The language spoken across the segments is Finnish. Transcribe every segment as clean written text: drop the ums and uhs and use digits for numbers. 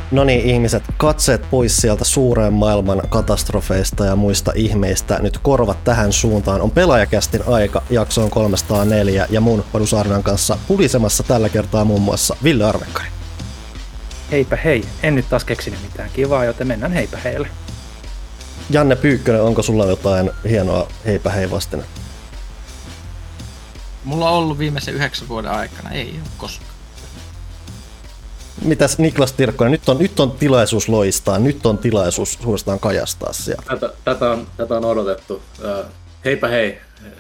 No niin ihmiset, katseet pois sieltä suuren maailman katastrofeista ja muista ihmeistä. Nyt korvat tähän suuntaan. On Pelaajakästin aika jaksoon 304 ja mun Padusarjan kanssa pulisemassa tällä kertaa muun muassa Ville Arvekkari. Heipä hei, en nyt taas keksinyt mitään kivaa, joten mennään heipä heille. Janne Pyykkönen, onko sulla jotain hienoa heipä hei vastine? Mulla on ollut viimeisen 9 vuoden aikana, ei ole koskaan. Mitäs Niklas Tirkkonen, nyt on tilaisuus loistaa, nyt on tilaisuus suorastaan kajastaa siellä. Tätä on odotettu. Heipä hei.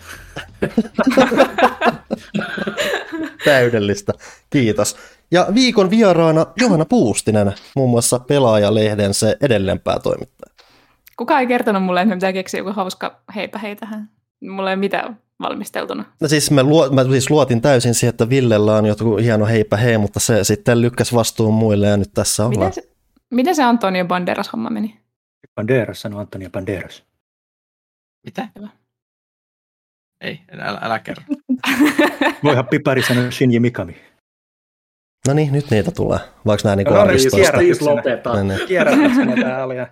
Täydellistä, kiitos. Ja viikon vieraana Johanna Puustinen, muun muassa Pelaajalehden se edelleen päätoimittaja. Kuka ei kertonut mulle, että me pitää keksiä joku hauska heipä hei tähän? Mulla ei ole mitään valmisteltuna. No siis mä luotin täysin siihen, että Villellä on joku hieno heipä hei, mutta se sitten lykkäsi vastuun muille ja nyt tässä ollaan. Miten se Antonio Banderas-homma meni? Banderas sanoi Antonio Banderas. Mitä? Ei, älä kerro. Voihan Pipari sanoa Shinji Mikami. No niin, nyt niitä tulee. Vaikka nämä niinku arkistoista. Kierrätyksenä tää oli.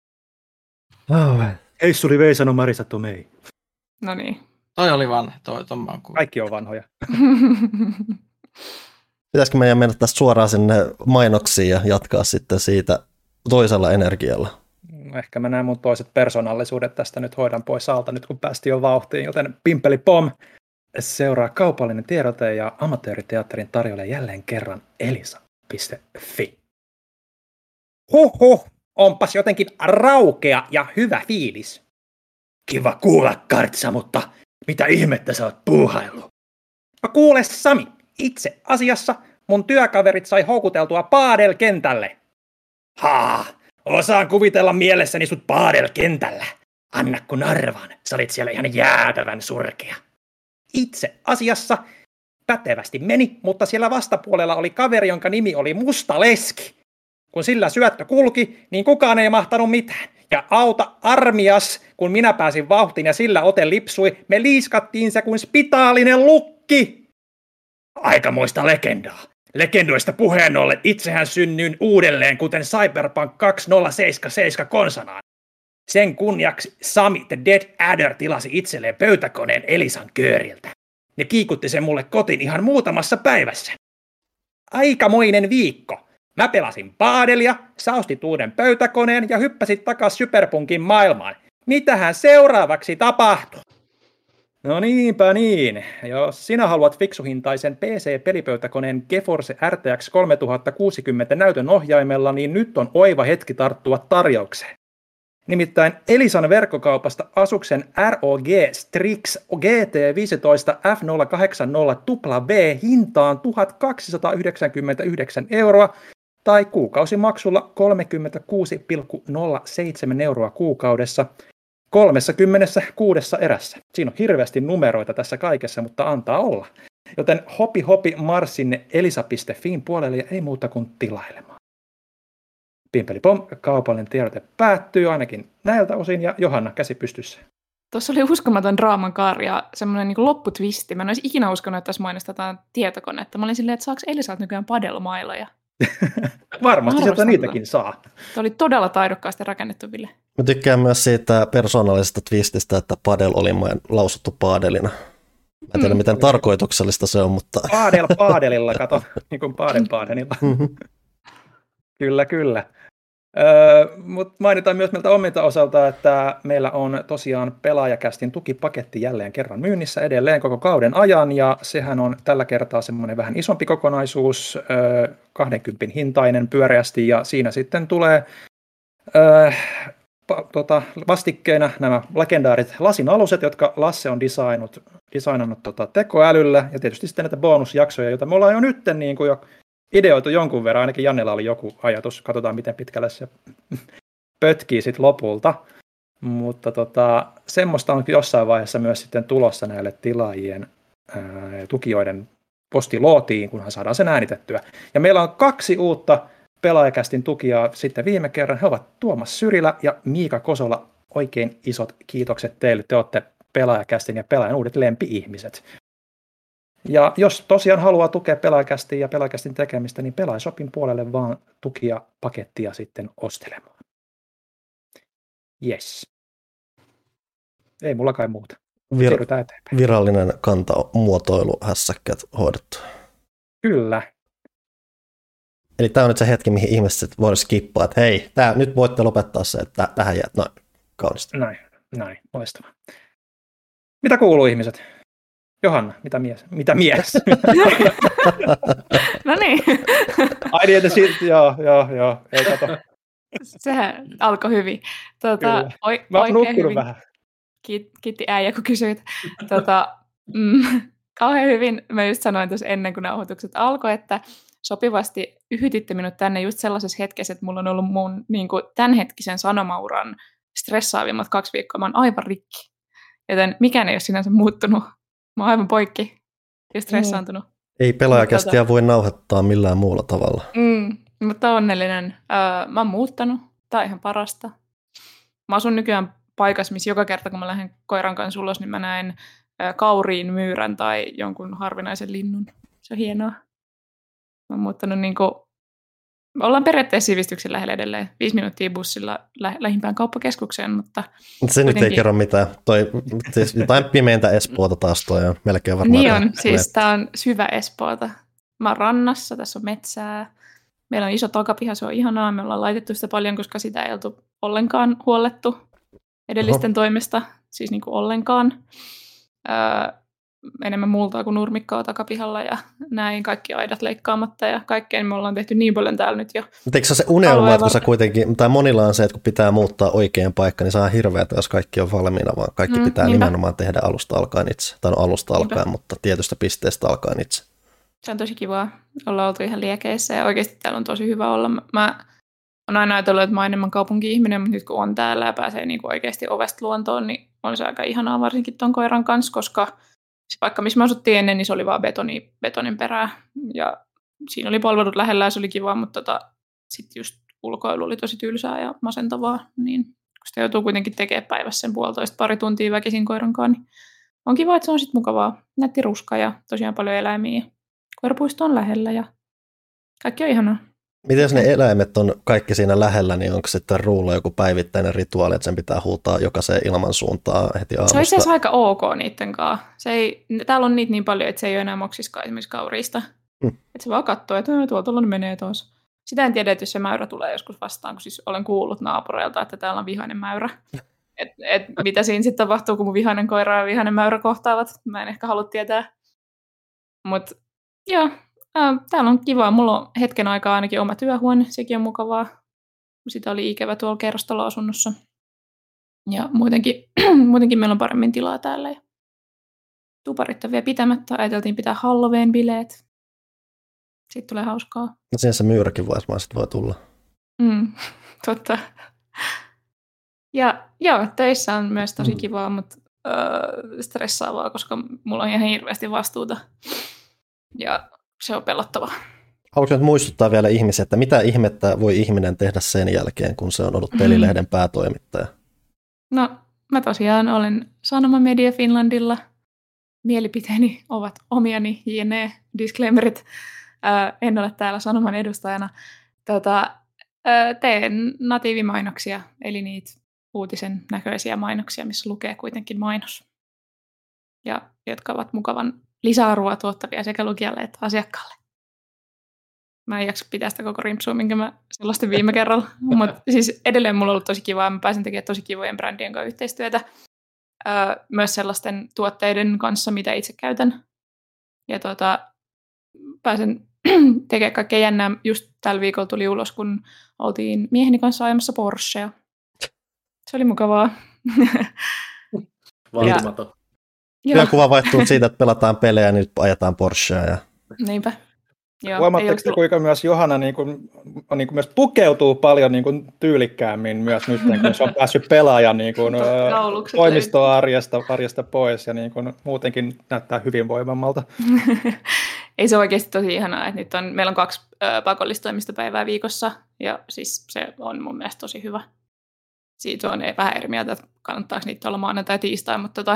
Heissuli vei sanoi Marisa Tomei. No niin. Toi oli vanha, Kaikki on vanhoja. Pitäisikö meidän mennä tästä suoraan sinne mainoksiin ja jatkaa sitten siitä toisella energialla? Ehkä mä näen mun toiset persoonallisuudet tästä nyt hoidan pois alta nyt kun päästiin jo vauhtiin, joten pimpeli pom. Seuraa kaupallinen tiedote ja amatööriteatterin tarjoilee jälleen kerran elisa.fi. Huhhuh, onpas jotenkin raukea ja hyvä fiilis. Kiva kuulla, Kartsa, mutta mitä ihmettä sä oot puuhaillut? No kuule Sami, itse asiassa mun työkaverit sai houkuteltua paadelkentälle. Osaan kuvitella mielessäni sut paadelkentällä. Anna kun arvaan, sä olit siellä ihan jäätävän surkea. Itse asiassa pätevästi meni, mutta siellä vastapuolella oli kaveri, jonka nimi oli Musta Leski. Kun sillä syöttö kulki, niin kukaan ei mahtanut mitään. Ja auta armias, kun minä pääsin vauhtiin ja sillä ote lipsui, me liiskattiin se kuin spitaalinen lukki. Aikamoista legendaa. Legendoista puheen ollen itsehän synnyin uudelleen, kuten Cyberpunk 2077 konsanaan. Sen kunniaksi Sami the Dead Adder tilasi itselleen pöytäkoneen Elisan kööriltä. Ne kiikutti sen mulle kotiin ihan muutamassa päivässä. Aikamoinen viikko. Mä pelasin paadelia, sä ostit uuden pöytäkoneen ja hyppäsit takas Cyberpunkin maailmaan. Mitähän seuraavaksi tapahtuu? No niinpä niin. Jos sinä haluat fiksuhintaisen PC-pelipöytäkoneen GeForce RTX 3060 näytön ohjaimella, niin nyt on oiva hetki tarttua tarjoukseen. Nimittäin Elisan verkkokaupasta Asuksen ROG Strix GT15 F080 W hintaan 1299 € tai kuukausimaksulla 36,07 € kuukaudessa 36 erässä. Siinä on hirveästi numeroita tässä kaikessa, mutta antaa olla. Joten hopi mars sinne elisa.fiin puolelle ja ei muuta kuin tilailemaan. Pimpeli pom, kaupallinen tiedote päättyy ainakin näiltä osin ja Johanna käsi pystyssä. Tuossa oli uskomaton draaman kaari ja semmoinen niin lopputwisti. Mä en olisi ikinä uskonut, että tässä mainostetaan tietokonetta. Mä olin silleen, että saako Elisalta nykyään padelmailoja? Varmasti sieltä niitäkin saa. Tämä oli todella taidokkaasti rakennettu, Ville. Mä tykkään myös siitä persoonallisesta twististä, että padel oli lausuttu paadelina. Mä en tiedä, miten tarkoituksellista se on, mutta... Paadelilla, kato, niin kuin paadelilla. Kyllä. Mutta mainitaan myös meiltä omilta osalta, että meillä on tosiaan Pelaajakästin tukipaketti jälleen kerran myynnissä edelleen koko kauden ajan, ja sehän on tällä kertaa semmoinen vähän isompi kokonaisuus, 20 hintainen pyöreästi, ja siinä sitten tulee vastikkeena nämä legendaarit lasin aluset, jotka Lasse on designannut tekoälyllä, ja tietysti sitten näitä bonusjaksoja, joita me ollaan jo nyt niin kuin jo ideoitu jonkun verran, ainakin Jannella oli joku ajatus, katsotaan miten pitkälle se pötkii sitten lopulta, mutta semmoista on jossain vaiheessa myös sitten tulossa näille tilaajien tukijoiden postilootiin, kunhan saadaan sen äänitettyä. Ja meillä on 2 uutta Pelaajakästin tukijaa sitten viime kerran, he ovat Tuomas Syrilä ja Miika Kosola, oikein isot kiitokset teille, te olette Pelaajakästin ja Pelaajan uudet lempi-ihmiset. Ja jos tosiaan haluaa tukea Pelaajakästin ja Pelaajakästin tekemistä, niin Pelaajashopin puolelle vaan tukia pakettia sitten ostelemaan. Yes. Ei mulla kai muuta. Siirrytään eteenpäin. Virallinen kantamuotoiluhässäkät hoidettu. Kyllä. Eli tämä on nyt se hetki, mihin ihmiset voivat skippaa, että hei, nyt voitte lopettaa se, että tähän jäät. Noin, kaunista. Näin, loistavaa. Mitä kuuluu ihmiset? Johanna, mitä mies? No niin. Ai niin, että joo, ei kato. Sehän alkoi hyvin. Mä oon nukkunut vähän. Kiitti äijä, kun kysyit. Kauhean hyvin, mä just sanoin tuossa ennen kuin nauhoitukset alkoi, että sopivasti yhytitte minut tänne just sellaisessa hetkessä, että mulla on ollut mun niin kuin tämänhetkisen sanomauran stressaavimmat 2 viikkoa. Mä oon aivan rikki. Joten mikään ei ole sinänsä muuttunut. Mä oon aivan poikki ja stressaantunut. Ei Pelaajakästiä voi nauhoittaa millään muulla tavalla. Mutta onnellinen. Mä oon muuttanut. Tää on ihan parasta. Mä asun nykyään paikassa, missä joka kerta, kun mä lähden koiran kanssa ulos, niin mä näen kauriin, myyrän tai jonkun harvinaisen linnun. Se on hienoa. Mä oon muuttanut me ollaan periaatteessa sivistyksen lähellä edelleen. 5 minuuttia bussilla lähimpään kauppakeskukseen, mutta se nyt ei kerro mitään. Siis jotain pimeintä Espoota taas toi on melkein varmaan. Niin on, siis tää on syvä Espoota. Mä oon rannassa, tässä on metsää. Meillä on iso takapiha, se on ihanaa. Me ollaan laitettu sitä paljon, koska sitä ei oltu ollenkaan huollettu edellisten toimesta. Siis niin kuin ollenkaan. Enemmän multaa kuin nurmikkaa takapihalla ja näin kaikki aidat leikkaamatta ja kaikkeen me ollaan tehty niin paljon täällä nyt jo. Mutta eikö se unelma, että kun sä kuitenkin, tai monilla on se, että kun pitää muuttaa oikein paikka, niin saa hirveätä, jos kaikki on valmiina, vaan kaikki pitää nimenomaan tehdä alusta alkaen itse. Tai alusta alkaen, mutta tietystä pisteestä alkaen itse. Se on tosi kivaa. Ollaan oltu ihan liekeissä ja oikeasti täällä on tosi hyvä olla. Mä oon aina ajatellut, että mä oon enemmän kaupunki-ihminen, mutta nyt kun on täällä ja pääsee niin kuin oikeasti ovesta luontoon, niin on se aika ihanaa varsinkin ton koiran kanssa, koska se paikka, missä me asuttiin ennen, niin se oli vaan betonin perää. Ja siinä oli palvelut lähellä ja se oli kiva, mutta sitten just ulkoilu oli tosi tylsää ja masentavaa. Niin, kun sitä joutuu kuitenkin tekemään päivässä sen 1,5-2 tuntia väkisin koirankaan, niin on kiva, että se on sitten mukavaa. Nätti ruska ja tosiaan paljon eläimiä. Koirapuisto on lähellä ja kaikki on ihanaa. Miten jos ne eläimet on kaikki siinä lähellä, niin onko sitten ruulla joku päivittäinen rituaali, että sen pitää huutaa jokaiseen ilmansuuntaan heti aamusta? Se on itse asiassa aika ok niiden kanssa. Täällä on niitä niin paljon, että se ei ole enää moksiskaan esimerkiksi kauriista. Että se vaan katsoo, että tuolla menee taas. Sitä en tiedä, että jos se mäyrä tulee joskus vastaan, kun siis olen kuullut naapureilta, että täällä on vihainen mäyrä. Mitä siinä sitten tapahtuu, kun mun vihainen koira ja vihainen mäyrä kohtaavat. Mä en ehkä halua tietää. Mutta joo. Täällä on kivaa. Mulla on hetken aikaa ainakin oma työhuone. Sekin on mukavaa. Sitä oli ikävä tuolla kerrostaloasunnossa. Ja muutenkin meillä on paremmin tilaa täällä. Ja tuparit on vielä pitämättä. Ajateltiin pitää Halloween-bileet. Siitä tulee hauskaa. No siinä se myyräkin voi tulla. Totta. Ja joo, töissä on myös tosi kivaa, mutta stressaavaa, koska mulla on ihan hirveästi vastuuta. Ja se on pelottavaa. Haluatko nyt muistuttaa vielä ihmisiä, että mitä ihmettä voi ihminen tehdä sen jälkeen, kun se on ollut Pelilehden päätoimittaja? No, mä tosiaan olen Sanoma Media Finlandilla. Mielipiteeni ovat omiani, jne. Disclaimerit. En ole täällä Sanoman edustajana. Teen natiivimainoksia, eli niitä uutisen näköisiä mainoksia, missä lukee kuitenkin mainos. Ja jotka ovat mukavan lisäarvoa tuottavia sekä lukijalle että asiakkaalle. Mä en jaksa pitää sitä koko rimpsua, minkä mä selostin viime kerralla. Mutta siis edelleen mulla on ollut tosi kivaa. Mä pääsen tekemään tosi kivojen brändien kanssa yhteistyötä. Myös sellaisten tuotteiden kanssa, mitä itse käytän. Ja pääsen tekemään kaikkea jännää. Just tällä viikolla tuli ulos, kun oltiin mieheni kanssa ajamassa Porschea. Se oli mukavaa. Vaatimaton. Työkuva vaihtuu siitä, että pelataan pelejä ja nyt ajetaan Porschea. Ja... Niinpä. Huomaatteko te, kuinka myös Johanna on myös pukeutuu paljon tyylikkäämmin myös nyt, kun se on päässyt pelaajan toimistoarjesta pois ja muutenkin näyttää hyvinvoivammalta. Ei se oikeasti tosi ihanaa, että nyt meillä on 2 pakollistoimistopäivää viikossa ja siis se on mun mielestä tosi hyvä. Siitä on vähän eri mieltä, että kannattaako niitä olla maanantai tai tiistai, mutta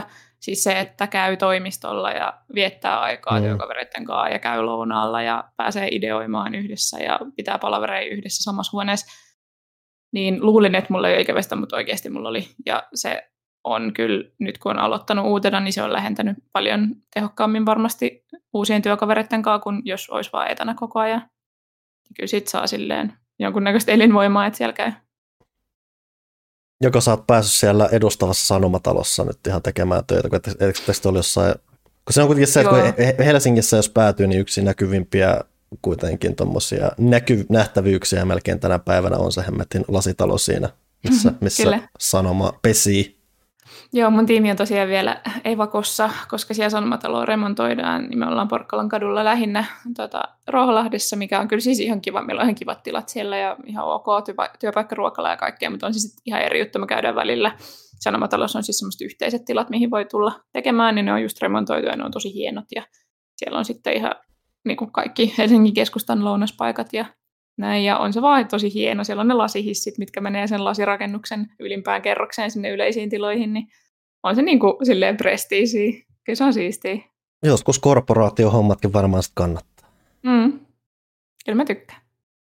Siis se, että käy toimistolla ja viettää aikaa työkavereiden kanssa ja käy lounaalla ja pääsee ideoimaan yhdessä ja pitää palavereja yhdessä samassa huoneessa. Niin luulin, että mulla ei ole ikävästä, mutta oikeasti mulla oli. Ja se on kyllä, nyt kun on aloittanut uutena, niin se on lähentänyt paljon tehokkaammin varmasti uusien työkavereiden kanssa, kuin jos olisi vaan etänä koko ajan. Ja kyllä sit saa silleen jonkunnäköistä elinvoimaa, että siellä käy. Joko sä oot päässyt siellä edustavassa sanomatalossa nyt ihan tekemään töitä, kun eikö oli jossain, kun se on kuitenkin se, että kun Helsingissä jos päätyy, niin yksi näkyvimpiä kuitenkin tuommoisia nähtävyyksiä melkein tänä päivänä on se hemmetin lasitalo siinä, missä sanoma pesii. Joo, mun tiimi on tosiaan vielä evakossa, koska siellä sanomataloa remontoidaan, niin me ollaan Porkkalan kadulla lähinnä Ruoholahdessa, mikä on kyllä siis ihan kiva. Meillä on ihan kivat tilat siellä ja ihan ok työpaikkaruokala ja kaikkea, mutta on siis ihan eri juttu, me käydään välillä. Sanomatalossa on siis semmoiset yhteiset tilat, mihin voi tulla tekemään, niin ne on just remontoitu ja ne on tosi hienot. Ja siellä on sitten ihan niin kuin kaikki Helsingin keskustan lounaspaikat ja näin, ja on se vaan tosi hieno. Siellä on ne lasihissit, mitkä menee sen lasirakennuksen ylimpään kerrokseen sinne yleisiin tiloihin, niin on se niin kuin silleen prestiisiä. Kyllä se on siistiä. Joskus korporaatiohommatkin varmaan sitten kannattaa. Kyllä mä tykkään.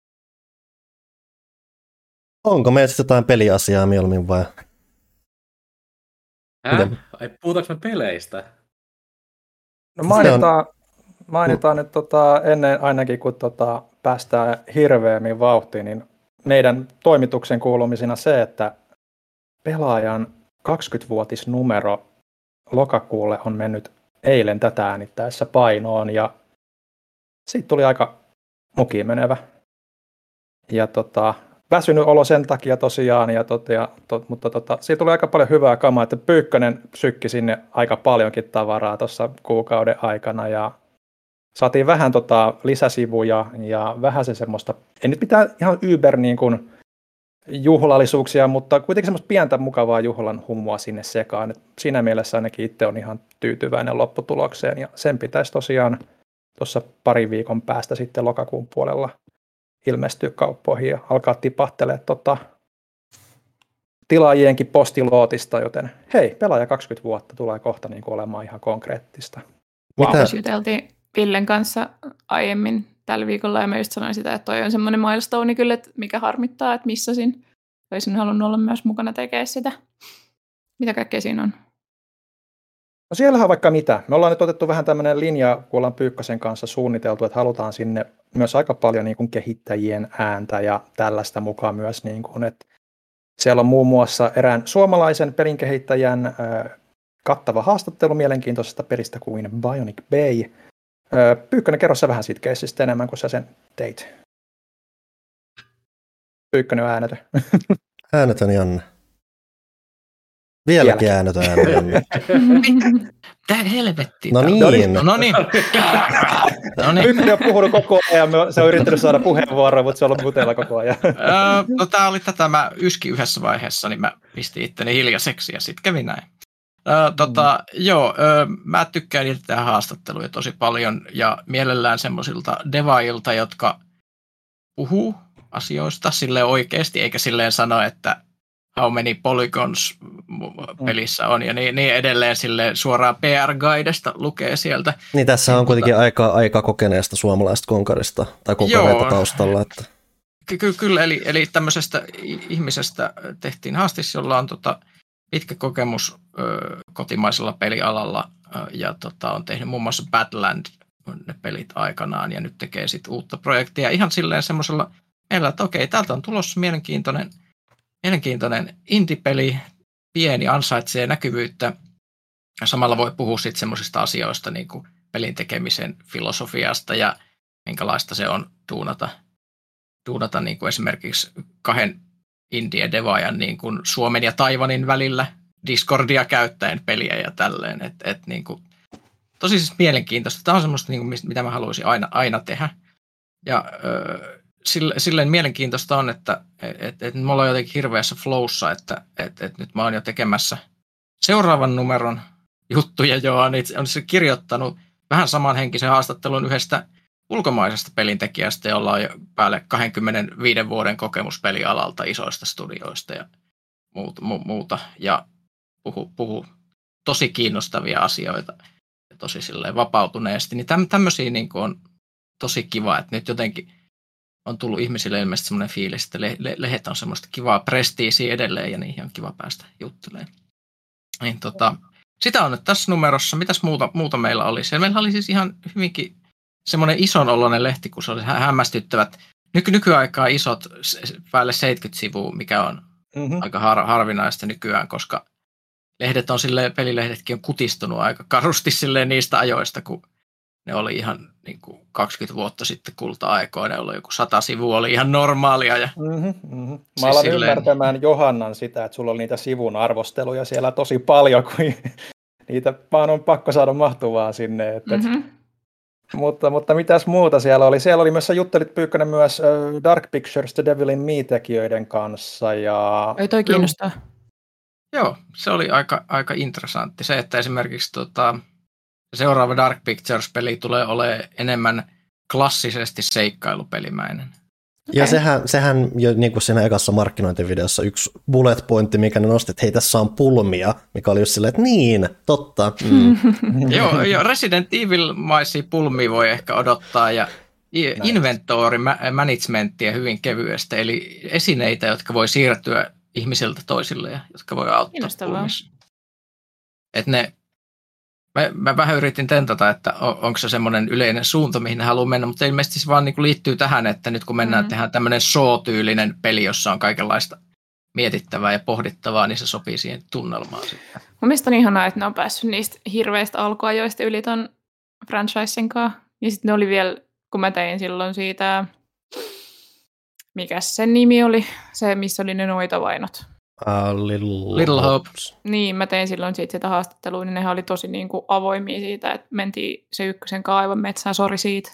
Onko meillä sitten jotain peliasiaa mieluummin vai? Ai, puhutaanko me peleistä? No mainitaan nyt ennen ainakin, kun päästään hirveämmin vauhtiin, niin meidän toimituksen kuulumisina se, että pelaajan 20-vuotisnumero lokakuulle on mennyt eilen tätä äänittäessä painoon, ja siitä tuli aika mukiin menevä. Ja väsynyt olo sen takia tosiaan, mutta siitä tuli aika paljon hyvää kamaa, että Pyykkönen sykki sinne aika paljonkin tavaraa tuossa kuukauden aikana, ja saatiin vähän lisäsivuja ja vähän se semmoista, ei nyt mitään ihan Uber niin kuin juhlallisuuksia, mutta kuitenkin semmoista pientä mukavaa juhlan humua sinne sekaan. Et siinä mielessä ainakin itse on ihan tyytyväinen lopputulokseen, ja sen pitäisi tosiaan tuossa pari viikon päästä sitten lokakuun puolella ilmestyä kauppoihin ja alkaa tipahtelemaan tilaajienkin postilootista, joten hei, pelaaja 20 vuotta tulee kohta niin kuin olemaan ihan konkreettista. Wow. Juteltiin Villen kanssa aiemmin tällä viikolla, ja mä just sanoin sitä, että toi on semmoinen milestone kyllä, että mikä harmittaa, että missasin. Olisin halunnut olla myös mukana tekemään sitä. Mitä kaikkea siinä on? No siellähän on vaikka mitä. Me ollaan nyt otettu vähän tämmöinen linja, kun ollaan Pyykkösen kanssa suunniteltu, että halutaan sinne myös aika paljon niin kuin kehittäjien ääntä ja tällaista mukaan myös. Niin kuin, että siellä on muun muassa erään suomalaisen pelinkehittäjän kattava haastattelu mielenkiintoisesta pelistä kuin Bionic Bay. Pyykkönen, kerro sä vähän siitä keissistä enemmän, kun sä sen teit. Pyykkönen on äänetön. Äänetön Janne. Vieläkin äänetön Janne. Tää helvetti. No niin. No niin. Pyykkönen on puhunut koko ajan. Se on yrittänyt saada puheenvuoroa, mutta se on ollut mutella koko ajan. No tää oli tätä, mä yskin yhdessä vaiheessa, niin mä pistin itteni hiljaiseksi ja sit kävi näin. Mä tykkään itse tehdä haastatteluja tosi paljon ja mielellään semmoisilta devaajilta, jotka puhuu asioista silleen oikeasti, eikä silleen sano, että how many polygons pelissä on ja niin edelleen silleen suoraan PR-guidesta lukee sieltä. Niin tässä on kuitenkin aika kokeneesta suomalaisesta konkarista tai konkareita taustalla. Että. Kyllä, eli tämmöisestä ihmisestä tehtiin haastis, jolla on pitkä kokemus kotimaisella pelialalla ja on tehnyt muun muassa Badland ne pelit aikanaan ja nyt tekee sitten uutta projektia ihan silleen semmoisella meillä, että okei, täältä on tulossa mielenkiintoinen indie-peli, pieni, ansaitsee näkyvyyttä ja samalla voi puhua sitten semmoisista asioista niin kuin pelin tekemisen filosofiasta ja minkälaista se on tuunata niin kuin esimerkiksi kahden indie-devaajan niin kuin Suomen ja Taiwanin välillä Discordia käyttäen peliä ja tälleen. Niin kuin, tosi siis mielenkiintoista. Tämä on semmoista, niin kuin, mitä mä haluaisin aina tehdä. Ja silleen mielenkiintoista on, että me ollaan jotenkin hirveässä flowssa, että nyt mä oon jo tekemässä seuraavan numeron juttuja, on se kirjoittanut vähän samanhenkisen haastattelun yhdestä ulkomaisesta pelintekijästä, jolla on jo päälle 25 vuoden kokemus pelialalta isoista studioista ja muuta. Ja puhu tosi kiinnostavia asioita ja tosi silleen vapautuneesti, niin tämmöisiä niin kuin on tosi kiva, että nyt jotenkin on tullut ihmisille ilmeisesti semmoinen fiilis, että lehdet on semmoista kivaa prestiisiä edelleen ja niihin on kiva päästä juttelemaan. Niin, sitä on nyt tässä numerossa. Mitäs muuta meillä oli? Meillä oli siis ihan hyvinkin semmoinen ison oloinen lehti, kun se oli hämmästyttävät. Nykyaikaa isot, päälle 70 sivua, mikä on aika harvinaista nykyään, koska lehdet on silleen, pelilehdetkin on kutistunut aika karusti silleen niistä ajoista, kun ne oli ihan niin kuin 20 vuotta sitten kulta-aikoina, oli joku 100 sivua, oli ihan normaalia. Ja Mä alan ymmärtämään Johannan sitä, että sulla oli niitä sivun arvosteluja siellä tosi paljon, kun niitä vaan on pakko saada mahtuvaa sinne. Mutta mitäs muuta siellä oli? Siellä oli myös, sä juttelit Pyykkönen myös Dark Pictures The Devil in Me-tekijöiden kanssa. Ja... Ei toi kiinnostaa. Joo, se oli aika interessantti. Se, että esimerkiksi seuraava Dark Pictures-peli tulee olemaan enemmän klassisesti seikkailupelimäinen. Ja sehän jo niin kuin siinä ekassa markkinointivideossa yksi bullet pointti, mikä ne nosti, että hei, tässä on pulmia, mikä oli just silleen, että niin, totta. Joo, Resident Evil-maisia pulmia voi ehkä odottaa, ja inventory managementtia hyvin kevyesti, eli esineitä, jotka voi siirtyä ihmisiltä toisille ja jotka voi auttaa pulmissa. Että ne Mä vähän yritin tentata, että onko se semmoinen yleinen suunta, mihin ne haluaa mennä, mutta ilmeisesti se vaan niin kuin liittyy tähän, että nyt kun mennään tehdään tämmöinen Saw-tyylinen peli, jossa on kaikenlaista mietittävää ja pohdittavaa, niin se sopii siihen tunnelmaan sitten. Mun mielestä on ihanaa, että ne on päässyt niistä hirveistä alkuajoista yli ton franchisen kanssa. Ja sitten ne oli vielä, kun mä tein silloin siitä, mikäs sen nimi oli, se missä oli ne noitavainot. Little Hope. Niin, mä tein silloin siitä sitä haastattelua, niin nehän oli tosi niin kuin avoimia siitä, että mentiin se ykkösen aivan metsään, sori siitä.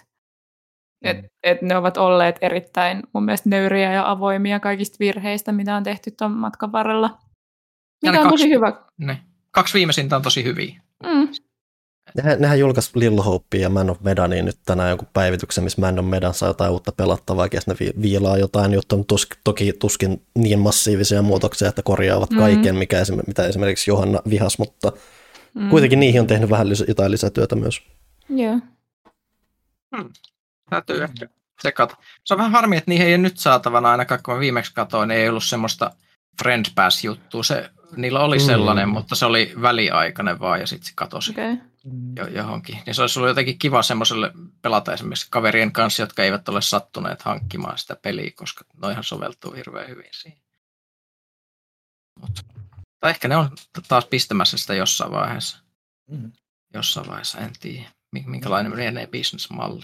Et ne ovat olleet erittäin mun mielestä nöyriä ja avoimia kaikista virheistä, mitä on tehty tuon matkan varrella. Mikä on tosi hyvä. Ne. 2 viimeisintä on tosi hyviä. Nehän julkaisi Little Hopea ja Man of Medania nyt tänään joku päivityksen, missä Man of Medan saa jotain uutta pelattavaa, ja ne viilaa jotain, jotta on toki tuskin niin massiivisia muutoksia, että korjaavat kaiken, mitä esimerkiksi Johanna vihas, mutta kuitenkin niihin on tehnyt vähän jotain lisätyötä myös. Joo. Täytyy ehkä sekata. Se on vähän harmi, että niihin ei nyt saatavana ainakaan, kun mä viimeksi katsoin, ei ollut semmoista Friend Pass-juttua. Niillä oli sellainen, mutta se oli väliaikainen vaan, ja sitten se katosi johonkin. Ja se olisi ollut jotenkin kiva semmoiselle pelata esimerkiksi kaverien kanssa, jotka eivät ole sattuneet hankkimaan sitä peliä, koska noihan soveltuu hirveän hyvin siihen. Tai ehkä ne on taas pistämässä sitä jossain vaiheessa. Jossain vaiheessa, en tiedä. Minkälainen menee business-malli.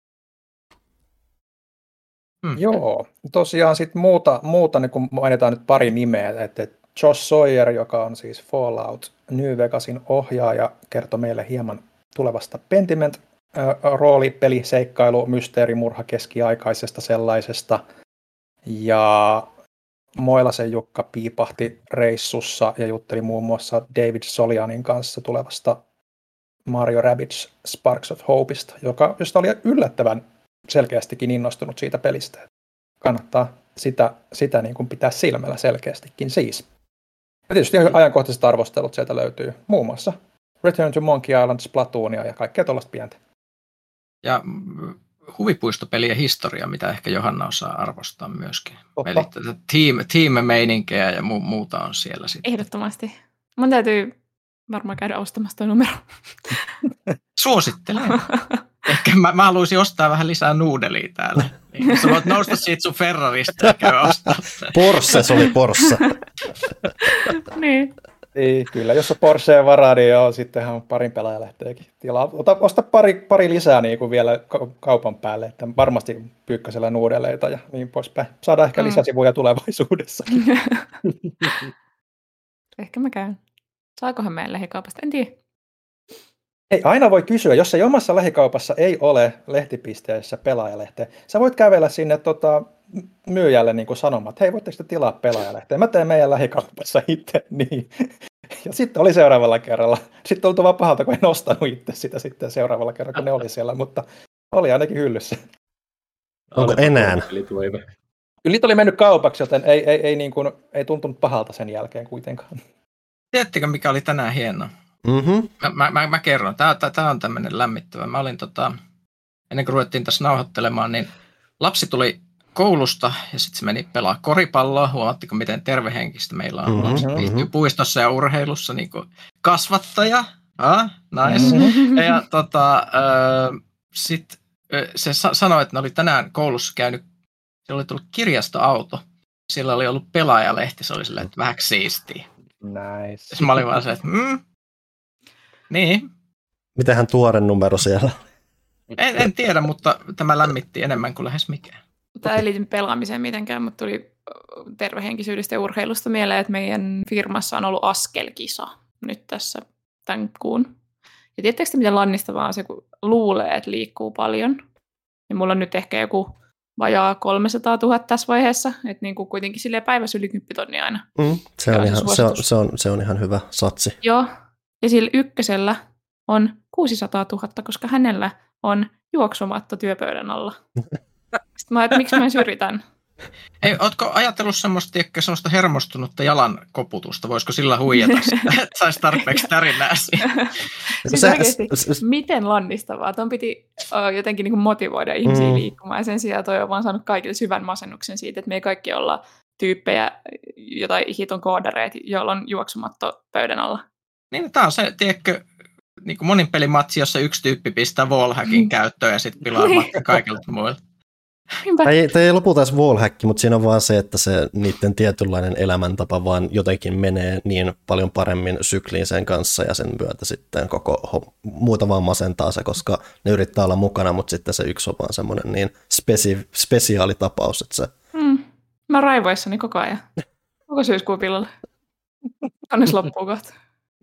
Joo, tosiaan sitten muuta niin kun mainitaan nyt pari nimeä, että Josh Sawyer, joka on siis Fallout New Vegasin ohjaaja, kertoi meille hieman tulevasta Pentiment-roolipeli, seikkailu, mysteerimurha keskiaikaisesta sellaisesta. Ja Moilasen Jukka piipahti reissussa ja jutteli muun muassa David Solianin kanssa tulevasta Mario Rabbids Sparks of Hopeista, josta oli yllättävän selkeästikin innostunut siitä pelistä. Kannattaa sitä niin kuin pitää silmällä selkeästikin siis. Ja tietysti ajankohtaiset arvostelut sieltä löytyy muun muassa Return to Monkey Island, Splatoonia ja kaikkea tuollaista pientä. Ja huvipuistopelien historia, mitä ehkä Johanna osaa arvostaa myöskin. Eli tätä team-meininkeä ja muuta on siellä sitten. Ehdottomasti. Mun täytyy varmaan käydä ostamassa tuo numero. Suosittelen. Ehkä mä haluaisin ostaa vähän lisää nuudelia täällä. Niin, sä voit nousta siitä sun Ferrarista ja käydä ostaa. Porsche, se oli Porsche. Niin. Kyllä, jos on Porscheen varaa, niin joo, sittenhän parin pelaajalähteekin tilaa. Osta pari lisää niin kuin vielä kaupan päälle, että varmasti Pyykkösellä nuudeleita ja niin poispäin. Saadaan ehkä lisäsivuja tulevaisuudessakin. Ehkä mä käyn. Saakohan meidän lähikaupasta? En tiedä. Ei, aina voi kysyä, jos ei omassa lähikaupassa ei ole lehtipisteessä pelaajalehteä, sä voit kävellä sinne myyjälle niin kuin sanomaan, että hei, voitteko te tilaa pelaajalehteä? Mä teen meidän lähikaupassa itse, niin. Ja sitten oli seuraavalla kerralla. Sitten oltu vaan pahalta, kun en ostanut itse sitä sitten seuraavalla kerralla, kun ne oli siellä, mutta oli ainakin hyllyssä. Onko enää? Kyllä niitä oli mennyt kaupaksi, joten ei tuntunut pahalta sen jälkeen kuitenkaan. Tiedättekö, mikä oli tänään hienoa? Mä kerron. Tämä on tämmöinen lämmittävä. Mä olin ennen kuin ruvettiin tässä nauhoittelemaan, niin lapsi tuli koulusta ja sitten se meni pelaa koripalloa. Huomattiko, miten tervehenkistä meillä on? Lapsi viihtyy puistossa ja urheilussa niin kuin kasvattaja. Nice. Ja sitten se sanoi, että ne oli tänään koulussa käynyt, siellä oli tullut kirjastoauto. Siellä oli ollut pelaajalehti, se oli silleen, että vähän siistiä. Nice. Mä olin vaan se, että niin. Mitenhän tuore numero siellä? En tiedä, mutta tämä lämmitti enemmän kuin lähes mikään. Tämä ei liity pelaamiseen mitenkään, mutta tuli tervehenkisyydestä ja urheilusta mieleen, että meidän firmassa on ollut askelkisa nyt tässä tämän kuun. Ja tiedättekö te, miten lannistavaa on se, kun luulee, että liikkuu paljon? Ja mulla on nyt ehkä joku vajaa 300 000 tässä vaiheessa, että niin kuin kuitenkin silleen päivässä yli 10 tonnia aina. Se on ihan hyvä satsi. Joo, ja sillä ykkösellä on 600 000, koska hänellä on juoksumatto työpöydän alla. Sitten mä että miksi mä syrjitän? Ei, ootko ajatellut semmoista hermostunutta jalan koputusta? Voisiko sillä huijata sitä, että saisi tarpeeksi tärinää siihen? Siis oikeasti, miten lannistavaa. Tuon piti jotenkin niin kuin motivoida ihmisiä liikkumaan. Ja sen sijaan toi on vaan saanut kaikille syvän masennuksen siitä, että me ei kaikki olla tyyppejä, jotain hiton koodareita, joilla on juoksumatto pöydän alla. Niin, tämä on se, tiedätkö, niin kuin monin pelimatsi, jossa yksi tyyppi pistää wallhackin käyttöön ja sitten pilaa matka kaikilta muilta. Tämä ei lopulta edes wallhack, mutta siinä on vaan se, että se niiden tietynlainen elämäntapa vaan jotenkin menee niin paljon paremmin sykliin sen kanssa ja sen myötä sitten muuta vaan masentaa se, koska ne yrittää olla mukana, mutta sitten se yksi on vaan semmoinen niin spesiaalitapaus, että se... Mä oon raivoissani koko ajan. Koko syyskuun pillalle. Annes loppuu kohta.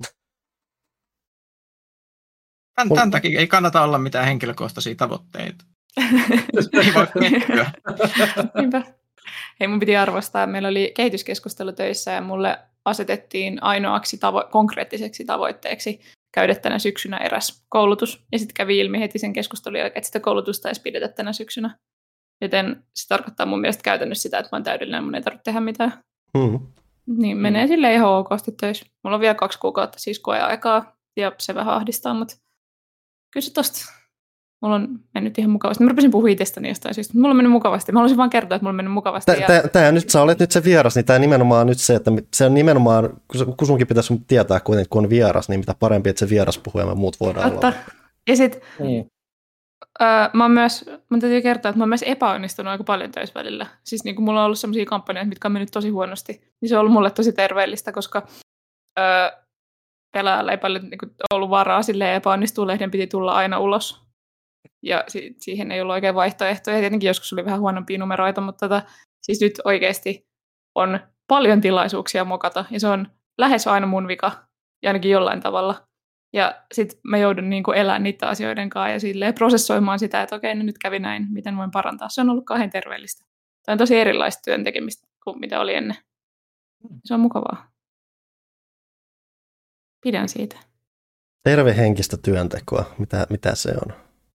Tämän takia ei kannata olla mitään henkilökohtaisia tavoitteita. Ei voi miettiä. Niinpä. Hei, mun piti arvostaa. Meillä oli kehityskeskustelu töissä ja mulle asetettiin ainoaksi konkreettiseksi tavoitteeksi käydä tänä syksynä eräs koulutus. Ja sitten kävi ilmi heti sen keskustelun jälkeen, että sitä koulutusta ei pidetä tänä syksynä. Joten se tarkoittaa mun mielestä käytännössä sitä, että mä oon täydellinen, mun ei tarvitse tehdä mitään. Niin menee silleen ihan okosti töissä. Mulla on vielä 2 kuukautta siis koeaikaa ja se vähän ahdistaa, mutta kyllä se tosta. Mulla on mennyt ihan mukavasti. Mä rupesin puhua itsestäni jostain syystä, mutta mulla on mennyt mukavasti. Mä haluaisin vaan kertoa, että mulla on mennyt mukavasti. Nyt sä olet nyt se vieras, niin tämä nimenomaan nyt se, että se on nimenomaan, kun sunkin pitäisi tietää, kun on vieras, niin mitä parempi, että se vieras puhuu ja me muut voidaan olla. Ja sit mun täytyy kertoa, että mä oon myös epäonnistunut aika paljon töissä välillä. Siis niin kun mulla on ollut sellaisia kampanjoita, mitkä on mennyt tosi huonosti, niin se on ollut mulle tosi terveellistä, koska pelaajalla ei paljon niin kuin ollut varaa silleen epäonnistuu, lehden piti tulla aina ulos. Ja siihen ei ollut oikein vaihtoehtoja. Tietenkin joskus oli vähän huonompia numeroita, mutta siis nyt oikeasti on paljon tilaisuuksia mokata. Ja se on lähes aina mun vika, ja ainakin jollain tavalla. Ja sitten mä joudun niin kuin elämään niiden asioiden kanssa ja silleen prosessoimaan sitä, että okei, no nyt kävi näin, miten voin parantaa. Se on ollut kauhean terveellistä. Tämä on tosi erilaista työn tekemistä kuin mitä oli ennen. Se on mukavaa. Pidän siitä. Tervehenkistä työntekoa, mitä se on?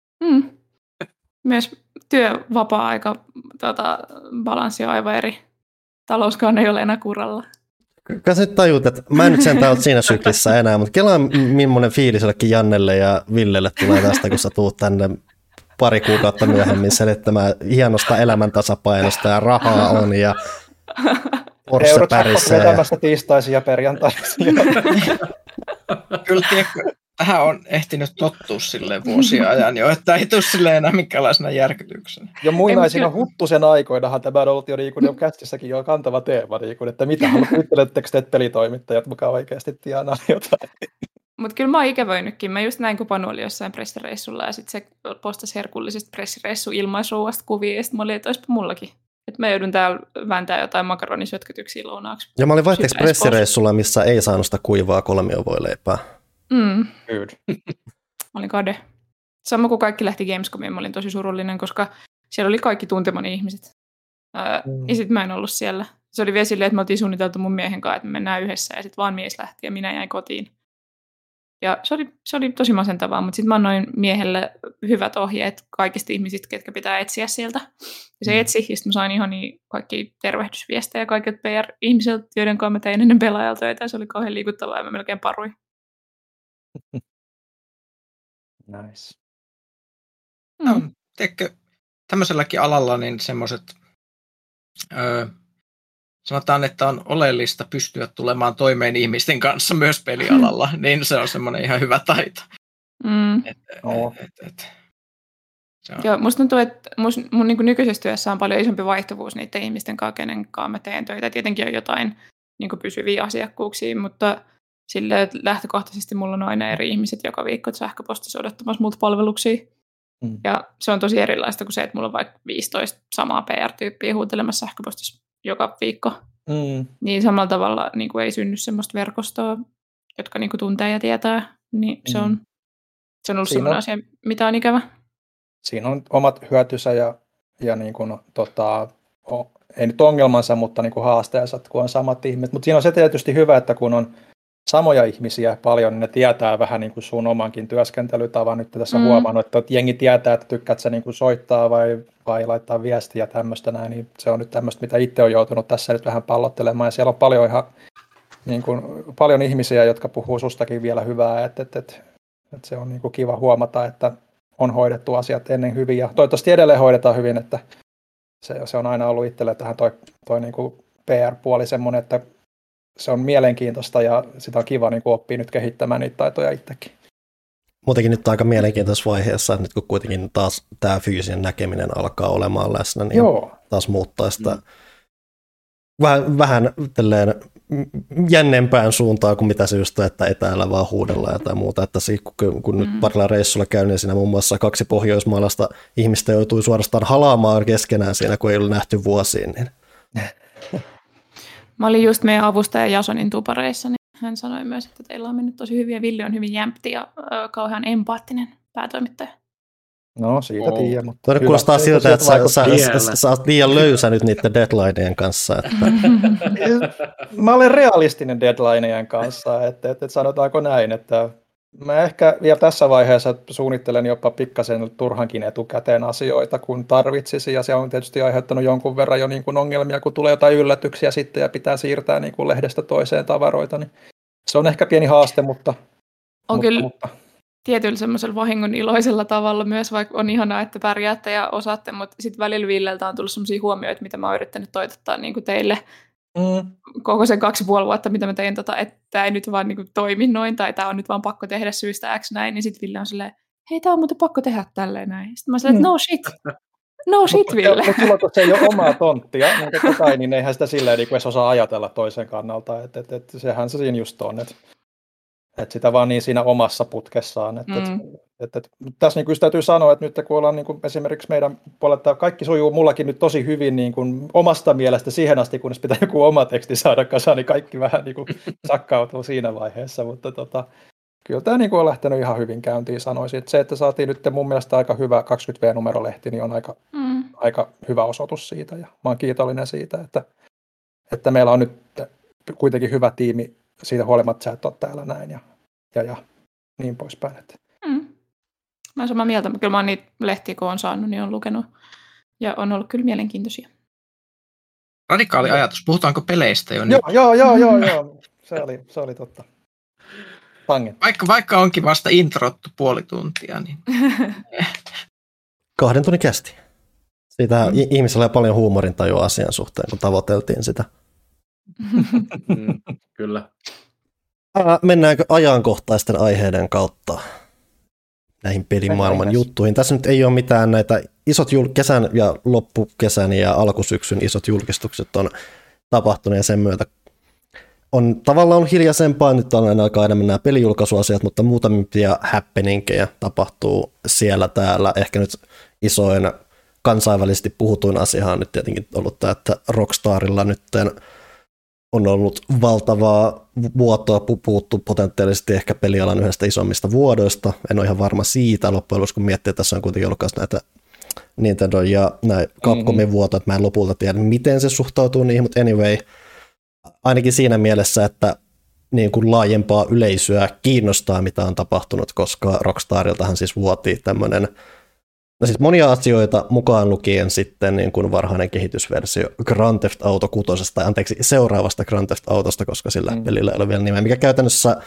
Myös työ-vapaa-aika balanssi on aivan eri. Talouskaan ei ole enää kuralla. Kyllä sä nyt tajut, että mä en nyt sentään ole siinä syklissä enää, mutta kelaa millainen fiilis jollekin Jannelle ja Villelle tulee tästä, kun sä tuut tänne 2 kuukautta myöhemmin selittämään hienosta elämäntasapainosta ja rahaa on ja Porsche pärissä. Vetämässä tiistaisin ja perjantaisin. Kyllä tiedätkö, tähän on ehtinyt tottua silleen vuosien ajan jo, että ei tule silleen enää minkälaisena järkytyksenä. Jo muinaisina Huttusen aikoinahan tämä on ollut jo kästissäkin jo kantava teema, että mitä kuvittelettekö te pelitoimittajat mukaan oikeasti tienaa jotain. Mutta kyllä mä oon ikävöinytkin. Mä just näin, kun Panu oli jossain pressireissulla ja sitten se postasi herkullisesta pressireissu-ilmaisruuasta kuvia ja sitten mä olin, että olisipa mullakin. Että mä joudun täällä vääntää jotain makaronisötkötyksiä lounaaksi. Ja mä olin vaihteeksi pressireissulla, missä ei saanut sitä kuivaa 3 voileipää. Mä olin kade. Sama kuin kaikki lähti Gamescomiin, mä olin tosi surullinen, koska siellä oli kaikki tuntemani ihmiset. Ja sitten mä en ollut siellä. Se oli vielä silleen, että me oltiin suunniteltu mun miehen kanssa, että me mennään yhdessä ja sitten vaan mies lähti ja minä jäin kotiin. Ja se oli tosi masentavaa, mutta sitten mä annoin miehelle hyvät ohjeet kaikista ihmisistä, ketkä pitää etsiä sieltä. Ja se etsi, ja sitten mä sain ihan kaikki tervehdysviestejä kaikilta PR-ihmisiltä, joiden kanssa mä tein ennen pelaajalta, ja se oli kauhean liikuttavaa, ja mä melkein paruin. Nice. Tiedätkö, tämmöiselläkin alalla niin semmoiset, sanotaan, että on oleellista pystyä tulemaan toimeen ihmisten kanssa myös pelialalla, niin se on semmoinen ihan hyvä taito. Joo, musta tuntuu, että mun niin nykyisessä työssä on paljon isompi vaihtuvuus niiden ihmisten kanssa, kenen kanssa mä teen töitä. Tietenkin on jotain niin pysyviä asiakkuuksia, mutta sille, että lähtökohtaisesti mulla on aina eri ihmiset joka viikko sähköpostissa odottamassa multa palveluksia. Ja se on tosi erilaista kuin se, että mulla on vaikka 15 samaa PR-tyyppiä huutelemassa sähköpostissa joka viikko. Niin samalla tavalla niin ei synny semmoista verkostoa, jotka niin tuntee ja tietää. Niin se on ollut semmoinen asia, mitä on ikävä. Siinä on omat hyötynsä ja niin kuin, ei nyt ongelmansa, mutta niin kuin haasteensa, kun on samat ihmiset. Mutta siinä on se tietysti hyvä, että kun on samoja ihmisiä paljon, niin ne tietää vähän niin kuin sun omankin työskentelytavan. Nyt tässä huomannut, että jengi tietää, että tykkäät sä niin kuin soittaa vai laittaa viestiä tämmöistä näin, niin se on nyt tämmöistä, mitä itse on joutunut tässä nyt vähän pallottelemaan. Ja siellä on paljon niin kuin, paljon ihmisiä, jotka puhuu sustakin vielä hyvää, että se on niin kuin kiva huomata, että on hoidettu asiat ennen hyvin ja toivottavasti edelleen hoidetaan hyvin, että se on aina ollut itselle tähän toi niin kuin PR-puoli semmoinen, että se on mielenkiintoista ja sitä on kiva niin kuin oppia nyt kehittämään niitä taitoja itsekin. Muutenkin nyt aika mielenkiintoisessa vaiheessa, nyt kun kuitenkin taas tämä fyysinen näkeminen alkaa olemaan läsnä, niin taas muuttaa sitä vähän tälleen jännempään suuntaan kuin mitä se just, että etäällä vaan huudellaan tai muuta. Että kun nyt parilla reissulla käyn, niin siinä muun muassa 2 pohjoismaalaista ihmistä joutui suorastaan halaamaan keskenään siinä, kun ei ollut nähty vuosiin. Niin. Mä olin just meidän avustaja Jasonin tupareissa, niin hän sanoi myös, että teillä on mennyt tosi hyvin ja Ville on hyvin jämpti ja kauhean empaattinen päätoimittaja. No, siitä tiedän. Mutta kuulostaa siltä, että sä oot liian löysä nyt niiden deadlinejen kanssa. Että. Mä olen realistinen deadlinejen kanssa, että sanotaanko näin, että mä ehkä vielä tässä vaiheessa suunnittelen jopa pikkasen turhankin etukäteen asioita, kun tarvitsisi, ja se on tietysti aiheuttanut jonkun verran jo niin kuin ongelmia, kun tulee jotain yllätyksiä sitten ja pitää siirtää niin kuin lehdestä toiseen tavaroita, niin se on ehkä pieni haaste, mutta kyllä tietyllä semmoisella vahingon iloisella tavalla myös, vaikka on ihanaa, että pärjäätte ja osaatte, mutta sitten välillä Villeltä on tullut semmoisia huomioita, mitä mä oon yrittänyt toitottaa niin kuin teille koko sen 2,5 vuotta, mitä mä tein, että tämä ei nyt vaan niin kuin toimi noin, tai tämä on nyt vaan pakko tehdä syystä X näin, niin sitten Ville on silleen, hei, tämä on muuten pakko tehdä tälleen näin. Sitten mä sanoin, että no shit, Ville. Mutta silloin, kun se ei ole omaa tonttia, niin eihän sitä silleen niin edes osaa ajatella toisen kannalta, että sehän se siinä just on, että sitä vaan niin siinä omassa putkessaan. Tässä niin kuin täytyy sanoa, että nyt kun ollaan niin kuin esimerkiksi meidän puolelta, kaikki sujuu mullakin nyt tosi hyvin niin kuin omasta mielestä siihen asti, kunnes pitää joku oma teksti saada kasaan, niin kaikki vähän niin kuin sakkautuu siinä vaiheessa, mutta kyllä tämä niin kuin on lähtenyt ihan hyvin käyntiin, sanoisin. Että se, että saatiin nyt mun mielestä aika hyvä 20V-numerolehti, niin on aika hyvä osoitus siitä, ja mä oon kiitollinen siitä, että meillä on nyt kuitenkin hyvä tiimi siitä huolimatta, että sä et ole täällä näin ja niin poispäin. Mä oon samaa mieltä, kyllä mä oon niitä lehtiä, kun oon saanut, niin on lukenut ja on ollut kyllä mielenkiintoisia. Radikaali ajatus. Puhutaanko peleistä jo nyt? Joo. Se oli totta. Vaikka onkin vasta introttu puoli tuntia. Niin. 2 tunnin kästi. Siitä ihmisellä oli paljon huumorintajua asian suhteen, kun tavoiteltiin sitä. Kyllä. Mennäänkö ajankohtaisten aiheiden kautta näihin pelimaailman juttuihin? Tässä nyt ei ole mitään näitä isot kesän ja loppukesän ja alkusyksyn isot julkistukset on tapahtunut ja sen myötä on tavallaan ollut hiljaisempaa. Nyt on aika enemmän nämä pelijulkaisuasiat, mutta muutamia happeningkeja tapahtuu siellä täällä. Ehkä nyt isoin kansainvälisesti puhutuin asia on nyt tietenkin ollut tämä, että Rockstarilla nyt on ollut valtavaa vuotoa, puhuttu potentiaalisesti ehkä pelialan yhdestä isommista vuodoista. En ole ihan varma siitä loppujen lopuksi, kun miettii, että tässä on kuitenkin ollut näitä Nintendo ja näin Capcomin vuotoja, että mä en lopulta tiedä, miten se suhtautuu niihin, mutta anyway, ainakin siinä mielessä, että niin kuin laajempaa yleisöä kiinnostaa, mitä on tapahtunut, koska Rockstariltahan siis vuotii tämmöinen, no siis monia asioita mukaan lukien sitten niin kuin varhainen kehitysversio Grand Theft Auto 6, tai anteeksi, seuraavasta Grand Theft Autosta, koska sillä pelillä ei ole vielä nimeä, mikä käytännössä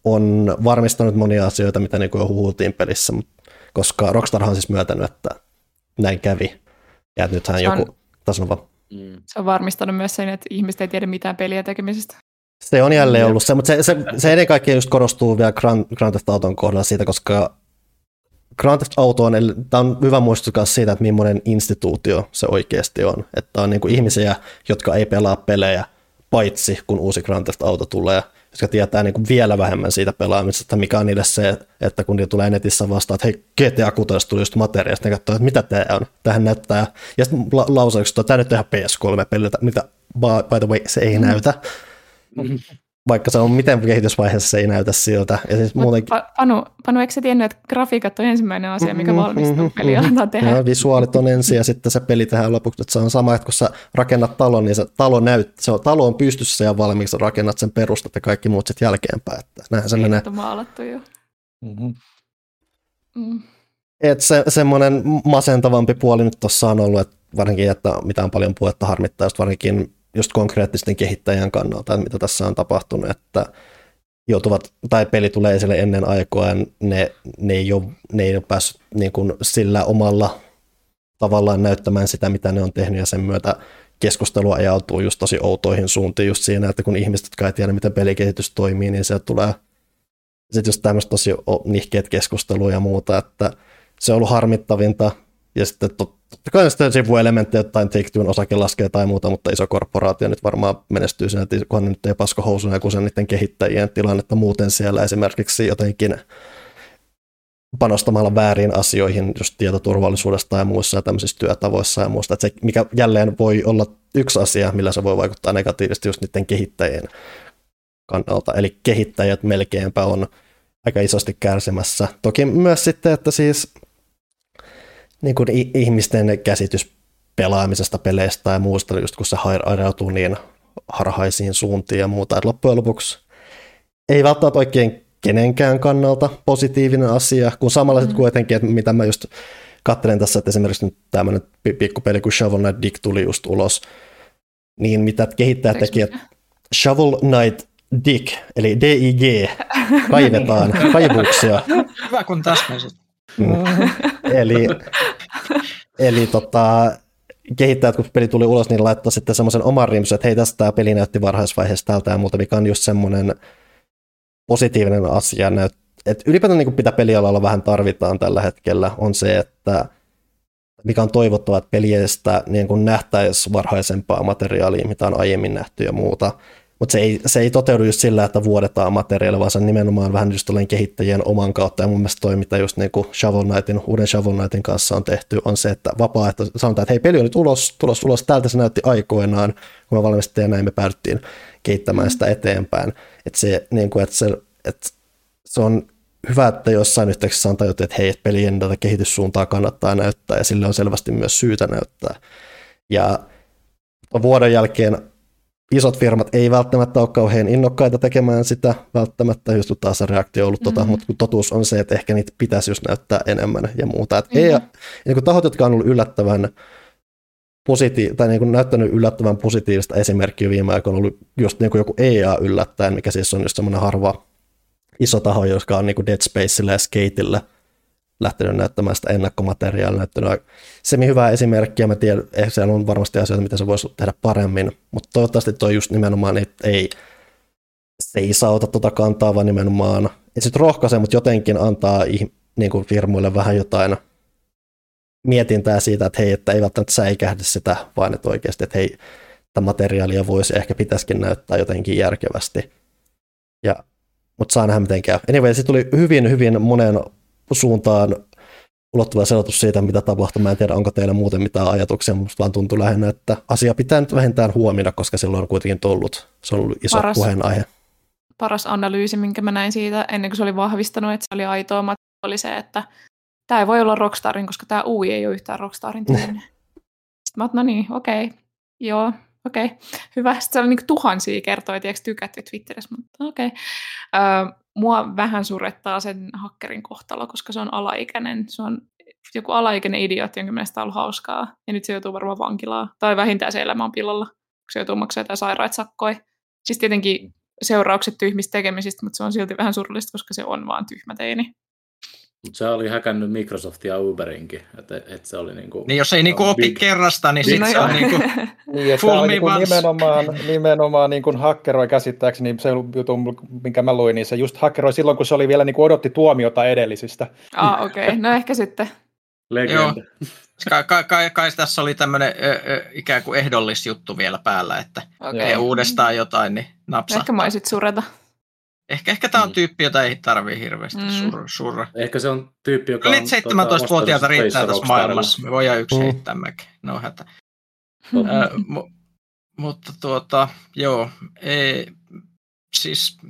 on varmistanut monia asioita, mitä niin kuin jo huhultiin pelissä, koska Rockstarhan on siis myöntänyt, että näin kävi. Ja nythän joku tasanova. Se on varmistanut myös sen, että ihmiset ei tiedä mitään peliä tekemisestä. Se on jälleen ollut se, mutta se ennen kaikkea just korostuu vielä Grand Theft Auton kohdalla siitä, koska Grand Theft Auto on, tämä on hyvä muistutus siitä, että millainen instituutio se oikeasti on. Että on niin kuin ihmisiä, jotka ei pelaa pelejä, paitsi kun uusi Grand Theft Auto tulee, jotka tietää niin kuin vielä vähemmän siitä pelaamisesta, mikä on niille se, että kun niitä tulee netissä vastaan, että hei, GTA 6 tuli just materiaalista, ne katsoo, että mitä tämä on, tähän näyttää, ja sitten lausaukset, että tämä nyt tehdään PS3-peliltä, mitä by the way, se ei näytä. Vaikka se on miten kehitysvaiheessa, se ei näytä siltä. Ja siis Panu, eikö sä tiennyt, että grafiikat on ensimmäinen asia, mikä valmistuu peliä aletaan tehdä? Ja visuaalit on ensin ja sitten se peli tehdään lopuksi. Että se on sama, että kun sä rakennat talon, niin se talo on pystyssä ja valmiiksi rakennat sen perustat ja kaikki muut sitten jälkeenpäin. Näinhän se menee. On maalattu jo. Että semmoinen masentavampi puoli nyt tuossa on ollut, että varsinkin, että mitään paljon puhetta harmittaa, just varsinkin just konkreettisten kehittäjän kannalta, mitä tässä on tapahtunut, että joutuvat, tai peli tulee esille ennen aikoa, ja ne ei ole päässyt niin kuin sillä omalla tavallaan näyttämään sitä, mitä ne on tehnyt, ja sen myötä keskustelua ajautuu just tosi outoihin suuntiin just siinä, että kun ihmiset, jotka ei tiedä, miten pelikehitys toimii, niin se tulee sitten just tämmöistä tosi nihkeät keskustelua ja muuta, että se on ollut harmittavinta, ja sitten totta kai sitten sivuelementtejä, jotain Take-Two'n osake laskee tai muuta, mutta iso korporaatio nyt varmaan menestyy siinä, että kunhan nyt ei pasko housuna, kun sen niiden kehittäjien tilannetta muuten siellä esimerkiksi jotenkin panostamalla väärin asioihin just tietoturvallisuudesta ja muissa ja tämmöisissä työtavoissa ja muusta. Että se, mikä jälleen voi olla yksi asia, millä se voi vaikuttaa negatiivisesti just niiden kehittäjien kannalta. Eli kehittäjät melkeinpä on aika isosti kärsimässä. Toki myös sitten, että siis niin kuin ihmisten käsitys pelaamisesta, peleistä ja muusta, just kun se ajautuu niin harhaisiin suuntiin ja muuta. Et loppujen lopuksi ei välttämättä oikein kenenkään kannalta positiivinen asia, kun samalla sitten kuitenkin, että mitä mä just katselen tässä, että esimerkiksi nyt tämmöinen pikkupeli kuin Shovel Knight Dig tuli just ulos, niin mitä kehittäjät teki, että Shovel Knight Dig, eli DIG, kaivetaan, kaivuksia. Hyvä kun täsmäisit. Eli kehittäjät, kun peli tuli ulos, niin laittaa sitten semmoisen oman rimsun, että hei, tästä tämä peli näytti varhaisvaiheessa tältä ja muuta, mikä on just semmoinen positiivinen asia. Et ylipäätään niin mitä pelialalla vähän tarvitaan tällä hetkellä, on se, että mikä on toivottavaa, että peliestä niin nähtäisiin varhaisempaa materiaalia, mitä on aiemmin nähty ja muuta. Mutta se ei toteudu just sillä, että vuodetaan materiaalia, vaan se nimenomaan vähän just kehittäjien oman kautta. Ja mun mielestä toi, mitä just niin kuin uuden Shovel Knightin kanssa on tehty, on se, että vapaaehtoisesti sanotaan, että hei, peli on nyt ulos, tältä se näytti aikoinaan, kun me valmistettiin ja näin me päädyttiin kehittämään sitä eteenpäin. Että se on hyvä, että jossain yhteyksessä on tajuttu, että hei, pelien tätä kehityssuuntaa kannattaa näyttää, ja sille on selvästi myös syytä näyttää. Ja vuoden jälkeen isot firmat ei välttämättä ole kauhean innokkaita tekemään sitä välttämättä, just taas se reaktio on ollut mutta totuus on se, että ehkä niitä pitäisi just näyttää enemmän ja muuta. Niin tahot, jotka on ollut yllättävän tai niin näyttänyt yllättävän positiivista esimerkkiä viime aikoina, on ollut just niin joku EA yllättäen, mikä siis on just semmoinen harva iso taho, joka on niin Dead Spacelle ja Skateille lähtenyt näyttämään sitä ennakkomateriaalia, näyttänyt semi-hyvää esimerkkiä. Mä tiedän, että siellä on varmasti asioita, mitä se voisi tehdä paremmin, mutta toivottavasti toi just nimenomaan ei seisauta tuota kantaa, vaan nimenomaan ei sit rohkaise, mutta jotenkin antaa niin kuin firmoille vähän jotain mietintää siitä, että hei, että ei välttämättä säikähdä sitä, vaan että oikeasti, että hei, tämä materiaalia voisi ehkä pitäisikin näyttää jotenkin järkevästi. Mutta saa nähdä miten käy. Anyway, se tuli hyvin monen suuntaan ulottuva selitus siitä, mitä tapahtuu. Mä en tiedä, onko teillä muuten mitään ajatuksia, mutta vaan tuntuu lähinnä, että asia pitää nyt vähintään huomioida, koska silloin on kuitenkin tullut. Se on ollut iso puheenaihe. Paras analyysi, minkä mä näin siitä, ennen kuin se oli vahvistanut, että se oli aitoa, oli se, että tämä ei voi olla Rockstarin, koska tämä UI ei ole yhtään Rockstarin tyylinen. Sitten mä oon, no niin, okei, joo. Okei, hyvä. Sitten se oli niin tuhansia kertoja, tiedätkö, tykätty Twitterissä, mutta okei. Mua vähän surettaa sen hakkerin kohtalo, koska se on alaikäinen. Se on joku alaikäinen idiootti, jonka mielestä on ollut hauskaa. Ja nyt se joutuu varmaan vankilaan. Tai vähintään se elämä on pilalla, kun se joutuu maksamaan jotain sairaat sakkoja. Siis tietenkin seuraukset tyhmistä tekemisistä, mutta se on silti vähän surullista, koska se on vaan tyhmä teini. Mutta se oli häkännyt Microsoftia ja Uberinkin, että se oli niinku... Niin jos ei niinku opi kerrasta, niin sitten se on niinku niin, full me once. nimenomaan niin kuin hakkeroi käsittääkseni, niin se juttu, minkä mä luin, niin se just hakkeroi silloin, kun se oli vielä niin kuin odotti tuomiota edellisistä. Okei. No ehkä sitten. Legenda. Kai tässä oli tämmöinen ikään kuin ehdollisjuttu vielä päällä, että Okei. uudestaan jotain, niin napsahtaa. Ehkä mä olisit sureta. Ehkä tämä on tyyppi, jota ei tarvitse hirveästi surra. Ehkä se on tyyppi, joka on... Nyt 17-vuotiaita riittää tässä maailmassa. Me voidaan yksi heittää mekin. No hätä. Mutta joo. Siis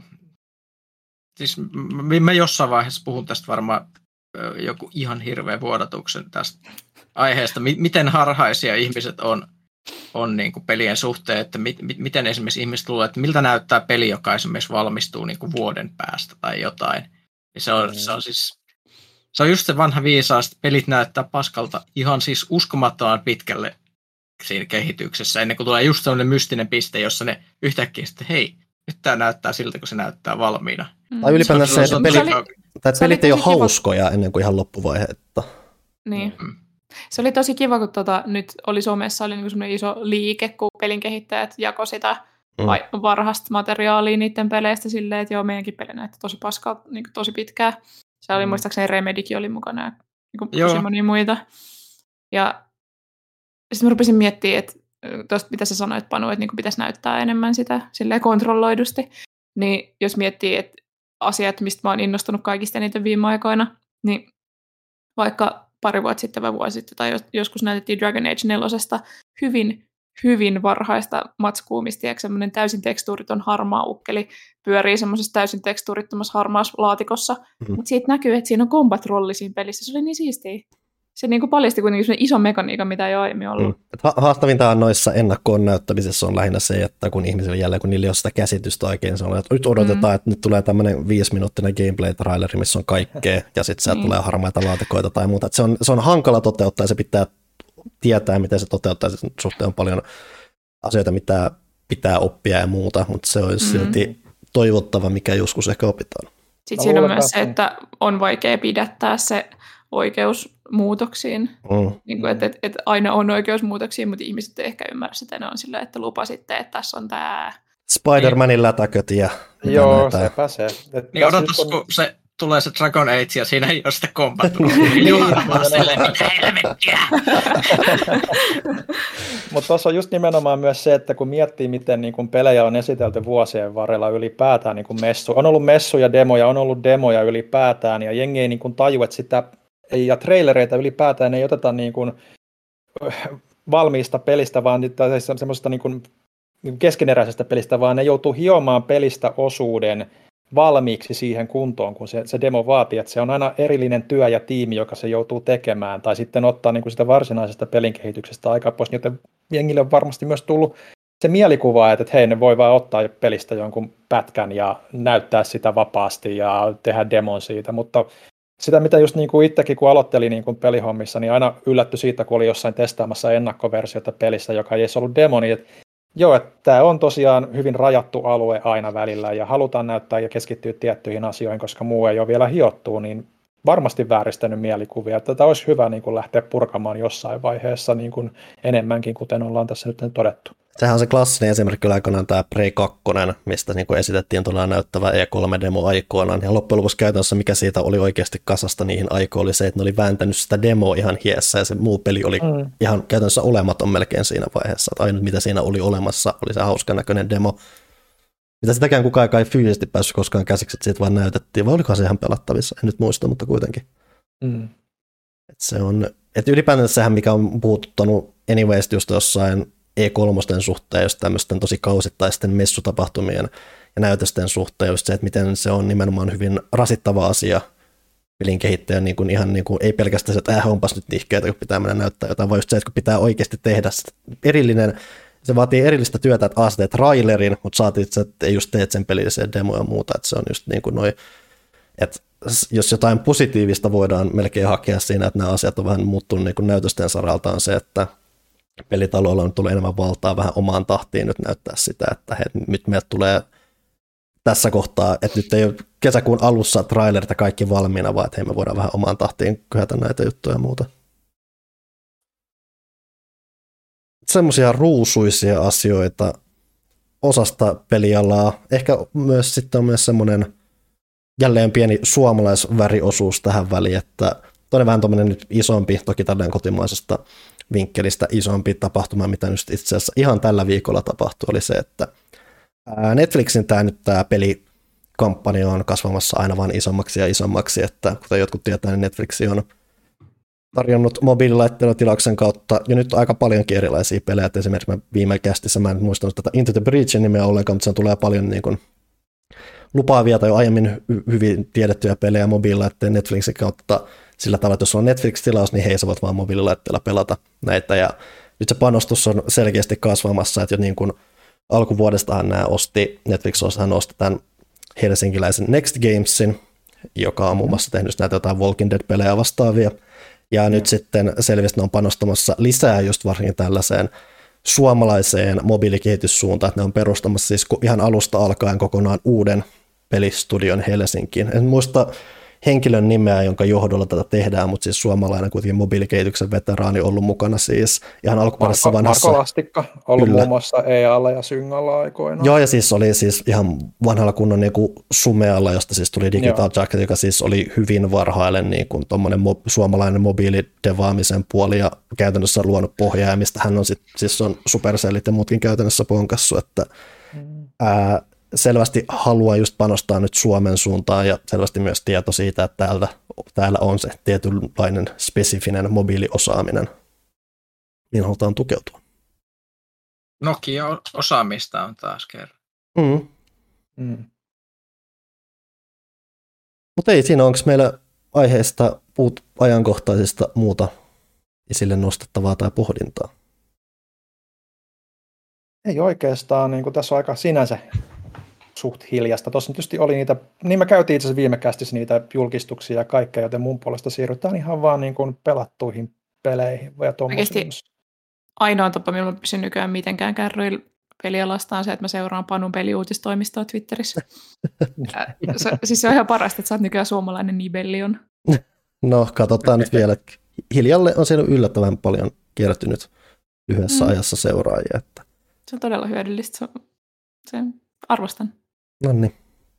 mä jossain vaiheessa puhun tästä varmaan joku ihan hirveä vuodatuksen tästä aiheesta. Miten harhaisia ihmiset on niin kuin pelien suhteen, että miten esimerkiksi ihmiset luulee, että miltä näyttää peli, joka esimerkiksi valmistuu niin kuin vuoden päästä tai jotain. Ja se on just se vanha viisaus, että pelit näyttää paskalta ihan siis uskomattoman pitkälle siinä kehityksessä, ennen kuin tulee just sellainen mystinen piste, jossa ne yhtäkkiä sitten, hei, nyt tämä näyttää siltä, kun se näyttää valmiina. Tai ylipäätään se, että pelit ei ole hauskoja ennen kuin ihan loppuvaihetta. Niin. Se oli tosi kiva, kun nyt oli somessa oli niinku semmoinen iso liike, kun pelin kehittäjät jakoi sitä varhaista materiaalia niiden peleistä silleen, että joo, meidänkin peli näyttää tosi paskaa niinku tosi pitkään. Se oli muistaakseni Remedykin oli mukana ja niinku tosi monia muita. Ja sitten mä rupesin miettimään, että tuosta mitä sä sanoit, Panu, että niinku pitäisi näyttää enemmän sitä silleen kontrolloidusti. Niin jos miettii, että asiat, mistä mä oon innostunut kaikista eniten viime aikoina, niin vaikka pari vuotta sitten vai vuosi sitten, tai joskus näytettiin Dragon Age 4 hyvin, hyvin varhaista matskua, mistä semmoinen täysin tekstuuriton harmaa ukkeli pyörii semmoisessa täysin tekstuurittomassa harmaassa laatikossa, mutta siitä näkyy, että siinä on combat-rolli siinä pelissä. Se oli niin siistiä. Se niin kuin paljasti kuitenkin sellainen iso mekaniikka, mitä ei ole aiemmin ollut. Haastavintahan noissa ennakkoon näyttämisessä on lähinnä se, että kun ihmisillä jälleen, kun niillä ei ole sitä käsitystä oikein, se on, että nyt odotetaan, että nyt tulee tämmöinen 5-minuuttinen gameplay-traileri, missä on kaikkea, ja sitten sieltä tulee harmaita laatikoita tai muuta. Että se on hankala toteuttaa, ja se pitää tietää, miten se toteuttaa. Sen suhteen on paljon asioita, mitä pitää oppia ja muuta, mutta se olisi silti toivottava, mikä joskus ehkä opitaan. Sitten siinä on myös se, että on vaikea pidättää se oikeus muutoksiin. Niin kuin, että aina on oikeus muutoksiin, mutta ihmiset ei ehkä ymmärrä sitä. Ne on sillä, että lupasitte, että tässä on tämä... Spider-Manin lätäköt ja... Joo, sepä se. Niin odotas, kun se tulee se Dragon Age ja siinä ei ole sitä kombat-ruutia. Juhlamaan silleen, mitä helvettiä! Mutta tuossa on just nimenomaan myös se, että kun miettii, miten niin kun pelejä on esitelty vuosien varrella ylipäätään, niin kun on ollut messuja, demoja, on ollut demoja ylipäätään, ja jengi ei niin kun taju, että sitä... Ja trailereita ylipäätään ei oteta niin kuin valmiista pelistä, vaan semmoisesta niin kuin keskeneräisestä pelistä, vaan ne joutuu hiomaan pelistä osuuden valmiiksi siihen kuntoon, kun se demo vaatii, että se on aina erillinen työ ja tiimi, joka se joutuu tekemään, tai sitten ottaa niin kuin sitä varsinaisesta pelin kehityksestä aikaa pois, joten jengille on varmasti myös tullut se mielikuva, että hei, ne voi vaan ottaa pelistä jonkun pätkän ja näyttää sitä vapaasti ja tehdä demon siitä, mutta sitä, mitä just niin kuin itsekin, kun aloittelin niin kuin pelihommissa, niin aina yllätty siitä, kun oli jossain testaamassa ennakkoversiota pelistä, joka ei edes ollut demo, niin että joo, että tämä on tosiaan hyvin rajattu alue aina välillä, ja halutaan näyttää ja keskittyä tiettyihin asioihin, koska muu ei ole vielä hiottua, niin varmasti vääristänyt mielikuvia. Tätä olisi hyvä niin kuin lähteä purkamaan jossain vaiheessa niin kuin enemmänkin, kuten ollaan tässä nyt todettu. Sehän on se klassinen esimerkki aikanaan tämä Prey 2, mistä niin kuin esitettiin tuolla näyttävä E3-demo aikoinaan. Ja loppujen lopuksi käytännössä mikä siitä oli oikeasti kasasta niihin aikoihin oli se, että ne oli vääntänyt sitä demoa ihan hiessä ja se muu peli oli ihan käytännössä olematon melkein siinä vaiheessa. Että ainut mitä siinä oli olemassa oli se hauskan näköinen demo. Mitä sitäkään kukaan ei fyysisesti päässyt koskaan käsiksi, että siitä vaan näytettiin. Vai olikohan se ihan pelattavissa? En nyt muista, mutta kuitenkin. Että ylipäätään sehän, mikä on puhuttanut anyways just jossain E3 suhteen, just tämmöisten tosi kausittaisten messutapahtumien ja näytösten suhteen, just se, että miten se on nimenomaan hyvin rasittava asia pelin kehittäjä, niin kuin ihan niin kuin, ei pelkästään se, että onpas nyt nihkeitä, kun pitää mennä näyttää jotain, vaan just se, että kun pitää oikeasti tehdä erillinen, se vaatii erillistä työtä, että teet trailerin, mutta saatiin, että just teet sen pelillisen demo ja muuta, että se on just niin kuin että jos jotain positiivista voidaan melkein hakea siinä, että nämä asiat on vähän muuttunut niin kuin näytösten saralta, on se, että pelitaloilla on tullut enemmän valtaa vähän omaan tahtiin nyt näyttää sitä, että nyt meiltä tulee tässä kohtaa, että nyt ei ole kesäkuun alussa trailerit ja kaikki valmiina, vaan että hei, me voidaan vähän omaan tahtiin kyhätä näitä juttuja ja muuta. Semmoisia ruusuisia asioita osasta pelialaa. Ehkä myös sitten on myös semmoinen jälleen pieni suomalaisväriosuus tähän väliin, että toinen vähän tuommoinen nyt isompi, toki tälleen kotimaisesta vinkkelistä isompi tapahtuma, mitä nyt itse asiassa ihan tällä viikolla tapahtui, oli se, että Netflixin tämä pelikampanja on kasvamassa aina vaan isommaksi ja isommaksi, että kuten jotkut tietää, niin Netflix on tarjonnut mobiililaitteilla tilauksen kautta jo nyt aika paljonkin erilaisia pelejä. Et esimerkiksi mä viime kästissä, mä en muistanut tätä Into the Breachin nimeä ollenkaan, mutta se tulee paljon niin kuin lupaavia tai jo aiemmin hyvin tiedettyjä pelejä mobiililaitteen Netflixin kautta sillä tavalla, että jos on Netflix-tilaus, niin he saavat vaan mobiililaitteilla pelata näitä. Ja nyt se panostus on selkeästi kasvamassa, että jo niin kuin alkuvuodestahan Netflix osti tämän helsinkiläisen Next Gamesin, joka on muun muassa tehnyt näitä jotain Walking Dead-pelejä vastaavia. Ja nyt sitten selvästi ne on panostamassa lisää just varsinkin tällaiseen suomalaiseen mobiilikehityssuuntaan, että ne on perustamassa siis ihan alusta alkaen kokonaan uuden pelistudion Helsinkiin. En muista henkilön nimeä, jonka johdolla tätä tehdään, mutta siis suomalainen kuitenkin mobiilikehityksen veteraani ollut mukana siis ihan alkuperäisessä vanhassa. Marko Lastikka, ollut muun muassa EA:lla ja Syngalla aikoinaan. Joo, ja siis oli siis ihan vanhalla kunnon niin kuin Sumealla, josta siis tuli Digital Jacket, joka siis oli hyvin varhainen niin kuin tommoinen suomalainen mobiilidevaamisen puoli ja käytännössä luonut pohjaa, ja mistä hän on siis on Supercellit ja muutkin käytännössä ponkassu, että selvästi haluaa just panostaa nyt Suomen suuntaan ja selvästi myös tieto siitä, että täällä on se tietynlainen spesifinen mobiiliosaaminen, niin halutaan tukeutua. Nokia-osaamista on taas kerran. Mutta ei siinä, onko meillä aiheesta ajankohtaisista muuta esille nostettavaa tai pohdintaa? Ei oikeastaan, niin kuin tässä on aika sinänsä suht hiljasta. Tuossa tietysti oli niitä, niin me käytiin itse asiassa viime kästissä niitä julkistuksia ja kaikkea, joten mun puolesta siirrytään ihan vaan niin kuin pelattuihin peleihin. Oikeasti ainoa tapa, millä mä pysyn nykyään mitenkään kärryillä pelialasta on se, että mä seuraan Panun peliuutistoimistoa Twitterissä. Siis se on ihan parasta, että sä oot nykyään suomalainen Nibellion. No, katsotaan nyt vielä. Hiljalle on siellä yllättävän paljon kiertynyt lyhyessä ajassa seuraajia. Että. Se on todella hyödyllistä. Se arvostan. Noniin.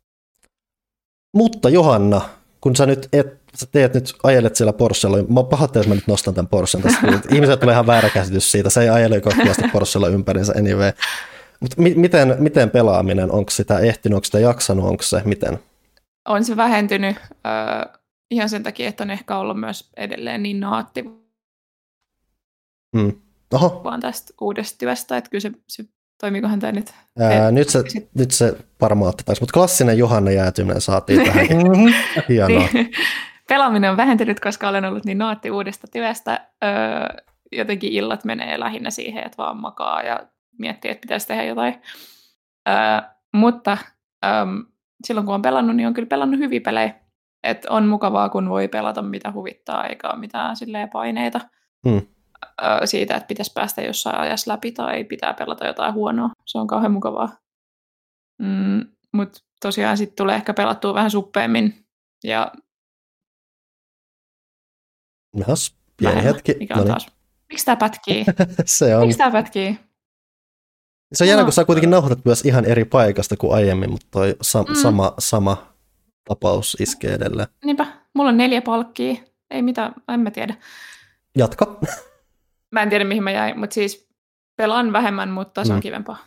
Mutta Johanna, kun sä ajelet siellä Porschella, mä pahoittelen, jos mä nyt nostan tämän Porschen tästä. Ihmiset tulee ihan väärä käsitys siitä, se ei ajele kohtavasti Porschella ympärinsä anyway. Mutta miten pelaaminen, onko sitä ehtinyt, onko sitä jaksanut, onko se miten? On se vähentynyt ihan sen takia, että on ehkä ollut myös edelleen niin naatti vaan tästä uudesta työstä, että kyllä se toimiikohan tämä nyt? Nyt se varmaan otetaan, mutta klassinen Johanna jäätyminen saatiin tähän. Hienoa. Pelaaminen on vähentynyt, koska olen ollut niin naatti uudesta työstä. Jotenkin illat menee lähinnä siihen, että vaan makaa ja miettii, että pitäisi tehdä jotain. Mutta silloin kun on pelannut, niin on kyllä pelannut hyviä pelejä. Et on mukavaa, kun voi pelata mitä huvittaa, eikä ole mitään paineita. Siitä, että pitäisi päästä jossain ajassa läpi tai pitää pelata jotain huonoa. Se on kauhean mukavaa. Mutta tosiaan sitten tulee ehkä pelattua vähän suppeemmin. Ja pieni hetki. Miksi tämä pätkii? Miksi tämä pätkii? Se on jännä, kun sä kuitenkin nauhoitat myös ihan eri paikasta kuin aiemmin, mutta toi sama tapaus iskee edelleen. Niinpä, mulla on 4 palkkia. Ei mitään, en mä tiedä. Jatka. Mä en tiedä, mihin mä jäin, mutta siis pelaan vähemmän, mutta se on kivempaa.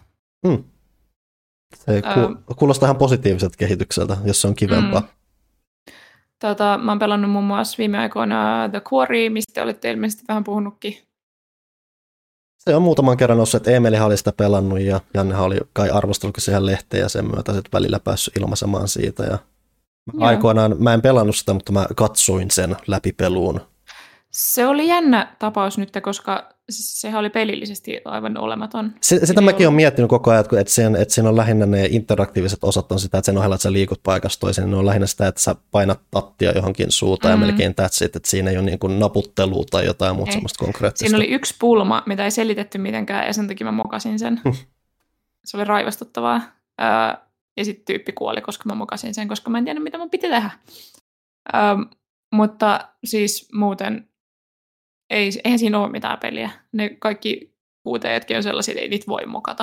Se kuulostaa ihan positiiviselta kehitykseltä, jos se on kivempaa. Mä oon pelannut muun muassa viime aikoina The Quarry, mistä olette ilmeisesti vähän puhunutkin. Se on muutaman kerran noussut, että Emelihan oli sitä pelannut ja Jannehan oli kai arvostellut siihen lehteen ja sen myötä sitten välillä päässyt ilmaisemaan siitä. Ja aikoinaan mä en pelannut sitä, mutta mä katsoin sen läpipeluun. Se oli jännä tapaus nyt, koska sehän oli pelillisesti aivan olematon. Sitä mäkin olen miettinyt koko ajan, että siinä on lähinnä ne interaktiiviset osat on sitä, että sen ohella, että sä liikut paikasta toiseen, niin ne on lähinnä sitä, että sä painat tattia johonkin suutaan ja melkein that's it, että siinä ei ole niin kuin naputtelua tai jotain muuta semmoista konkreettista. Siinä oli yksi pulma, mitä ei selitetty mitenkään ja sen takia mä mokasin sen. Se oli raivostuttavaa. Ja sitten tyyppi kuoli, koska mä mokasin sen, koska mä en tiedä, mitä mun piti tehdä. Mutta siis muuten eihän siinä ole mitään peliä. Ne kaikki QT:tkin on sellaisia, että ei niitä voi mokata.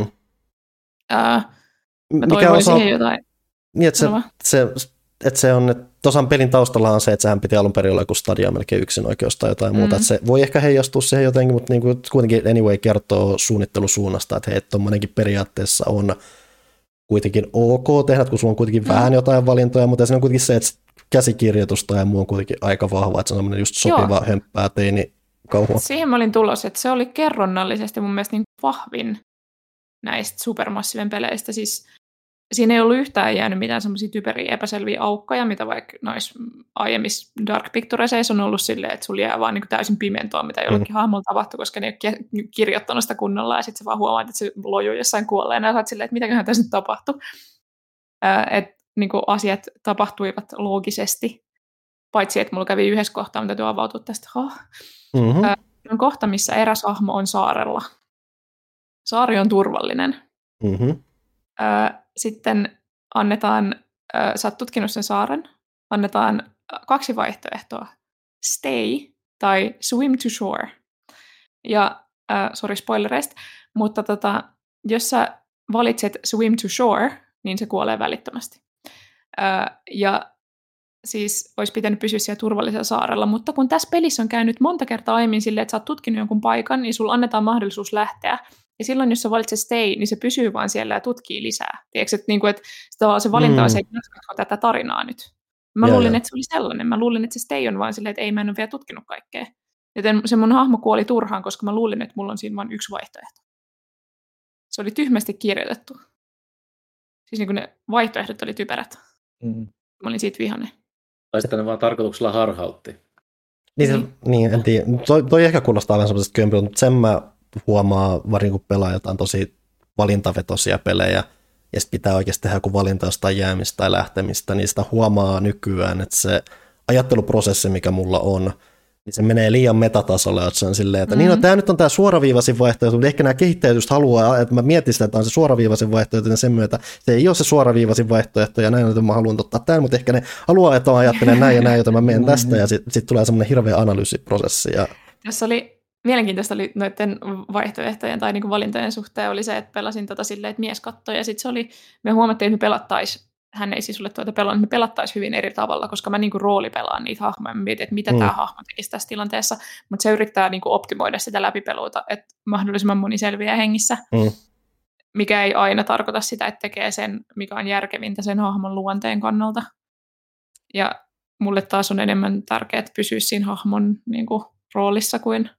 Mä toivoin siihen jotain. Niin, että se on, että tuossa pelin taustalla on se, että sehän piti alun perin olla joku Stadia melkein yksinoikeus tai jotain muuta. Että se voi ehkä heijastua siihen jotenkin, mutta niin kuin kuitenkin anyway kertoo suunnittelusuunnasta, että hei, tuommoinenkin periaatteessa on kuitenkin ok tehdä, kun sulla on kuitenkin vähän jotain valintoja, mutta se on kuitenkin se, että käsikirjoitusta ja muu on kuitenkin aika vahva, että se on semmoinen just sopiva hömppää teini kauhua. Siihen mä olin tulossa, että se oli kerronnallisesti mun mielestä niin vahvin näistä Supermassiven peleistä. Siis siinä ei ollut yhtään jäänyt mitään semmoisia typeriä epäselviä aukkoja, mitä vaikka noissa aiemmissa Dark Pictureseissa on ollut silleen, että sulla jää vaan niin kuin täysin pimentoa, mitä jollekin hahmolla tapahtui, koska ne ei ole kirjoittanut sitä kunnolla, ja sitten sä vaan huomaat, että se lojuu jossain kuolleena, ja sä oot silleen, että mitäköhän tässä nyt tapahtui. Että niin kuin asiat tapahtuivat loogisesti, paitsi että mulla kävi yhdessä kohtaa, mitä täytyy avautua tästä. On kohta, missä eräs hahmo on saarella. Saari on turvallinen. Sitten annetaan, sä oot tutkinut sen saaren, annetaan 2 vaihtoehtoa. Stay tai swim to shore. Ja, sorry spoilereista, mutta jos sä valitset swim to shore, niin se kuolee välittömästi. Ja siis olisi pitänyt pysyä siellä turvallisella saarella, mutta kun tässä pelissä on käynyt monta kertaa aiemmin silleen, että sä oot tutkinut jonkun paikan, niin sulla annetaan mahdollisuus lähteä. Ja silloin, jos sä valitset stay, niin se pysyy vaan siellä ja tutkii lisää. Tiedätkö, että, niin kuin, että se valinta on se, että jatkatko tätä tarinaa nyt. Mä luulin, että se oli sellainen. Mä luulin, että se stay on vaan silleen, että ei, mä en ole vielä tutkinut kaikkea. Joten se mun hahmo kuoli turhaan, koska mä luulin, että mulla on siinä vain yksi vaihtoehto. Se oli tyhmästi kirjoitettu. Siis niin kuin ne vaihtoehdot oli typerät. Mä olin siitä vihainen. Tai sitten ne vaan tarkoituksella harhautti. Niin, en tiedä. Toi ehkä kuulostaa vähän semmoisesta kömpiltä, mutta sen mä huomaa, varsinkin kun pelaa jotain tosi valintavetoisia pelejä, ja sitten pitää oikeasti tehdä joku valinta jostain jäämistä tai lähtemistä, niin sitä huomaa nykyään, että se ajatteluprosessi, mikä mulla on, niin se menee liian metatasolle, että se on silleen, että niin, tämä nyt on tämä suoraviivaisin vaihtoehto, mutta ehkä nämä kehittäjät just haluaa, että mä mietin sitä, että on se suoraviivaisin vaihtoehto, ja sen myötä se ei ole se suoraviivaisin vaihtoehto, ja näin, että mä haluan ottaa tämän, mutta ehkä ne haluaa, että mä ajattelen näin ja näin, joten mä menen tästä, ja sitten tulee semmoinen hirveä analyysiprosessi. Ja tässä oli mielenkiintoista oli noiden vaihtoehtojen tai niinku valintojen suhteen oli se, että pelasin silleen, että mies kattoi, ja sitten se oli, me huomattiin, että me pelattaisiin, hän ei siis ole pelannut, me pelattaisiin hyvin eri tavalla, koska mä niinku roolipelaan niitä hahmoja, mä mietin, että mitä tämä hahmo tekisi tässä tilanteessa, mutta se yrittää niinku optimoida sitä läpipeluuta, että mahdollisimman moni selviää hengissä, mikä ei aina tarkoita sitä, että tekee sen, mikä on järkevintä sen hahmon luonteen kannalta. Ja mulle taas on enemmän tärkeää pysyä siinä hahmon niinku roolissa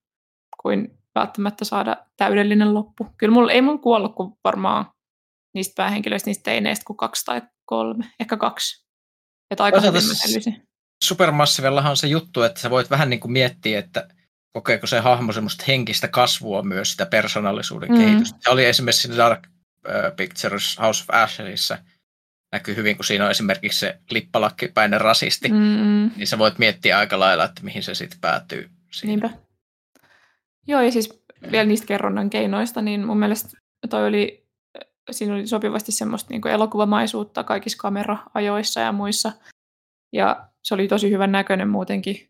kuin välttämättä saada täydellinen loppu. Kyllä ei mulla kuollut kuin varmaan niistä päähenkilöistä, niistä teineistä kuin 2 tai 3, ehkä 2. Että aika hyvin mä selvisin. Supermassivellahan on se juttu, että sä voit vähän niin kuin miettiä, että kokeeko se hahmo semmoista henkistä kasvua myös sitä persoonallisuuden kehitystä. Se oli esimerkiksi siinä Dark Pictures House of Ashesissa näkyy hyvin, kun siinä on esimerkiksi se lippalakkipäinen rasisti, niin sä voit miettiä aika lailla, että mihin se sitten päätyy siinä. Niinpä. Joo, ja siis vielä niistä kerronnan keinoista, niin mun mielestä siinä oli sopivasti semmoista niin kuin elokuvamaisuutta kaikissa kamera-ajoissa ja muissa. Ja se oli tosi hyvän näköinen muutenkin.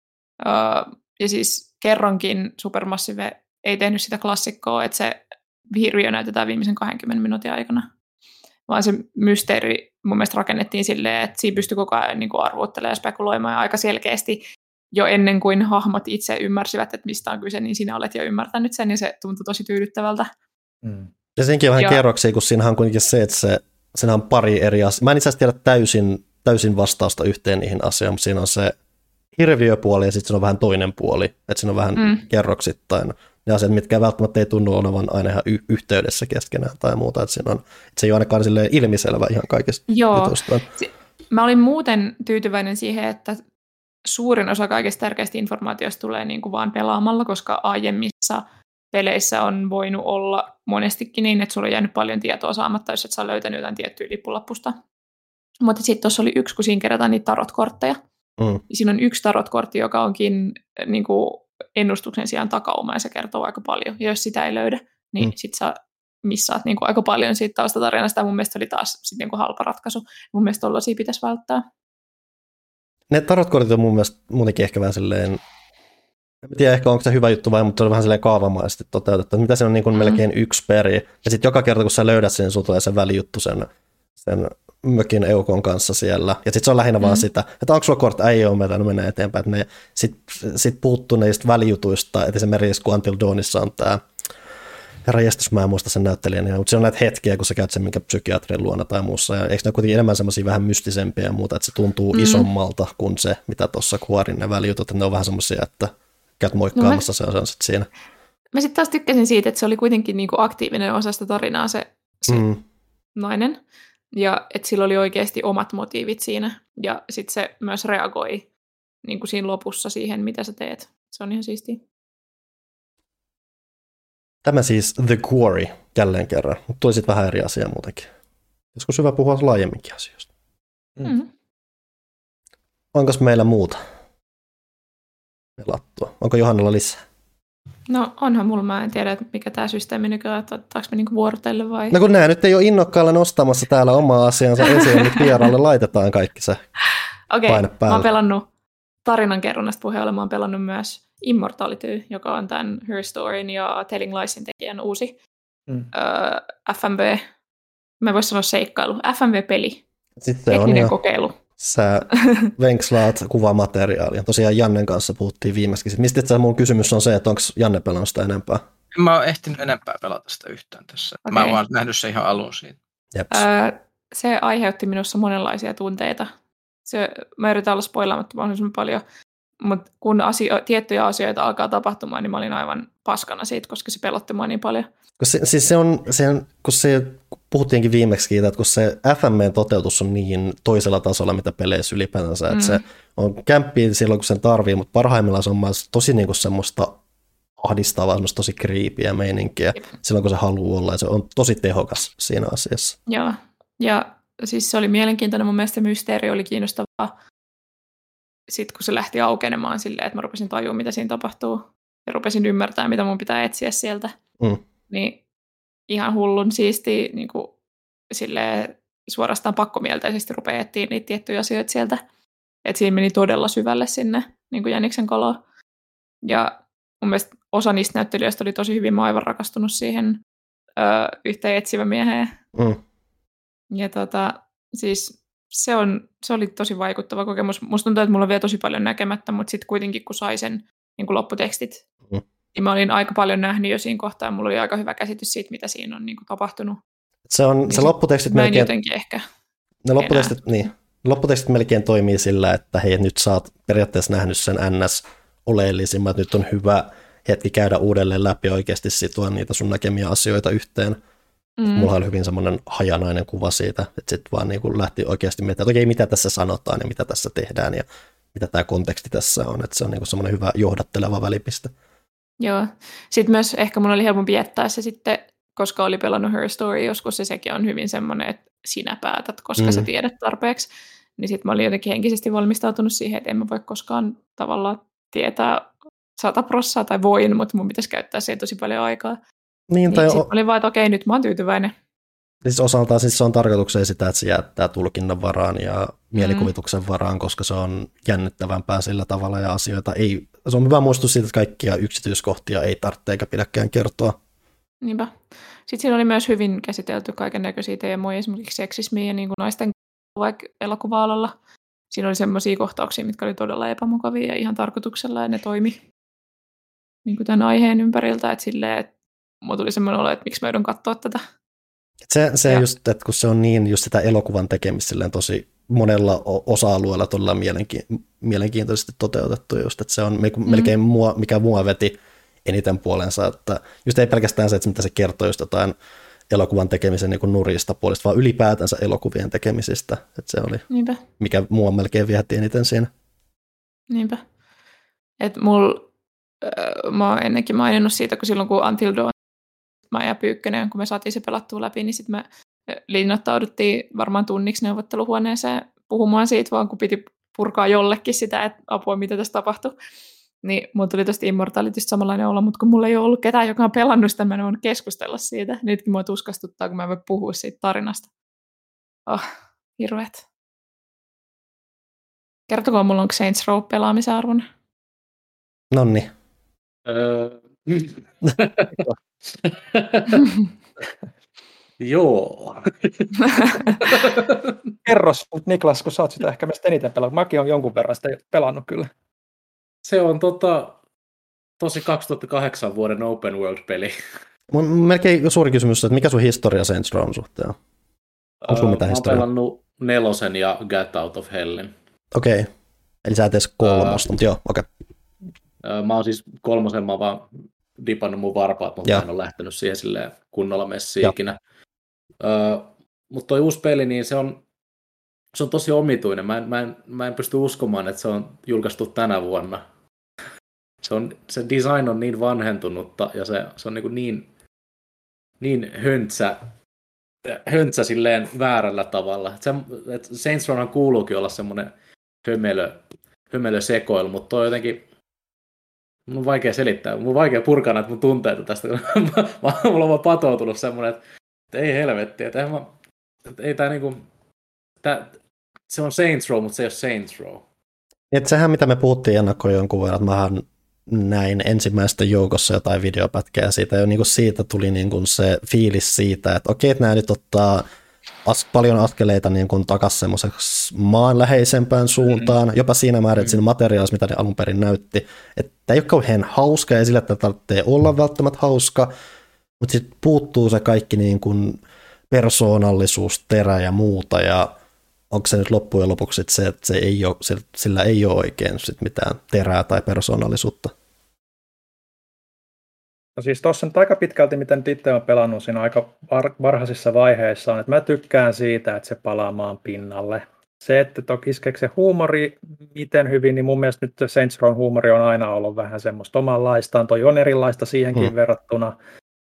Ja siis kerronkin Supermassive ei tehnyt sitä klassikkoa, että se hirviö näytetään viimeisen 20 minuutin aikana. Vaan se mysteeri mun mielestä rakennettiin silleen, että siinä pystyi koko ajan niin kuin arvuuttelemaan ja spekuloimaan aika selkeästi. Jo ennen kuin hahmot itse ymmärsivät, että mistä on kyse, niin sinä olet jo ymmärtänyt sen, ja se tuntui tosi tyydyttävältä. Ja senkin on vähän kerroksia, kun siinä on kuitenkin se, että siinä on pari eri asiaa. Mä en itse asiassa tiedä täysin vastausta yhteen niihin asioihin, mutta siinä on se hirviöpuoli, ja sitten siinä on vähän toinen puoli, että siinä on vähän kerroksittain. Ne asiat, mitkä välttämättä ei tunnu olevan aina ihan yhteydessä keskenään tai muuta, että se ei ole ainakaan ilmiselvä ihan kaikista jutuista. Mä olin muuten tyytyväinen siihen, että suurin osa kaikista tärkeistä informaatiosta tulee niin kuin vaan pelaamalla, koska aiemmissa peleissä on voinut olla monestikin niin, että sulla on jäänyt paljon tietoa saamatta, jos et sä löytänyt jotain tiettyä lippulappusta. Mutta sitten tuossa oli yksi, kun siinä kerätään niitä tarotkortteja. Siinä on yksi tarotkortti, joka onkin niin kuin ennustuksen sijaan takauma, ja se kertoo aika paljon. Ja jos sitä ei löydä, niin sitten sä missaat niin kuin aika paljon siitä taustatarinasta. Mun mielestä oli taas sit niin kuin halpa ratkaisu. Mun mielestä tollaisia pitäisi välttää. Ne tarotkortit on mun mielestä muutenkin ehkä vähän silleen, en tiedä ehkä onko se hyvä juttu vai, mutta se on vähän silleen kaavamaisesti toteutettu. Mitä se on niin kuin melkein yksi peri. Ja sitten joka kerta kun sä löydät sen, sun tulee se välijuttu sen mökin eukon kanssa siellä. Ja sitten se on lähinnä vaan sitä, että onko sulla kortti, ei ole, meitä menee eteenpäin. Että ne sit puuttuu niistä välijutuista, että esimerkiksi kun Until Dawnissa on tämä, herra jestas, mä en muista sen näyttelijän, mutta se on näitä hetkiä, kun sä käyt sen minkä psykiatrin luona tai muussa. Ja eikö ne kuitenkin enemmän semmoisia vähän mystisempiä ja muuta, että se tuntuu isommalta kuin se, mitä tuossa kuorin ne välijutut, että ne on vähän semmoisia, että käyt moikkaamassa, se on sitten siinä. Mä sitten taas tykkäsin siitä, että se oli kuitenkin niinku aktiivinen osa sitä tarinaa se nainen. Ja että sillä oli oikeasti omat motiivit siinä. Ja sitten se myös reagoi niin kuin siinä lopussa siihen, mitä sä teet. Se on ihan siistiä. Tämä siis The Quarry jälleen kerran. Mutta tuli sitten vähän eri asia muutenkin. Joskus hyvä puhua laajemminkin asioista. Onko meillä muuta pelattua? Onko Johannalla lisää? No onhan mulla, mä en tiedä, mikä tämä systeemi nykyään, että otetaanko me niinku vuorotelle vai? No kun nämä nyt ei ole innokkaalla nostamassa täällä omaa asiansa esiin, niin vieraalle laitetaan kaikki se paine päälle. Mä oon pelannut tarinankerronnasta puheella, mä oon pelannut myös Immortality, joka on tämän Her Storyn ja Telling Liesin tekijän uusi FMV, mä vois sanoa seikkailu, FMV-peli, tekninen kokeilu. Sä venkslaat kuvamateriaalia. Tosiaan Jannen kanssa puhuttiin viimeksi. Mistä itse mun kysymys on se, että onko Janne pelannut sitä enempää? Mä oon ehtinyt enempää pelata sitä yhtään tässä. Okay. Mä oon vaan nähnyt se ihan alun siitä. Se aiheutti minussa monenlaisia tunteita. Mä yritän olla spoilaamatta mahdollisimman paljon, mutta kun tiettyjä asioita alkaa tapahtumaan, niin mä olin aivan paskana siitä, koska se pelotti mua niin paljon. Puhuttiinkin viimeksi, että kun se FMV-toteutus on niin toisella tasolla, mitä peleissä ylipäätänsä, että se on kämppiä silloin, kun sen tarvii, mutta parhaimmillaan se on tosi niinku semmoista ahdistavaa, semmoista tosi kriipiä meininkiä silloin, kun se haluaa olla, ja se on tosi tehokas siinä asiassa. Joo, ja siis se oli mielenkiintoinen, mun mielestä mysteeri oli kiinnostavaa, sitten kun se lähti aukenemaan silleen, että mä rupesin tajua, mitä siinä tapahtuu, ja rupesin ymmärtää, mitä mun pitää etsiä sieltä, niin ihan hullun siistiä niin kuin silleen suorastaan pakkomielteisesti rupeaa etsiä niitä tiettyjä asioita sieltä. Että siinä meni todella syvälle sinne niin kuin jäniksen koloon. Ja mun mielestä osa niistä näyttelijöistä oli tosi hyvin, mä aivan rakastunut siihen yhteen etsivä mieheen. Ja siis se oli tosi vaikuttava kokemus. Musta tuntuu, että mulla on vielä tosi paljon näkemättä, mutta sitten kuitenkin kun sai sen niin kuin lopputekstit, niin mä olin aika paljon nähnyt jo siinä kohtaa, ja mulla oli aika hyvä käsitys siitä, mitä siinä on niin kuin tapahtunut. Se lopputekstit melkein... jotenkin ehkä... Lopputekstit melkein toimii sillä, että hei, nyt sä oot periaatteessa nähnyt sen NS-oleellisimmat, nyt on hyvä hetki käydä uudelleen läpi oikeasti sitoa niitä sun näkemiä asioita yhteen. Mulla oli hyvin semmoinen hajanainen kuva siitä, että sitten vaan niin kuin lähti oikeasti miettimään, että okei, mitä tässä sanotaan ja mitä tässä tehdään ja mitä tämä konteksti tässä on, että se on niin kuin semmoinen hyvä johdatteleva välipiste. Joo. Sitten myös ehkä mun oli helpompi jättää se sitten, koska oli pelannut Her Story joskus, ja sekin on hyvin semmoinen, että sinä päätät, koska sä tiedät tarpeeksi. Niin sitten mä olin jotenkin henkisesti valmistautunut siihen, että en mä voi koskaan tavallaan tietää 100% tai voin, mutta mun pitäisi käyttää siihen tosi paljon aikaa. Niin sitten mä olin vaan, että okei, nyt mä oon tyytyväinen. Siis osaltaan siis se on tarkoituksena sitä, että se jättää tulkinnan varaan ja mielikuvituksen varaan, koska se on jännittävämpää sillä tavalla ja asioita ei... Se on hyvä muistus siitä, että kaikkia yksityiskohtia ei tarvitse eikä pidäkään kertoa. Niinpä. Sitten siinä oli myös hyvin käsitelty kaikennäköisiä teemoja, esimerkiksi seksismiä ja niin kuin naisten vaikka elokuva-alalla. Siinä oli semmoisia kohtauksia, mitkä oli todella epämukavia ja ihan tarkoituksella, ja ne toimi niin kuin tämän aiheen ympäriltä, että silleen, että mulla tuli semmoinen olo, että miksi mä joudun katsoa tätä. Se just, että kun se on niin just sitä elokuvan tekemistä tosi monella osa-alueella todella mielenkiintoisesti toteutettu just, että se on melkein mikä mua veti eniten puolensa, että just ei pelkästään se, että mitä se kertoo just jotain elokuvan tekemisen niin kuin nurista puolesta, vaan ylipäätänsä elokuvien tekemisistä, että se oli, mikä mua melkein viehätti eniten siinä. Niinpä. Että mä oon ennenkin maininnut siitä, kun silloin kun Until Dawn mä ja Pyykkönen, kun me saatiin se pelattua läpi, niin sitten me linnoittauduttiin varmaan tunniksi neuvotteluhuoneeseen puhumaan siitä, vaan kun piti purkaa jollekin sitä, että apua, mitä tässä tapahtui. Niin mulla tuli tosta Immortalitysta samanlainen olo, mutta kun mulla ei ole ollut ketään, joka on pelannut sitä, mä en voinut keskustella siitä. Nytkin mua tuskastuttaa, kun mä en voi puhua siitä tarinasta. Hirveet. Kertokaa mulla, onko Saints Row pelaamisen arvon? Nonni. Joo. Kerros, Niklas, kun sä oot sitä ehkä meistä eniten pelannut. Mäkin on jonkun verran sitä pelannut kyllä. Se on tosi 2008 vuoden open world-peli. Mun melkein suuri kysymys, että mikä sun historia Saints Rown suhteen on? Onko sun mitään historiaa? Mä oon pelannut 4 ja Get Out of Hellin. Okei. Eli sä et edes 3, mutta joo, okei. Mä oon siis 3, mä oon vaan dipannut mun varpaat, mutta mä en ole lähtenyt siihen silleen kunnolla messiin ikinä. Mutta toi uusi peli, niin se on tosi omituinen. Mä en pysty uskomaan, että se on julkaistu tänä vuonna. Se design on niin vanhentunutta ja se on niin höntsä silleen väärällä tavalla. Saints Rowhan kuuluukin olla semmoinen hömelö sekoilu, mutta toi jotenkin mun on vaikea selittää. Mun on vaikea purkaa näitä mun tunteita tästä. Mulla on vaan patoutunut semmoinen, että ei helvetti, että ei tää niinku se on Saints Row, mutta se ei ole Saints Row. Et sehän, mitä me puhuttiin ennakkoon jonkun verran, että mähän näin ensimmäistä joukossa jotain videopätkää siitä, ja niin siitä tuli niin se fiilis siitä, että okei, että nämä nyt ottaa paljon askeleita niin takaisin semmoiseksi maanläheisempään suuntaan, jopa siinä määrin, että siinä materiaalissa, mitä ne alun perin näytti, että ei ole kauhean hauska, ja sillä, että tarvitsee olla välttämättä hauska, mutta sitten puuttuu se kaikki niin kuin persoonallisuus, terä ja muuta, ja onko se nyt loppujen lopuksi se, että sillä ei ole oikein sit mitään terää tai persoonallisuutta? No siis tuossa on aika pitkälti, miten itse olen pelannut siinä aika varhaisissa vaiheissa, on, että mä tykkään siitä, että se palaa maan pinnalle. Se, että toki iskeekö se huumori miten hyvin, niin mun mielestä nyt Saints Rown huumori on aina ollut vähän semmoista omanlaistaan. Toi on erilaista siihenkin verrattuna.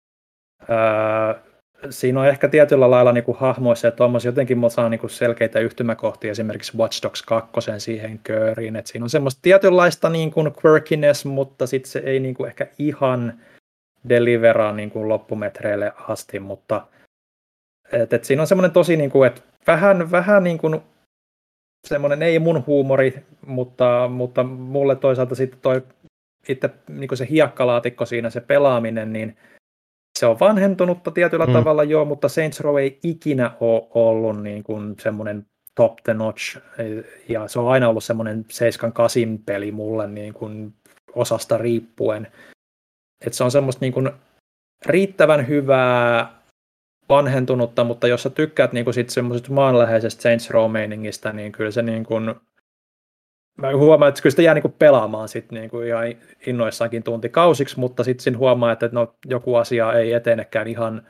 Siinä on ehkä tietyllä lailla niin kuin hahmoissa ja tuommoisia jotenkin saa niin kuin selkeitä yhtymäkohtia esimerkiksi Watch Dogs 2 siihen kööriin. Et siinä on semmoista tietynlaista niin kuin quirkiness, mutta sitten se ei niin kuin ehkä ihan deliveraa niin kuin loppumetreille asti, mutta et siinä on semmoinen tosi, niin kuin, että vähän niin kuin semmoinen ei mun huumori, mutta mulle toisaalta sitten toi itse niin kuin se hiekkalaatikko siinä, se pelaaminen, niin se on vanhentunutta tietyllä tavalla joo, mutta Saints Row ei ikinä ole ollut niin kuin semmoinen top the notch, ja se on aina ollut semmoinen 7-8 peli mulle niin kuin osasta riippuen. Et se on semmoista niin kuin riittävän hyvää vanhentunutta, mutta jos sä tykkäät niin kuin sit semmoisesta maanläheisestä Saints Row-meiningistä, niin kyllä se niin kuin, mä huomaan, että kyllä sitä jää niin kuin pelaamaan sit niin kuin ihan innoissaankin tuntikausiksi, mutta sitten siinä huomaa, että no, joku asia ei etenekään ihan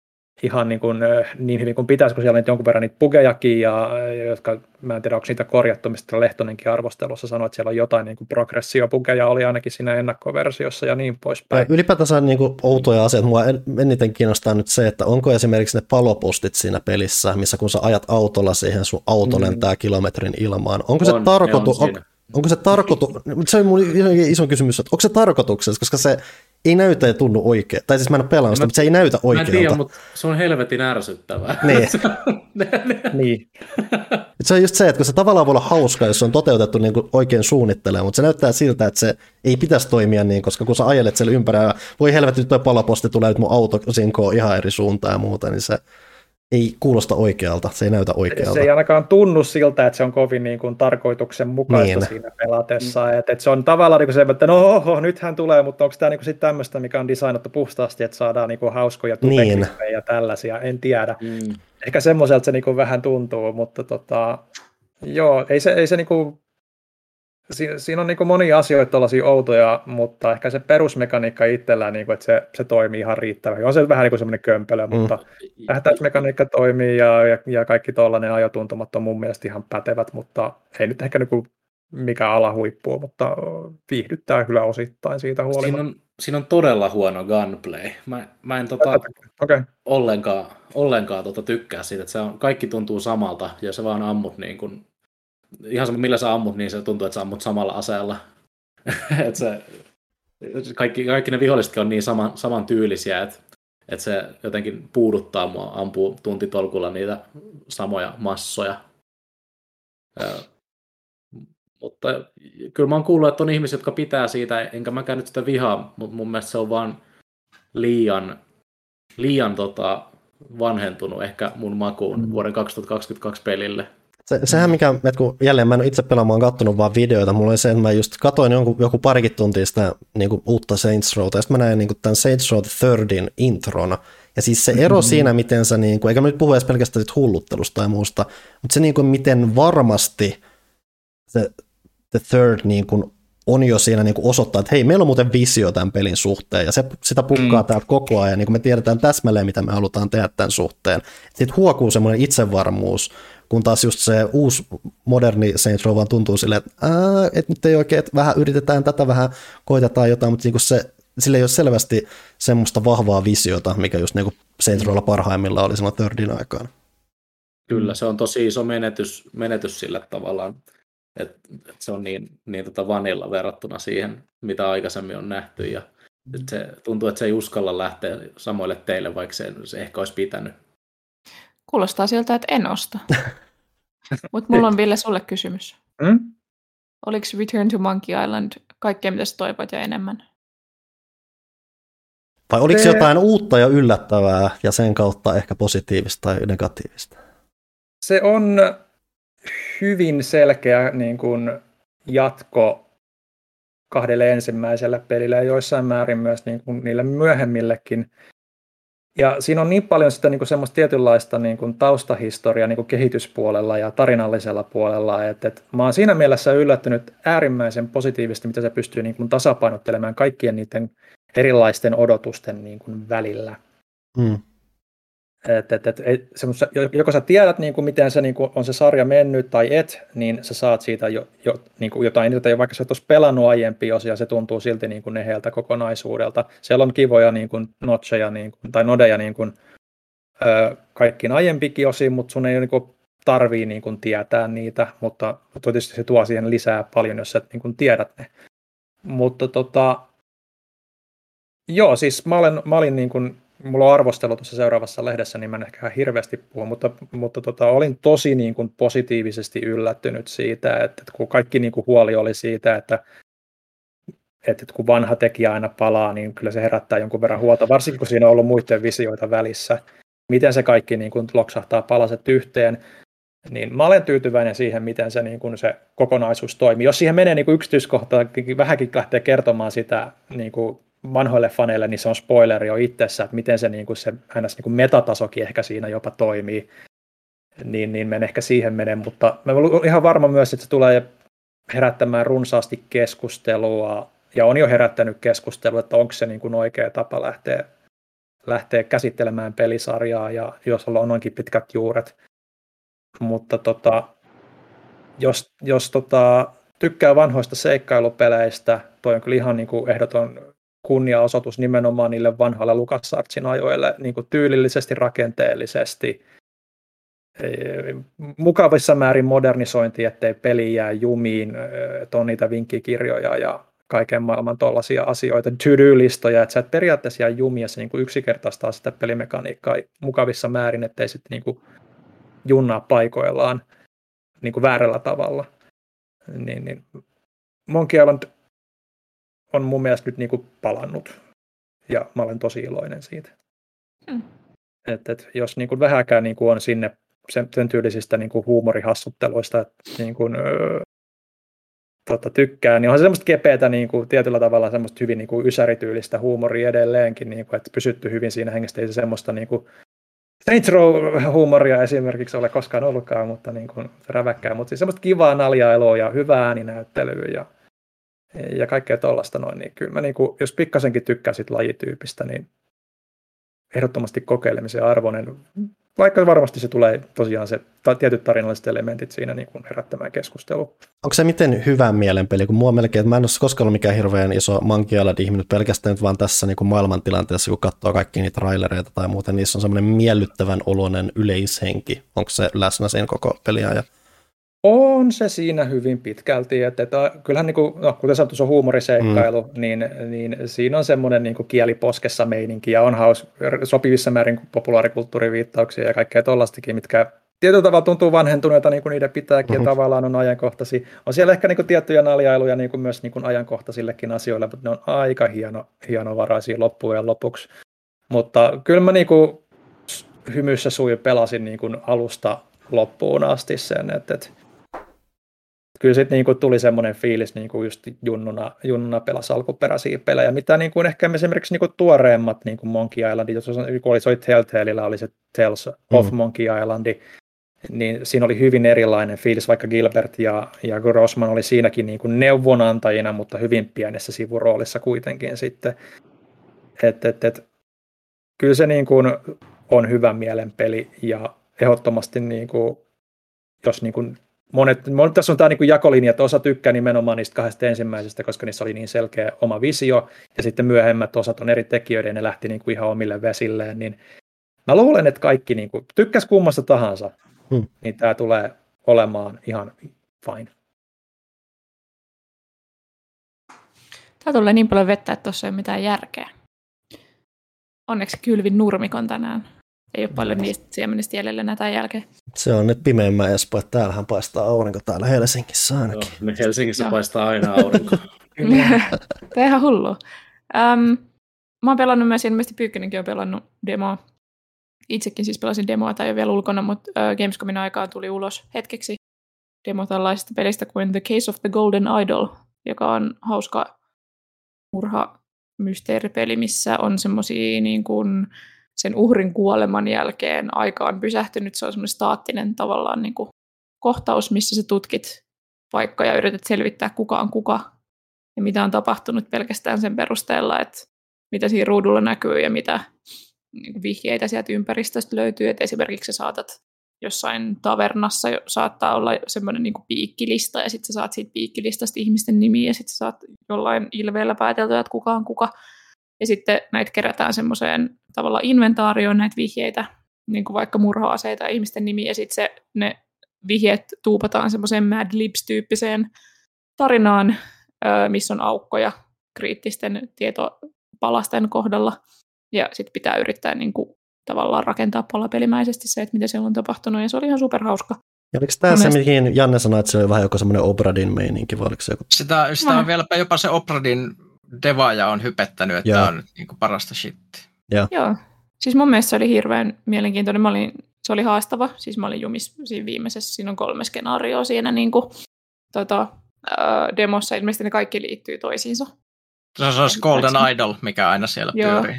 niin hyvin kuin pitäisi, kun siellä on jonkun verran niitä bugejakin, jotka mä en tiedä, onko niitä korjattu, mistä Lehtonenkin arvostelussa sanoi, että siellä on jotain niin progressio-bugeja, oli ainakin siinä ennakkoversiossa ja niin poispäin. Ylipäätänsä niin kuin outoja asioita. Mua eniten kiinnostaa nyt se, että onko esimerkiksi ne palopostit siinä pelissä, missä kun sä ajat autolla siihen, sun auto lentää kilometrin ilmaan. Onko se tarkoitus? Se on mun iso kysymys, että onko se tarkoituksessa, koska se ei näytä ja tunnu oikein. Tai siis mä en ole pelannut sitä, mutta se ei näytä oikealta. Mä en tiedä, mutta se on helvetin ärsyttävää. Niin. Se on just se, että kun se tavallaan voi olla hauska, jos se on toteutettu niin kuin oikein suunnittelemaan, mutta se näyttää siltä, että se ei pitäisi toimia niin, koska kun sä ajelet siellä ympärillä, voi helvetti, nyt toi paloposti tulee, että mun auto sinkoo ihan eri suuntaan ja muuta, niin se ei kuulosta oikealta, se ei näytä oikealta. Se ei ainakaan tunnu siltä, että se on kovin niin kuin tarkoituksenmukaista siinä pelatessa. Että se on tavallaan niin kuin se, että nythän tulee, mutta onko tämä niin kuin sitten tämmöistä, mikä on designattu puhtaasti, että saadaan niin kuin hauskoja tupeklipejä ja tällaisia, en tiedä. Ehkä semmoiselta se niin kuin vähän tuntuu, mutta joo, ei se niin kuin, siinä on niin kuin monia asioita tällaisia outoja, mutta ehkä se perusmekaniikka itsellään, niin kuin, että se toimii ihan riittävän. On se vähän niin kuin semmoinen kömpelö, mutta tähtäysmekaniikka toimii ja kaikki tuollainen ajotuntumat on mun mielestä ihan pätevät, mutta ei nyt ehkä niin kuin mikä alahuippua, mutta viihdyttää kyllä osittain siitä huolimatta. Siinä on todella huono gunplay. Mä en ollenkaan tykkää siitä, että kaikki tuntuu samalta ja se vaan ammut niin kuin ihan sama, millä sä ammut, niin se tuntuu, että sä ammut samalla aseella. Et kaikki ne vihollisetkin on niin saman tyylisiä, että se jotenkin puuduttaa mua, ampuu tuntitolkulla niitä samoja massoja. Mutta kyllä mä oon kuullut, että on ihmisiä, jotka pitää siitä, enkä mäkään nyt sitä vihaa, mutta mun mielestä se on vaan liian vanhentunut ehkä mun makuun vuoden 2022 pelille. Sehän mikä, kun jälleen mä en itse pelaamaan kattonut vaan videoita, mulla oli se, että mä just katoin joku parikin tuntia sitä niin kuin uutta Saints Rowta, ja sitten mä näin niin kuin tämän Saints Row Thirdin introna, ja siis se ero siinä, miten sä, niin kuin, eikä mä nyt puhu edes pelkästään hulluttelusta tai muusta, mutta se niin kuin, miten varmasti se The Third niin kuin, on jo siinä niin kuin osoittaa, että hei, meillä on muuten visio tämän pelin suhteen, ja sitä pukkaa täältä koko ajan, niin kuin me tiedetään täsmälleen, mitä me halutaan tehdä tämän suhteen. Sitten huokuu semmoinen itsevarmuus, kun taas just se uusi moderni Saints Row vaan tuntuu silleen, että nyt ei oikein, että vähän yritetään tätä, vähän koitetaan jotain, mutta niin sillä ei ole selvästi semmoista vahvaa visiota, mikä just niin kuin Saints Rowlla parhaimmillaan oli silloin Thirdin aikaan. Kyllä, se on tosi iso menetys sillä tavallaan, että se on niin vanilla verrattuna siihen, mitä aikaisemmin on nähty, ja se tuntuu, että se ei uskalla lähteä samoille teille, vaikka se ehkä olisi pitänyt. Kuulostaa siltä, että en osta. Mutta mulla on, Ville, sulle kysymys. Oliko Return to Monkey Island kaikkea, mitä sä toivot ja enemmän? Vai oliko jotain uutta ja yllättävää ja sen kautta ehkä positiivista tai negatiivista? Se on hyvin selkeä niin kuin jatko kahdelle ensimmäiselle pelille ja joissain määrin myös niin kuin niille myöhemmillekin. Ja siinä on niin paljon sitä niin kuin semmoista tietynlaista niin kuin taustahistoriaa niin kuin kehityspuolella ja tarinallisella puolella, että mä oon siinä mielessä yllättynyt äärimmäisen positiivisesti, mitä se pystyy niin kuin tasapainottelemaan kaikkien niiden erilaisten odotusten niin kuin välillä. Joko sä tiedät, niin kuin, miten se niin kuin, on se sarja mennyt tai et, niin sä saat siitä niin kuin jotain, vaikka sä et olisi pelannut aiempia osia, se tuntuu silti niin kuin eheältä kokonaisuudelta. Siellä on kivoja niin kuin notcheja niin kuin, tai nodeja niin kuin, kaikkiin aiempikin osiin, mutta sun ei niin kuin, tarvii niin kuin, tietää niitä, mutta tietysti se tuo siihen lisää paljon, jos sä niin kuin, tiedät ne. Mutta joo, siis mä olin niin kuin, mulla on arvostelu tuossa seuraavassa lehdessä, niin mä en ehkä hirveästi puhu, mutta olin tosi niin kuin positiivisesti yllättynyt siitä, että kun kaikki niin kuin huoli oli siitä, että kun vanha tekijä aina palaa, niin kyllä se herättää jonkun verran huolta, varsinkin kun siinä on ollut muiden visioita välissä. Miten se kaikki niin kuin loksahtaa palaset yhteen, niin mä olen tyytyväinen siihen, miten se, niin kuin se kokonaisuus toimii. Jos siihen menee niin kuin yksityiskohtaan, vähänkin lähtee kertomaan sitä niin kuin vanhoille faneille, niin se on spoileri jo itsessä, että miten se, niin kuin se metatasokin ehkä siinä jopa toimii, niin men ehkä siihen mene, mutta mä olen ihan varma myös, että se tulee herättämään runsaasti keskustelua, ja on jo herättänyt keskustelua, että onko se niin kuin oikea tapa lähteä käsittelemään pelisarjaa, ja jos on noinkin pitkät juuret, mutta jos tykkää vanhoista seikkailupeleistä, toi on kyllä ihan niin kuin ehdoton kunniaosoitus nimenomaan niille vanhoille LucasArtsin ajoille niin kuin tyylillisesti, rakenteellisesti, mukavissa määrin modernisointi, ettei peli jää jumiin, että on niitä vinkkikirjoja ja kaiken maailman tollaisia asioita, to-do-listoja, että sä et periaatteessa jää jumia, se niin kuin yksinkertaistaa sitä pelimekaniikkaa mukavissa määrin, ettei sitten niin kuin junnaa paikoillaan niin kuin väärällä tavalla. Niin Monkey Island on mun mielestä nyt niin kuin palannut, ja mä olen tosi iloinen siitä. Et jos niin kuin vähäkään niin kuin on sinne sen tyylisistä niin kuin huumorihassutteluista, että niin kuin, tykkää, niin on se semmoista kepeätä niin kuin, tietyllä tavalla semmoista hyvin niin kuin ysärityylistä huumoria edelleenkin, niin kuin, että pysytty hyvin siinä hengestä, ei se semmoista niin kuin Saints Row-huumoria esimerkiksi ole koskaan ollutkaan, mutta niin kuin räväkkää, mutta siis semmoista kivaa naljailua ja hyvää ääninäyttelyä ja kaikkea tollaista noin, niin kyllä mä niin kuin, jos pikkasenkin tykkää sit lajityypistä, niin ehdottomasti kokeilemisen arvoinen, vaikka varmasti se tulee tosiaan se tietyt tarinalliset elementit siinä niin kuin herättämään keskustelua. Onko se miten hyvä mielenpeli, kun mua melkein, että mä en ole koskaan ollut mikään hirveän iso Monkey Island-ihminen, pelkästään vaan tässä niin kuin maailmantilanteessa, kun katsoo kaikki niitä trailereita tai muuten, niissä on semmoinen miellyttävän oloinen yleishenki. Onko se läsnä siinä koko peliajan? On se siinä hyvin pitkälti, että kyllähän niin kuin, kuten sanottu, se on huumoriseikkailu, niin siinä on semmoinen niin kuin kieliposkessa meininki ja on sopivissa määrin populaarikulttuuriviittauksia ja kaikkea tollaistakin, mitkä tietyllä tavalla tuntuu vanhentuneita, niin kuin niiden pitääkin, ja tavallaan on ajankohtaisia. On siellä ehkä niin kuin tiettyjä naljailuja niin kuin myös niin kuin ajankohtaisillekin asioille, mutta ne on aika hienovaraisia loppujen lopuksi. Mutta kyllä mä niin kuin hymyssä pelasin niin kuin alusta loppuun asti sen, että kyllä sitten niin kuin tuli semmoinen fiilis, niin kuin just junnuna pelasi alkuperäisiä pelejä, mitä niin kuin ehkä esimerkiksi niin kuin tuoreemmat niin kuin Monkey Island, jos oli Telltaleilla oli se Tales of Monkey Island, niin siinä oli hyvin erilainen fiilis, vaikka Gilbert ja Grossman oli siinäkin niin kuin neuvonantajina, mutta hyvin pienessä sivuroolissa kuitenkin sitten. Kyllä se niin kuin on hyvä mielenpeli ja ehdottomasti niin kuin, jos niin kuin monet, tässä on tämä niin kuin jakolinja, että osa tykkää nimenomaan niistä 2 ensimmäisestä, koska niissä oli niin selkeä oma visio, ja sitten myöhemmät osat on eri tekijöiden, ja ne lähti niin kuin ihan omille vesilleen, niin mä luulen, että kaikki niin kuin, tykkäs kummasta tahansa, niin tämä tulee olemaan ihan fine. Tää tulee niin paljon vettä, että tuossa ei ole mitään järkeä. Onneksi kylvin nurmikon tänään. Ei ole paljon niistä siemenistä jäljellä enää tämän jälkeen. Se on nyt pimeämmä Espoo, että täällähän paistaa aurinko täällä Helsingissä ainakin. Joo, Helsingissä paistaa aina aurinko. Tämä ihan hullua. Mä oon pelannut myös, ilmeisesti Pyykkönenkin on pelannut demoa. Itsekin siis pelasin demoa, tai ei ole vielä ulkona, mutta Gamescomin aikaan tuli ulos hetkeksi demo tällaisesta pelistä kuin The Case of the Golden Idol, joka on hauska murhamysteeripeli, missä on semmosia niin kuin sen uhrin kuoleman jälkeen aikaan pysähtynyt. Se on semmoinen staattinen tavallaan niin kuin kohtaus, missä sä tutkit paikkaa ja yrität selvittää kuka on kuka ja mitä on tapahtunut pelkästään sen perusteella, että mitä siinä ruudulla näkyy ja mitä niin kuin vihjeitä sieltä ympäristöstä löytyy. Et esimerkiksi sä saatat jossain tavernassa saattaa olla semmoinen niin kuin piikkilista ja sitten sä saat siitä piikkilistasta ihmisten nimiä ja sitten sä saat jollain ilveellä pääteltyä, että kuka on kuka. Ja sitten näitä kerätään semmoiseen tavallaan inventaarioon näitä vihjeitä, niin kuin vaikka murha-aseita ja ihmisten nimiä, ja sitten ne vihjeet tuupataan semmoiseen Mad Libs-tyyppiseen tarinaan, missä on aukkoja kriittisten tietopalasten kohdalla, ja sitten pitää yrittää niin kuin tavallaan rakentaa palapelimäisesti se, että mitä siellä on tapahtunut, ja se oli ihan superhauska. Ja oliko tämä se, mihin Janne sanoi, että se oli vähän joku semmoinen Obradin meininki, vai oliko se joku? Sitä on vieläpä jopa se Obradin devaaja on hypettänyt, että tämä on nyt niin kuin parasta shittiä. Joo. Siis mun mielestä se oli hirveän mielenkiintoinen. Se oli haastava. Siis mä olin jumis siinä viimeisessä. Siinä on 3 skenaarioa siinä niin kuin, demossa. Ilmeisesti ne kaikki liittyy toisiinsa. Se on Golden Idol, mikä aina siellä pyörii.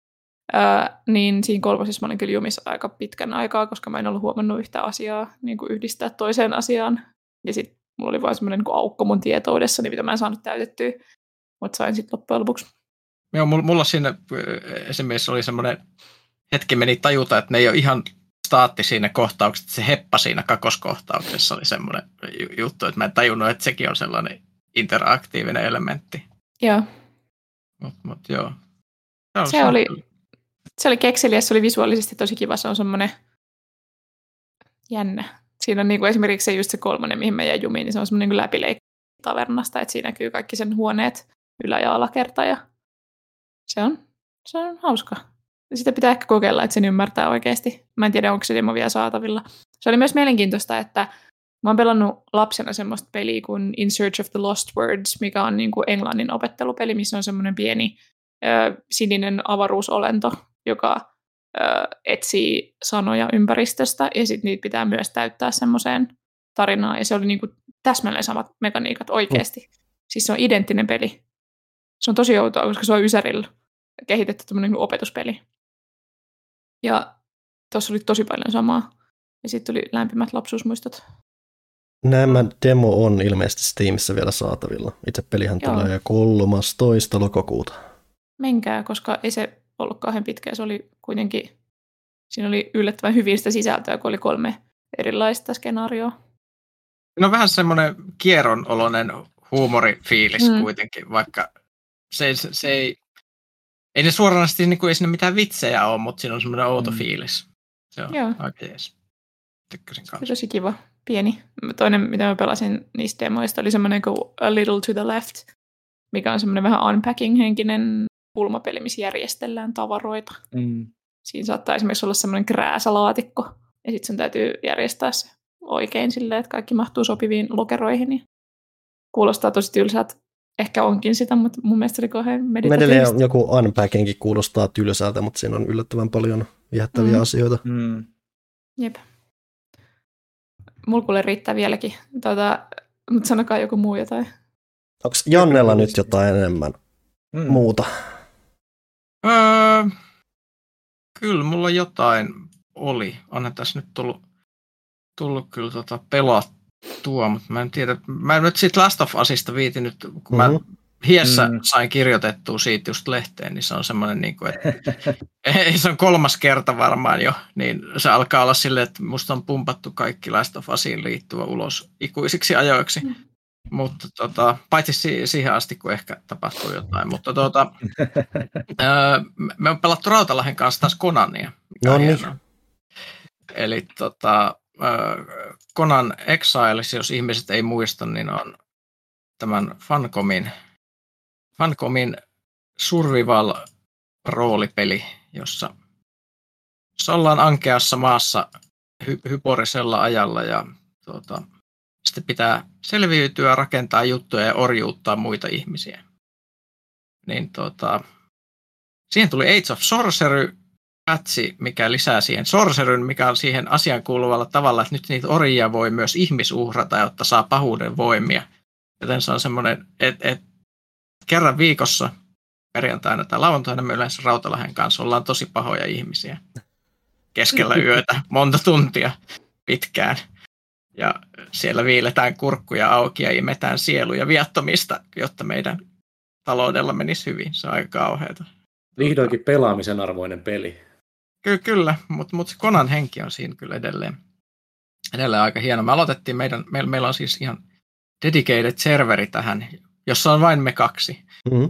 Niin siinä 3. mä olin kyllä jumissa aika pitkän aikaa, koska mä en ollut huomannut yhtä asiaa niin kuin yhdistää toiseen asiaan. Ja sitten mulla oli vaan semmoinen niin aukko mun tietoudessani, mitä mä en saanut täytettyä. Mutta sain sitten loppujen lopuksi. Joo, mulla siinä esimerkiksi oli semmoinen hetki meni tajuta, että ne ei ole ihan staattisia ne kohtaukset. Se heppa siinä kakoskohtauksessa oli semmoinen juttu, että mä en tajunnut, että sekin on sellainen interaktiivinen elementti. Joo. Mut joo. Se oli kekseliäs, se oli visuaalisesti tosi kiva, se on semmoinen jännä. Siinä on niinku esimerkiksi just se 3, mihin mä jäin jumiin, niin se on semmoinen niin läpileikki tavernasta, että siinä näkyy kaikki sen huoneet ylä- ja alakerta, ja se on hauska. Sitä pitää ehkä kokeilla, että sen ymmärtää oikeasti. Mä en tiedä, onko se demo vielä saatavilla. Se oli myös mielenkiintoista, että mä oon pelannut lapsena semmoista peliä kuin In Search of the Lost Words, mikä on niin kuin englannin opettelupeli, missä on semmoinen pieni sininen avaruusolento, joka etsii sanoja ympäristöstä, ja sitten niitä pitää myös täyttää semmoiseen tarinaan, ja se oli niin kuin täsmälleen samat mekaniikat oikeasti. Siis se on identtinen peli. Se on tosi outoa, koska se on Ysärillä kehitetty tämmöinen opetuspeli. Ja tuossa oli tosi paljon samaa. Ja sitten tuli lämpimät lapsuusmuistot. Nämä demo on ilmeisesti Steamissa vielä saatavilla. Itse pelihän tulee 13. lokakuuta. Menkää, koska ei se ollut kauhean pitkä. Se oli kuitenkin, siinä oli yllättävän hyvin sitä sisältöä, kun oli 3 erilaista skenaarioa. No vähän semmoinen kierronoloinen huumorifiilis kuitenkin, vaikka se ei ne suoranaisesti, niin kuin, ei siinä mitään vitsejä ole, mutta siinä on semmoinen outo fiilis. Se on aika jees. Tykkäsin kanssa. Tosi kiva. pieni. Toinen, mitä mä pelasin niistä demoista, oli semmoinen kuin A Little to the Left, mikä on semmoinen vähän unpacking-henkinen pulmapeli, missä järjestellään tavaroita. Siinä saattaa esimerkiksi olla semmoinen krääsälaatikko, ja sitten sun täytyy järjestää se oikein silleen, että kaikki mahtuu sopiviin lokeroihin. Ja kuulostaa tosi tylsältä. Ehkä onkin sitä, mutta mun mielestä se oli kauhean meditatiivista. Edelleen joku unpackingkin kuulostaa tylsältä, mutta siinä on yllättävän paljon viehättäviä asioita. Jep. Mulla kuule riittää vieläkin. Mutta sanokaa joku muu jotain. Onko Jannella nyt jotain enemmän muuta? Kyllä mulla jotain oli. Onhan tässä nyt tullut kyllä pelattua, mutta mä en tiedä. Mä en nyt siitä Last of Usista viitinyt, kun mä hiessä sain kirjoitettua siitä just lehteen, niin se on semmoinen, niin kuin, että se on 3. kerta varmaan jo, niin se alkaa olla silleen, että musta on pumpattu kaikki Last of Usiin liittyvä ulos ikuisiksi ajoiksi. Mutta paitsi siihen asti, kun ehkä tapahtuu jotain. Mutta me on pelattu Rautalahden kanssa taas Conania. No niin. Eli Conan Exiles, jos ihmiset ei muista, niin on tämän Funcomin survival-roolipeli, jossa ollaan ankeassa maassa hyporisella ajalla ja sitten pitää selviytyä, rakentaa juttuja ja orjuuttaa muita ihmisiä. Niin siihen tuli Age of Sorcery patchi, mikä lisää siihen sorceryn, mikä on siihen asiaan kuuluvalla tavalla, että nyt niitä orjia voi myös ihmisuhrata, jotta saa pahuuden voimia. Joten se on semmoinen, että kerran viikossa perjantaina tai lauantaina me yleensä Rautalahden kanssa ollaan tosi pahoja ihmisiä keskellä yötä, monta tuntia pitkään. Ja siellä viiletään kurkkuja auki ja imetään sieluja viattomista, jotta meidän taloudella menisi hyvin. Se on aika kauheata. Vihdoinkin pelaamisen arvoinen peli. Kyllä, mutta se Conan henki on siinä kyllä edelleen aika hieno. Me aloitettiin, meillä on siis ihan dedicated serveri tähän, jossa on vain me 2.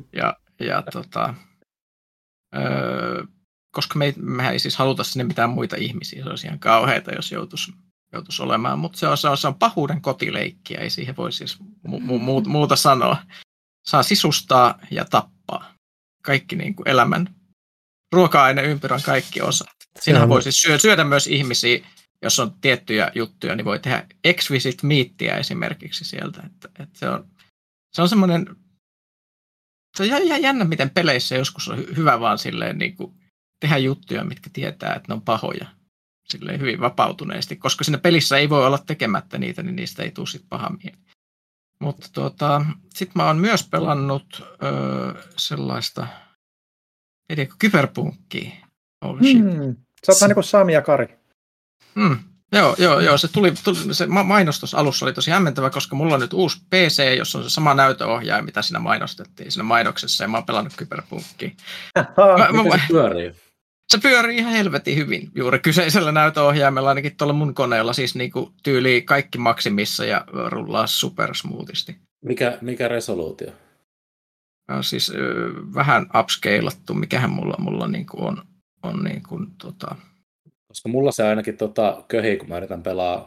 Koska mehän ei siis haluta sinne mitään muita ihmisiä, se olisi ihan kauheata, jos joutuisi olemaan, mutta se on pahuuden kotileikkiä, ei siihen voi siis muuta sanoa. Saa sisustaa ja tappaa. Kaikki niin kuin elämän ruoka-aineympyrän kaikki osat. Siinähän voi siis syödä myös ihmisiä, jos on tiettyjä juttuja, niin voi tehdä exquisite meattiä esimerkiksi sieltä. Että se on semmoinen, se on jännä, miten peleissä joskus on hyvä vaan silleen niin kuin tehdä juttuja, mitkä tietää, että ne on pahoja. Silleen hyvin vapautuneesti, koska siinä pelissä ei voi olla tekemättä niitä, niin niistä ei tule sit paha mieli. Mutta sitten mä oon myös pelannut sellaista, tiedätkö, kyberpunkkia. Sä oot vähän niin kuin Sami ja Kari. Joo, se se mainostus alussa oli tosi hämmentävä, koska mulla on nyt uusi PC, jossa on se sama näytöohjaaja, mitä siinä mainostettiin siinä mainoksessa, ja mä oon pelannut kyberpunkkia. Miten se pyörii? Se pyörii ihan helvetin hyvin juuri kyseisellä näytöohjaimella, ainakin tuolla mun koneella, siis niinku tyyli kaikki maksimissa ja rullaa supersmoothisti. Mikä resoluutio? Siis vähän upscalattu, mikähän mulla niinku on niinku Koska mulla se ainakin köhii, kun mä yritän pelaa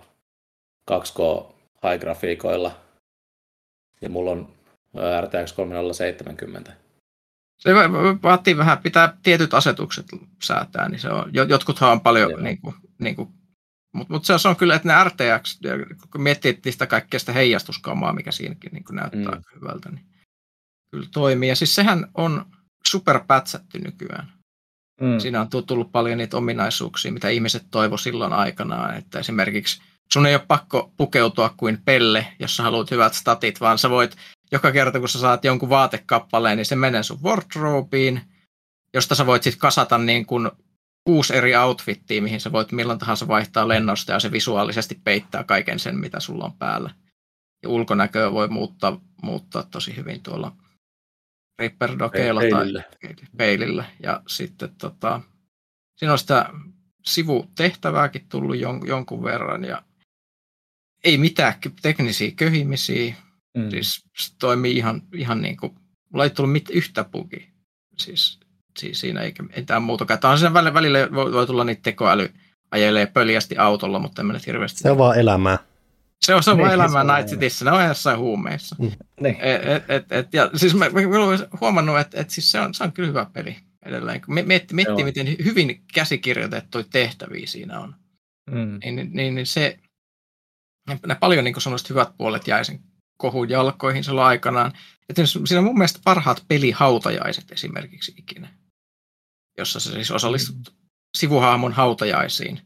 2K high-grafiikoilla, ja mulla on RTX 3070. Se vaatii vähän, pitää tietyt asetukset säätää, niin se on, jotkuthan on paljon, mutta se on kyllä, että ne RTX, kun miettii sitä kaikkea sitä heijastuskamaa, mikä siinäkin niin näyttää hyvältä, niin kyllä toimii. Ja siis sehän on superpätsätty nykyään. Siinä on tullut paljon niitä ominaisuuksia, mitä ihmiset toivo silloin aikanaan, että esimerkiksi sun ei ole pakko pukeutua kuin pelle, jos sä haluat hyvät statit, vaan sä voit joka kerta, kun sä saat jonkun vaatekappaleen, niin se menee sun wardrobeen, josta sä voit sitten kasata niin kuin 6 eri outfittiä, mihin sä voit milloin tahansa vaihtaa lennosta, ja se visuaalisesti peittää kaiken sen, mitä sulla on päällä. Ja ulkonäköä voi muuttaa tosi hyvin tuolla Reaper-dokeilla tai peilillä. Ja sitten siinä on sitä sivutehtävääkin tullut jonkun verran, ja ei mitään teknisiä köhimisiä. Siis se toimii ihan niin kuin, mulla ei tullut yhtä bugia. Siis siinä ei mitään muutakaan. Tämä on sen välillä voi tulla niitä tekoäly ajelee pöljästi autolla, mutta en mä nyt hirveästi. Se on vaan elämää. Se on Niin, vaan elämää se on Night Cityssä, ne on jossain huumeissa. Niin. Ja siis mä olen huomannut, että siis se on kyllä hyvä peli edelleen. Kun miettii, miten hyvin käsikirjoitettuja tehtäviä siinä on. Niin se, ne paljon niin sellaiset hyvät puolet jäi sen kohun jalkoihin silloin aikanaan. Että siinä on mun mielestä parhaat pelihautajaiset esimerkiksi ikinä, jossa sä siis osallistut sivuhahmon hautajaisiin.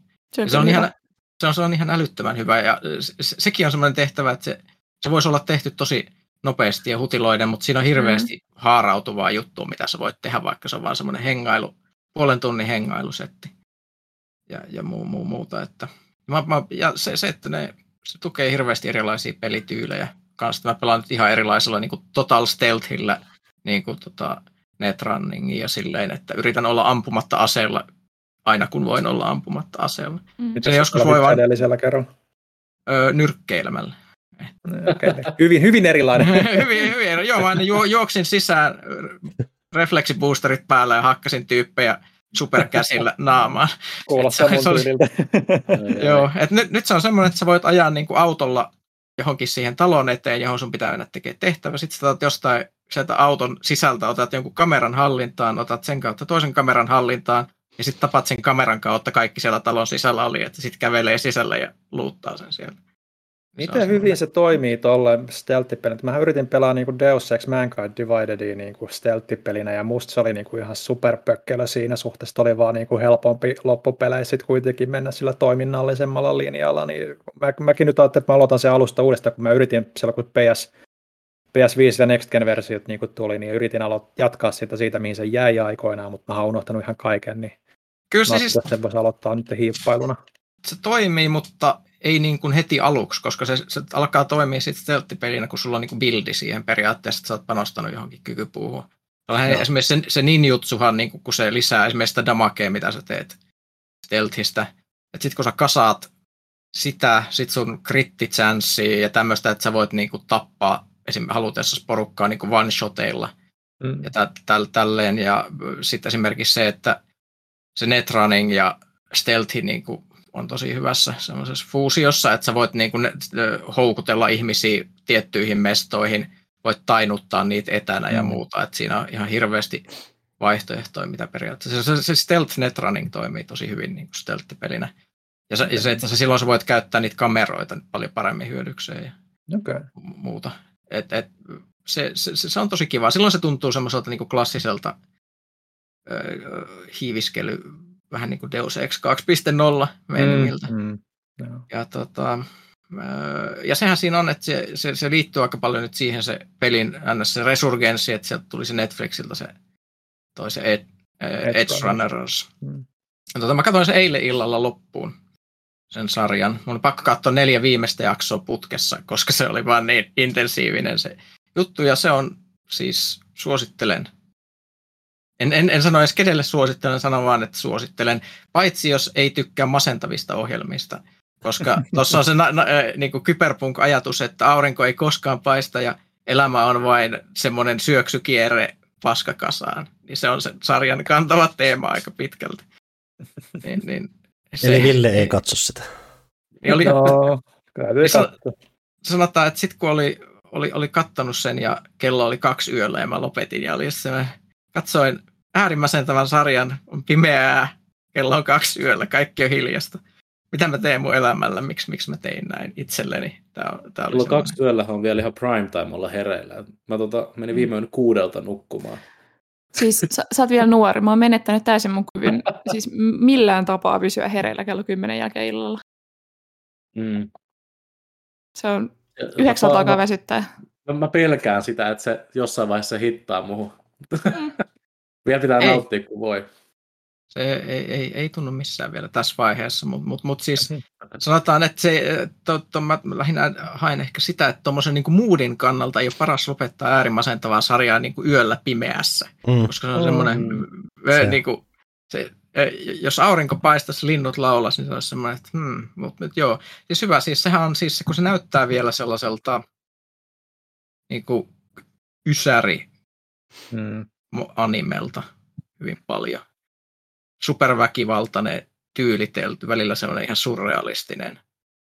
Se on ihan älyttömän hyvä, ja sekin on semmoinen tehtävä, että se voisi olla tehty tosi nopeasti ja hutiloiden, mutta siinä on hirveästi haarautuvaa juttua, mitä sä voit tehdä, vaikka se on vaan semmoinen puolen tunnin hengailusetti ja muuta. Että että se tukee hirveästi erilaisia pelityylejä. Kanssa mä pelaan nyt ihan erilaisella niin kuin Total Stealthillä niin kuin Netrunningia ja silleen, että yritän olla ampumatta aseella aina kun voin olla ampumatta aseella. Miten joskus voi vaan edellisellä kerralla? Nyrkkeilemällä. Okay. Hyvin erilainen. hyvin. Joo, mä aina juoksin sisään refleksiboosterit päällä ja hakkasin tyyppejä superkäsillä naamaan. Kuulostaa mun tyyliltä. Joo, että nyt se on semmoinen, että sä voit ajaa niin kuin autolla johonkin siihen talon eteen, johon sun pitää mennä tekemään tehtävä. Sitten sä otat jostain sieltä auton sisältä, otat jonkun kameran hallintaan, otat sen kautta toisen kameran hallintaan, ja sitten tapat sen kameran kautta kaikki siellä talon sisällä oli, että sitten kävelee sisälle ja luuttaa sen siellä. Miten hyvin se toimii tuolle stealth-pelinä? Mähän yritin pelaa niinku Deus Ex Mankind Dividedia niinku stealth-pelinä, ja musta se oli niinku ihan superpökkelö siinä suhteessa. Oli vaan niinku helpompi loppupeleissä sitten kuitenkin mennä sillä toiminnallisemmalla linjalla. Niin mäkin nyt ajattelin, että mä aloitan sen alusta uudestaan, kun mä yritin siellä, kun PS5 ja Next Gen-versiot niin tuli, niin yritin jatkaa siitä, mihin se jäi aikoinaan, mutta mä oon unohtanut ihan kaiken, niin kyllä se voisi aloittaa nyt hiippailuna. Se toimii, mutta ei niin kuin heti aluksi, koska se alkaa toimia sitten stealth-pelinä, kun sulla on niin kuin buildi siihen periaatteessa, että sä oot panostanut johonkin kykypuuhun. Esimerkiksi se ninjutsuhan, niin kun se lisää esimerkiksi sitä damakea, mitä sä teet stealthistä. Että sitten kun sä kasaat sitä, sit sun krittichanssiä ja tämmöistä, että sä voit niin kuin tappaa esimerkiksi halutessasi porukkaa niin kuin one-shoteilla ja tälleen. Ja sitten esimerkiksi se, että se netrunning ja stealthi niin kuin on tosi hyvässä semmoisessa fuusiossa, että sä voit niin kuin houkutella ihmisiä tiettyihin mestoihin, voit tainuttaa niitä etänä ja muuta, että siinä on ihan hirveästi vaihtoehtoja, mitä periaatteessa. Se stealth netrunning toimii tosi hyvin niin kuin stealth-pelinä. Ja se, että silloin sä voit käyttää niitä kameroita paljon paremmin hyödykseen ja muuta. Se on tosi kiva. Silloin se tuntuu semmoiselta niin kuin klassiselta hiiviskely, vähän niin kuin Deus Ex 2.0 meiningiltä. Ja sehän siinä on, että se liittyy aika paljon nyt siihen se pelin se resurgenssi, että sieltä tuli se Netflixiltä se Edge Runners. Mä katsoin sen eilen illalla loppuun, sen sarjan. Mun on pakko katsoa 4 viimeistä jaksoa putkessa, koska se oli vaan niin intensiivinen se juttu, ja se on siis, suosittelen. En sano edes kenelle suosittelen, sanon vaan, että suosittelen, paitsi jos ei tykkää masentavista ohjelmista, koska tuossa on se niin kuin kyberpunk-ajatus, että aurinko ei koskaan paista ja elämä on vain semmoinen syöksykierre paskakasaan. Niin se on sen sarjan kantava teema aika pitkälti. Eli Ville ei katso sitä. Sanotaan, että sitten kun oli kattanut sen ja kello oli 2 yöllä ja mä lopetin ja oli se, katsoin äärimmäisen tämän sarjan, on pimeää, kello on 2 yöllä, kaikki on hiljasta. Mitä mä teen mun elämällä, miksi mä tein näin itselleni? Tää oli 2 yöllä on vielä ihan prime time olla hereillä. Mä menin viime yön 6 nukkumaan. Siis sä oot vielä nuori. Mä oon menettänyt täysin mun kyvyn siis millään tapaa pysyä hereillä kello 10 jälkeen illalla. Se on 9 alkaa väsyttää. Mä pelkään sitä, että se jossain vaiheessa hittaa muuhun. Vielä pitää nauttia, kun voi. Se ei tunnu missään vielä tässä vaiheessa, mutta siis sanotaan, että mä lähinnä haen ehkä sitä, että tuommoisen niin kuin moodin kannalta ei ole paras lopettaa äärimmäisentavaa sarjaa niin kuin yöllä pimeässä, koska se on semmoinen, niin kuin, jos aurinko paistaisi, linnut laulaisi, niin se olisi semmoinen, että mutta joo. Siis hyvä, siis sehän on siis, kun se näyttää vielä sellaiselta niin kuin ysäri animelta hyvin paljon. Superväkivaltainen, tyylitelty, välillä sellainen ihan surrealistinen.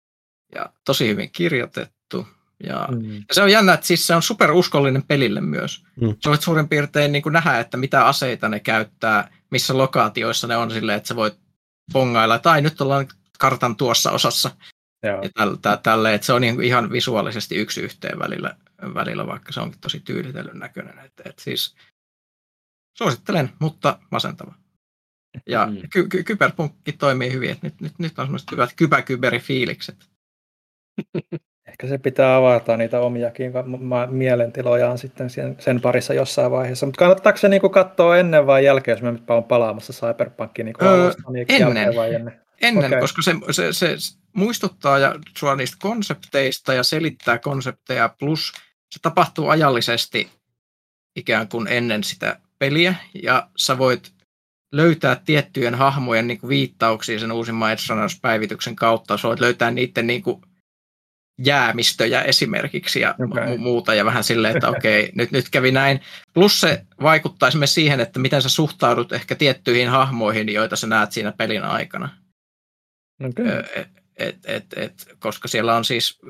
ja tosi hyvin kirjoitettu. Ja se on jännä, että siis se on superuskollinen pelille myös. Sä voit suurin piirtein niin kuin nähdä, että mitä aseita ne käyttää, missä lokaatioissa ne on silleen, että sä voit pongailla, tai nyt ollaan kartan tuossa osassa. Joo. Ja tälleen, että se on ihan visuaalisesti yksi yhteen välillä, vaikka se onkin tosi tyylitellyn näköinen. Et siis suosittelen, mutta masentava. Ja kyberpunkki toimii hyvin, että nyt on semmoiset hyvät kyberfiilikset. Ehkä se pitää avata niitä omiakin mielentilojaan sitten sen parissa jossain vaiheessa. Mutta kannattaako se niinku katsoa ennen vai jälkeen, jos me nyt on palaamassa Cyberpunkiin niinku alusta, niin jälkeen vai ennen? Ennen, okay. Koska se muistuttaa sua niistä konsepteista ja selittää konsepteja, plus se tapahtuu ajallisesti ikään kuin ennen sitä peliä, ja sä voit löytää tiettyjen hahmojen niin kuin viittauksia sen uusimman Edge Runners-päivityksen kautta. Sä voit löytää niiden niin kuin jäämistöjä esimerkiksi ja muuta, ja vähän silleen, että okei, nyt kävi näin. Plus se vaikuttaa esimerkiksi siihen, että miten sä suhtaudut ehkä tiettyihin hahmoihin, joita sä näet siinä pelin aikana. Okay. Koska siellä on siis,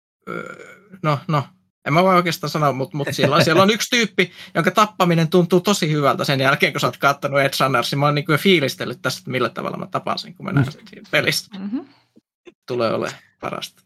en mä voi oikeastaan sanoa, mutta siellä on yksi tyyppi, jonka tappaminen tuntuu tosi hyvältä sen jälkeen, kun sä oot kattanut Edge Runnersin. Mä oon niin kuin fiilistellyt tästä, että millä tavalla mä tapasin, kun mä näen sen siinä pelissä. Tulee olemaan parasta.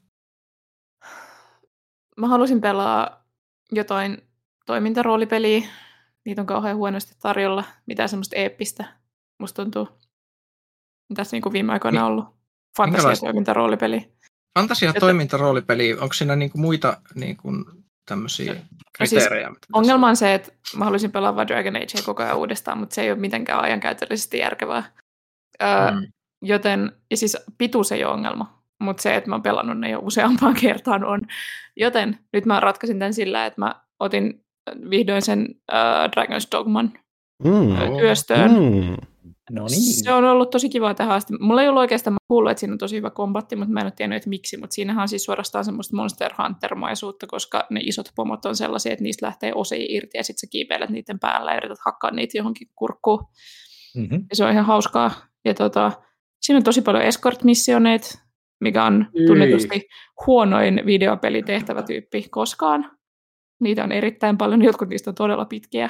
Mä halusin pelaa jotain toimintaroolipeliä. Niitä on kauhean huonosti tarjolla. Mitään semmoista eeppistä, musta tuntuu. Mitäs niin kuin viime aikoina on ollut? Fantasia-toimintaroolipeli. Fantasia-toimintaroolipeli, onko siinä niinku muita niinku tämmöisiä kriteerejä? Siis ongelma on se, että mä haluaisin pelaa Dragon Agea koko ajan uudestaan, mutta se ei ole mitenkään ajankäytöllisesti järkevää. Joten, ja siis pituus ei ole ongelma, mutta se, että mä oon pelannut ne jo useampaan kertaan on. Joten nyt mä ratkaisin tämän sillä, että mä otin vihdoin sen Dragon's Dogman työstöön. No niin. Se on ollut tosi kiva tähän asti. Mulla ei ollut oikeastaan kuullut, että siinä on tosi hyvä kombatti, mutta mä en ole tiennyt, että miksi. Mutta siinähän on siis suorastaan semmoista Monster Hunter-maisuutta, koska ne isot pomot on sellaisia, että niistä lähtee osia irti ja sitten sä kiipeilet niiden päällä ja yrität hakkaa niitä johonkin kurkkuun. Ja se on ihan hauskaa. Ja siinä on tosi paljon escort-missioneita, mikä on tunnetusti huonoin videopelitehtävätyyppi koskaan. Niitä on erittäin paljon, jotkut niistä on todella pitkiä.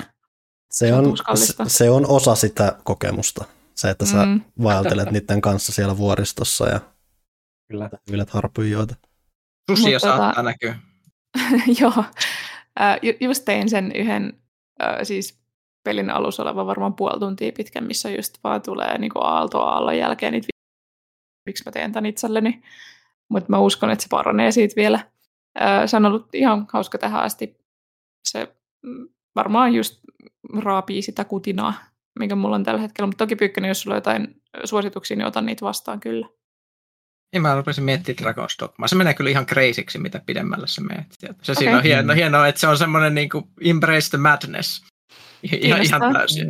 Se on osa sitä kokemusta. Se, että sä vaeltelet niiden kanssa siellä vuoristossa ja ylet harpyijoita. Susia saattaa näkyä. Joo. Just tein sen yhden siis pelin alussa oleva varmaan puoli tuntia pitkä, missä just vaan tulee niin aallon jälkeen niitä miksi mä teen tämän itselleni. Mutta mä uskon, että se paranee siitä vielä. Se on ollut ihan hauska tähän asti. Se varmaan just raapii sitä kutinaa, mikä mulla on tällä hetkellä. Mutta toki Pyykkönen, jos sulla on jotain suosituksia, niin otan niitä vastaan kyllä. Ja mä rupesin miettimään Dragon's Dogmaa. Se menee kyllä ihan crazyksi, mitä pidemmälle se menee. Se siinä on hienoa, että se on semmoinen niin kuin embrace the madness. Ihan täysin.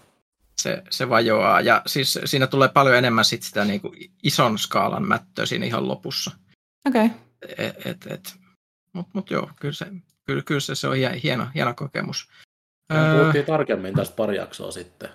Se vajoaa. Ja siis siinä tulee paljon enemmän sit sitä niin kuin ison skaalan mättöä siinä ihan lopussa. Okei. Mutta joo, kyllä se on hieno kokemus. Puhuttiin tarkemmin tästä pari jaksoa sitten.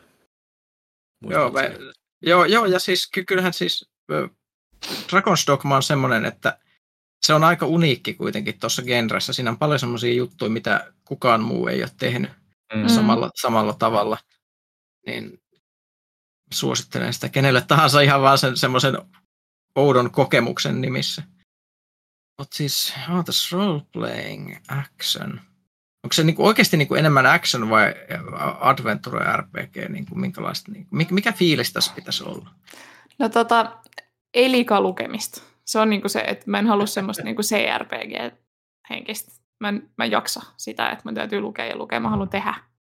Joo, ja siis kyllähän siis Dragon's Dogma on semmoinen, että se on aika uniikki kuitenkin tuossa genressä. Siinä on paljon semmoisia juttuja, mitä kukaan muu ei ole tehnyt samalla tavalla. Niin suosittelen sitä kenelle tahansa ihan vaan semmoisen oudon kokemuksen nimissä. Mutta siis, tässä role-playing action. Onko se niinku oikeasti niinku enemmän action vai adventure RPG? Niinku minkälaista, mikä fiilis tässä pitäisi olla? No ei liikaa lukemista. Se on niinku se, että mä en halua semmoista niinku CRPG-henkistä. Mä en jaksa sitä, että mun täytyy lukea ja lukea. Mä haluan tehdä.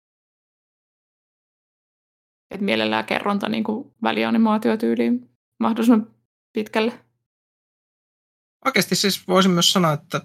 Et mielellään kerronta niinku välianimaatiotyyliin mahdollisimman pitkälle. Oikeasti siis voisin myös sanoa, että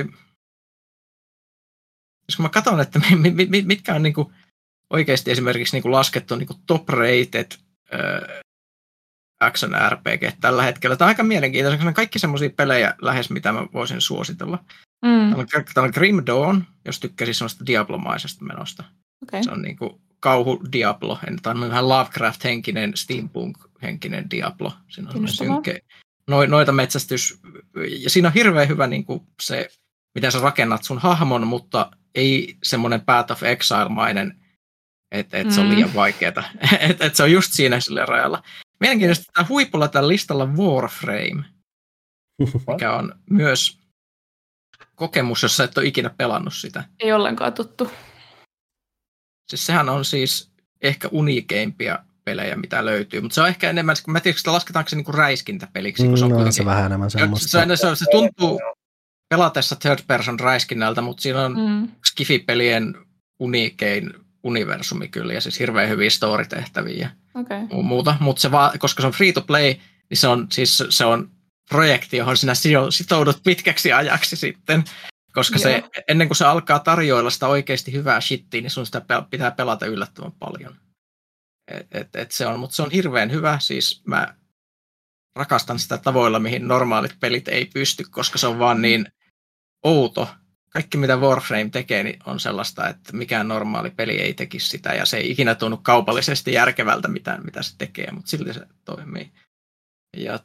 jos mä katson, että mitkä on niinku oikeasti esimerkiksi niinku laskettu niinku top-rated action RPG tällä hetkellä. Tämä on aika mielenkiintoista. Kaikki semmoisia pelejä lähes, mitä mä voisin suositella. Tämä on Grim Dawn, jos tykkäisi semmoista Diablo-maisesta menosta. Okay. Se on niinku kauhu Diablo. Tämä on vähän Lovecraft-henkinen, steampunk-henkinen Diablo. Siinä on noita metsästys, ja siinä on hirveän hyvä niin kuin se, miten sä rakennat sun hahmon, mutta ei semmoinen Path of Exile-mainen, että se on liian vaikeaa. että se on just siinä sille rajalla. Mielenkiintoista, että huipulla tällä listalla Warframe, mikä on myös kokemus, jos sä et ole ikinä pelannut sitä. Ei ollenkaan tuttu. Siis sehän on siis ehkä uniikeimpia pelejä, mitä löytyy, mutta se on ehkä enemmän, mä en tiedä, että lasketaanko se niinku räiskintäpeliksi, kun se on kuitenkin... se vähän enemmän semmoista. Se tuntuu pelatessa third person räiskinnältä, mutta siinä on Skifi-pelien uniikein universumi kyllä, ja siis hirveän hyviä story-tehtäviä ja muuta, mutta koska se on free to play, niin se on projekti, johon sinä sitoudut pitkäksi ajaksi sitten, koska se, ennen kuin se alkaa tarjoilla sitä oikeasti hyvää shittiä, niin sun sitä pitää pelata yllättävän paljon. Mutta se on hirveän hyvä, siis mä rakastan sitä tavoilla, mihin normaalit pelit ei pysty, koska se on vaan niin outo. Kaikki mitä Warframe tekee, niin on sellaista, että mikään normaali peli ei tekisi sitä, ja se ei ikinä tunnu kaupallisesti järkevältä mitä se tekee, mutta silti se toimii. Ja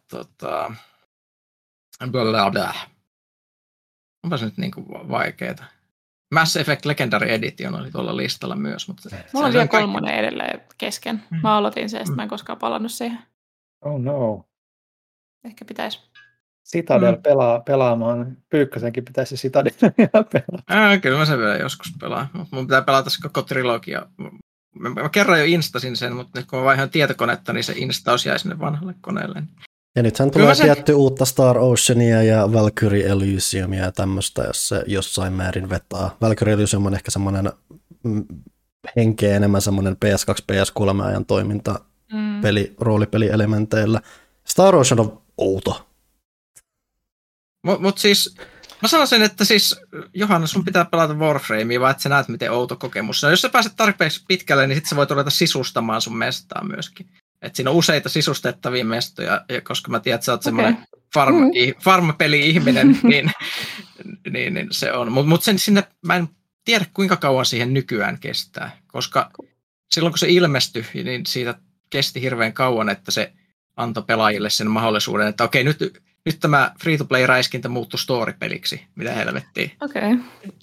blablabla. Onpa se nyt niinku vaikeeta. Mass Effect Legendary Edition oli tuolla listalla myös. Mutta mulla on vielä 3 edelleen kesken. Mä aloitin sen, mä en koskaan palannut siihen. Oh no. Ehkä pitäisi. Citadel pelaamaan. Pyykkösenkin pitäisi Citadelia pelata. Kyllä mä sen vielä joskus pelaan. Mun pitää pelata se koko trilogia. Mä kerran jo instasin sen, mutta nyt kun mä vaihan tietokonetta, niin se instaus jäi sinne vanhalle koneelle. Ja nythän tulee tietty uutta Star Oceania ja Valkyrie Elysiumia ja tämmöistä, jos se jossain määrin vetää. Valkyrie Elysium on ehkä semmoinen henkeä enemmän semmoinen PS2, PS3 ajan toiminta roolipelielementeillä. Star Ocean on outo. Mutta siis, mä sanoisin, että siis Johanna, sun pitää pelata Warframea, vaan että sä näet, miten outo kokemus. No, jos sä pääset tarpeeksi pitkälle, niin sit sä voit ruveta sisustamaan sun mestaa myöskin. Et siinä on useita sisustettavia mestoja, ja koska mä tiedän, että sä oot semmoinen farm-peli-ihminen, niin se on. Mutta sen sinne, mä en tiedä, kuinka kauan siihen nykyään kestää, koska silloin kun se ilmestyi, niin siitä kesti hirveän kauan, että se antoi pelaajille sen mahdollisuuden, että okei, nyt tämä free-to-play-räiskintä muuttui story-peliksi. Mitä helvettiä? Okei.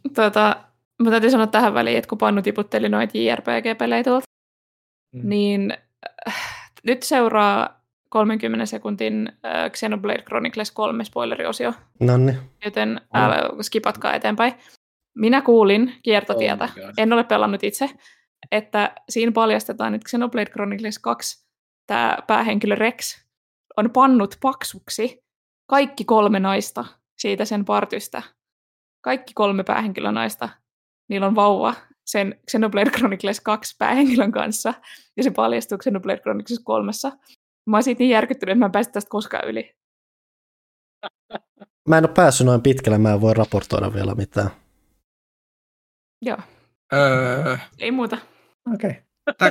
Mä täytyy sanoa tähän väliin, että kun Pannu tiputteli noita JRPG-pelejä tuolta, niin nyt seuraa 30 sekuntin Xenoblade Chronicles 3 spoileriosio. Nonni. Joten skipatkaa eteenpäin. Minä kuulin kiertotietä, en ole pelannut itse, että siinä paljastetaan, että Xenoblade Chronicles 2 tämä päähenkilö Rex on pannut paksuksi kaikki 3 naista siitä sen partystä. Kaikki 3 päähenkilönaista, niillä on vauva sen Xenoblade Chronicles 2 päähenkilön kanssa, ja se paljastuu Xenoblade Chronicles 3. Mä oon siitä niin järkyttynyt, että mä en päästä tästä koskaan yli. Mä en ole päässyt noin pitkälle, mä en voi raportoida vielä mitään. Joo. Ei muuta. Okei. Tämä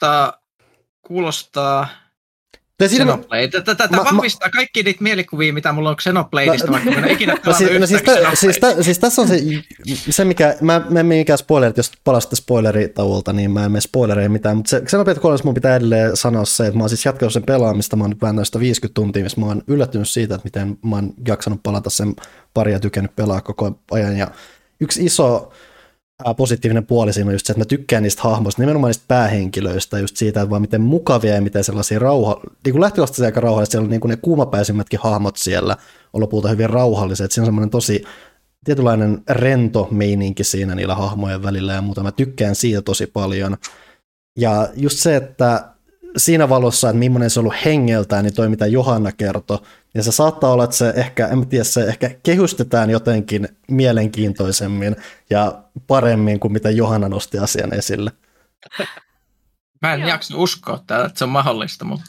kuulostaa Xenoblade. Tämä vahvistaa kaikki niitä mielikuvia, mitä mulla on Xenobladeista, vaikka mä en ikinä siis tässä on se mikä, mä en mikään spoilerit, jos palasitte spoileritauolta, niin mä en mene spoilereihin mitään, mutta se Xenoblade 3 mun pitää edelleen sanoa se, että mä oon siis jatkanut sen pelaamista, mä oon nyt vähän sitä 50 tuntia, missä mä oon yllättynyt siitä, että miten mä oon jaksanut palata sen pari ja tykännyt pelaa koko ajan, ja yksi iso positiivinen puoli siinä on just se, että mä tykkään niistä hahmoista, nimenomaan niistä päähenkilöistä, just siitä, että vaan miten mukavia ja miten sellaisia niin lähtökohtaisesti aika rauhallisia, siellä on niin kuin ne kuumapäisimmätkin hahmot siellä on lopulta hyvin rauhalliset, siinä on semmoinen tosi tietynlainen rento meininki siinä niillä hahmojen välillä ja muuta, mä tykkään siitä tosi paljon. Ja just se, että siinä valossa, että millainen se on ollut hengeltään, niin toi mitä Johanna kertoi, ja se saattaa olla, että se ehkä, en tiedä, se ehkä kehystetään jotenkin mielenkiintoisemmin ja paremmin kuin mitä Johanna nosti asian esille. Mä en jaksa uskoa täällä, että se on mahdollista, mutta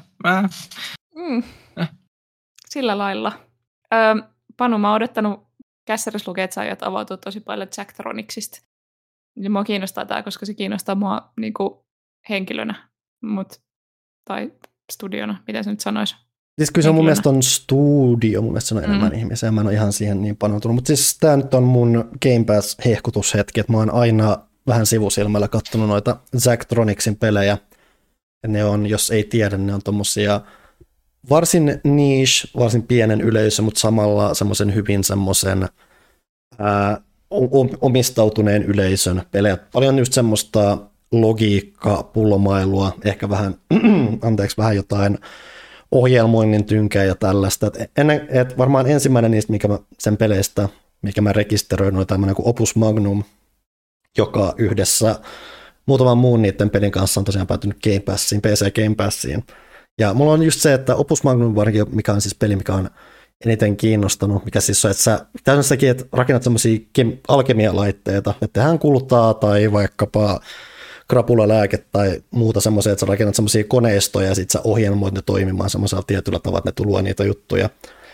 Sillä lailla. Panu, mä oon odottanut kässärissä lukea, että sä aiot avautua tosi paljon Zachtronicsista. Ja mua kiinnostaa tää, koska se kiinnostaa mua niinku henkilönä, tai studiona, miten se nyt sanoisi. Siis kyllä se mun mielestä on studio, mun mielestä se on enemmän ihmisiä, mä en ole ihan siihen niin panoutunut, mutta siis tää nyt on mun Game Pass-hehkutushetki, että mä oon aina vähän sivusilmällä kattonut noita Zachtronicsin pelejä, ja ne on, jos ei tiedä, ne on tommosia varsin niche, varsin pienen yleisö, mutta samalla semmoisen hyvin semmoisen omistautuneen yleisön pelejä. Paljon just semmoista logiikka, pullomailua, ehkä vähän, vähän jotain ohjelmoinnin tynkää ja tällaista. Et varmaan ensimmäinen niistä sen peleistä, mikä mä rekisteröin, oli tämmöinen kuin Opus Magnum, joka yhdessä muutaman muun niiden pelin kanssa on tosiaan päätynyt Game Passiin, PC Game Passiin. Ja mulla on just se, että Opus Magnum varsinkin, mikä on siis peli, mikä on eniten kiinnostanut, mikä siis on, että sä täysin että rakennat semmoisia alkemialaitteita, että tehdään kultaa tai vaikkapa krapulalääke tai muuta semmoisia, että sä rakennat semmoisia koneistoja ja sit sä ohjelmoit ne toimimaan semmoisella tietyllä tavalla, että ne tuloa niitä juttuja.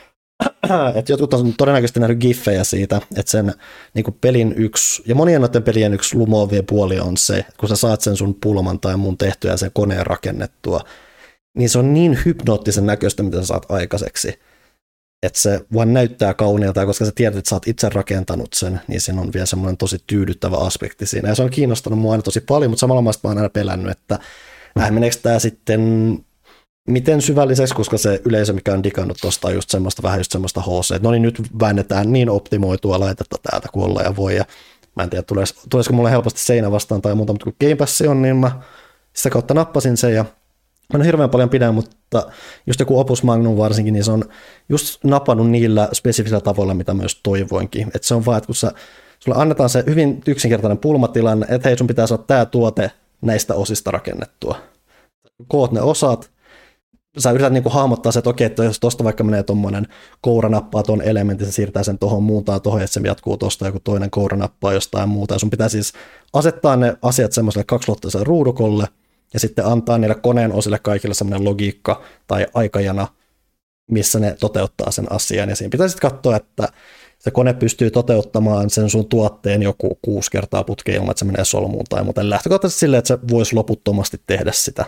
Että jotkut on todennäköisesti nähnyt giffejä siitä, että sen niin kuin pelin yksi, ja monien noiden pelien yksi lumoavia puoli on se, että kun sä saat sen sun pulman tai muun tehtyä ja sen koneen rakennettua, niin se on niin hypnoottisen näköistä, mitä sä saat aikaiseksi. Että se vaan näyttää kauniilta, ja koska sä tiedät, että sä oot itse rakentanut sen, niin siinä on vielä semmoinen tosi tyydyttävä aspekti siinä. Ja se on kiinnostanut mua aina tosi paljon, mutta samalla mä oon aina pelännyt, että meneekö tämä sitten miten syvälliseksi, koska se yleisö, mikä on digannut tuosta, on just semmoista, vähän just semmoista HC, että no niin nyt väännetään niin optimoitua laitetta täältä, kun ollaan ja voi. Ja mä en tiedä, tulisiko mulle helposti seinä vastaan tai muuta, mutta kun Game Pass on, niin mä sitä kautta nappasin sen ja mä en hirveän paljon pidän, mutta just joku Opus Magnum varsinkin, niin se on just napannut niillä spesifisillä tavoilla, mitä myös toivoinkin. Että se on vaan, että kun sulle annetaan se hyvin yksinkertainen pulmatilanne, että hei, sun pitää saada tämä tuote näistä osista rakennettua. Koot ne osat, sä yrität niinku hahmottaa se, että okei, että jos tuosta vaikka menee tuommoinen koura nappaa tuon elementin, se siirtää sen tuohon muuntaan tuohon, että se jatkuu tuosta joku toinen koura nappaa jostain muuta. Ja sun pitää siis asettaa ne asiat semmoiselle kaksiulotteiselle ruudukolle, ja sitten antaa niille koneen osille kaikille semmoinen logiikka tai aikajana, missä ne toteuttaa sen asian. Ja siinä pitää sitten katsoa, että se kone pystyy toteuttamaan sen sun tuotteen joku 6 kertaa putkeen ilman, että se menee solmuun tai muuten lähtökohtaisesti silleen, että se voisi loputtomasti tehdä sitä.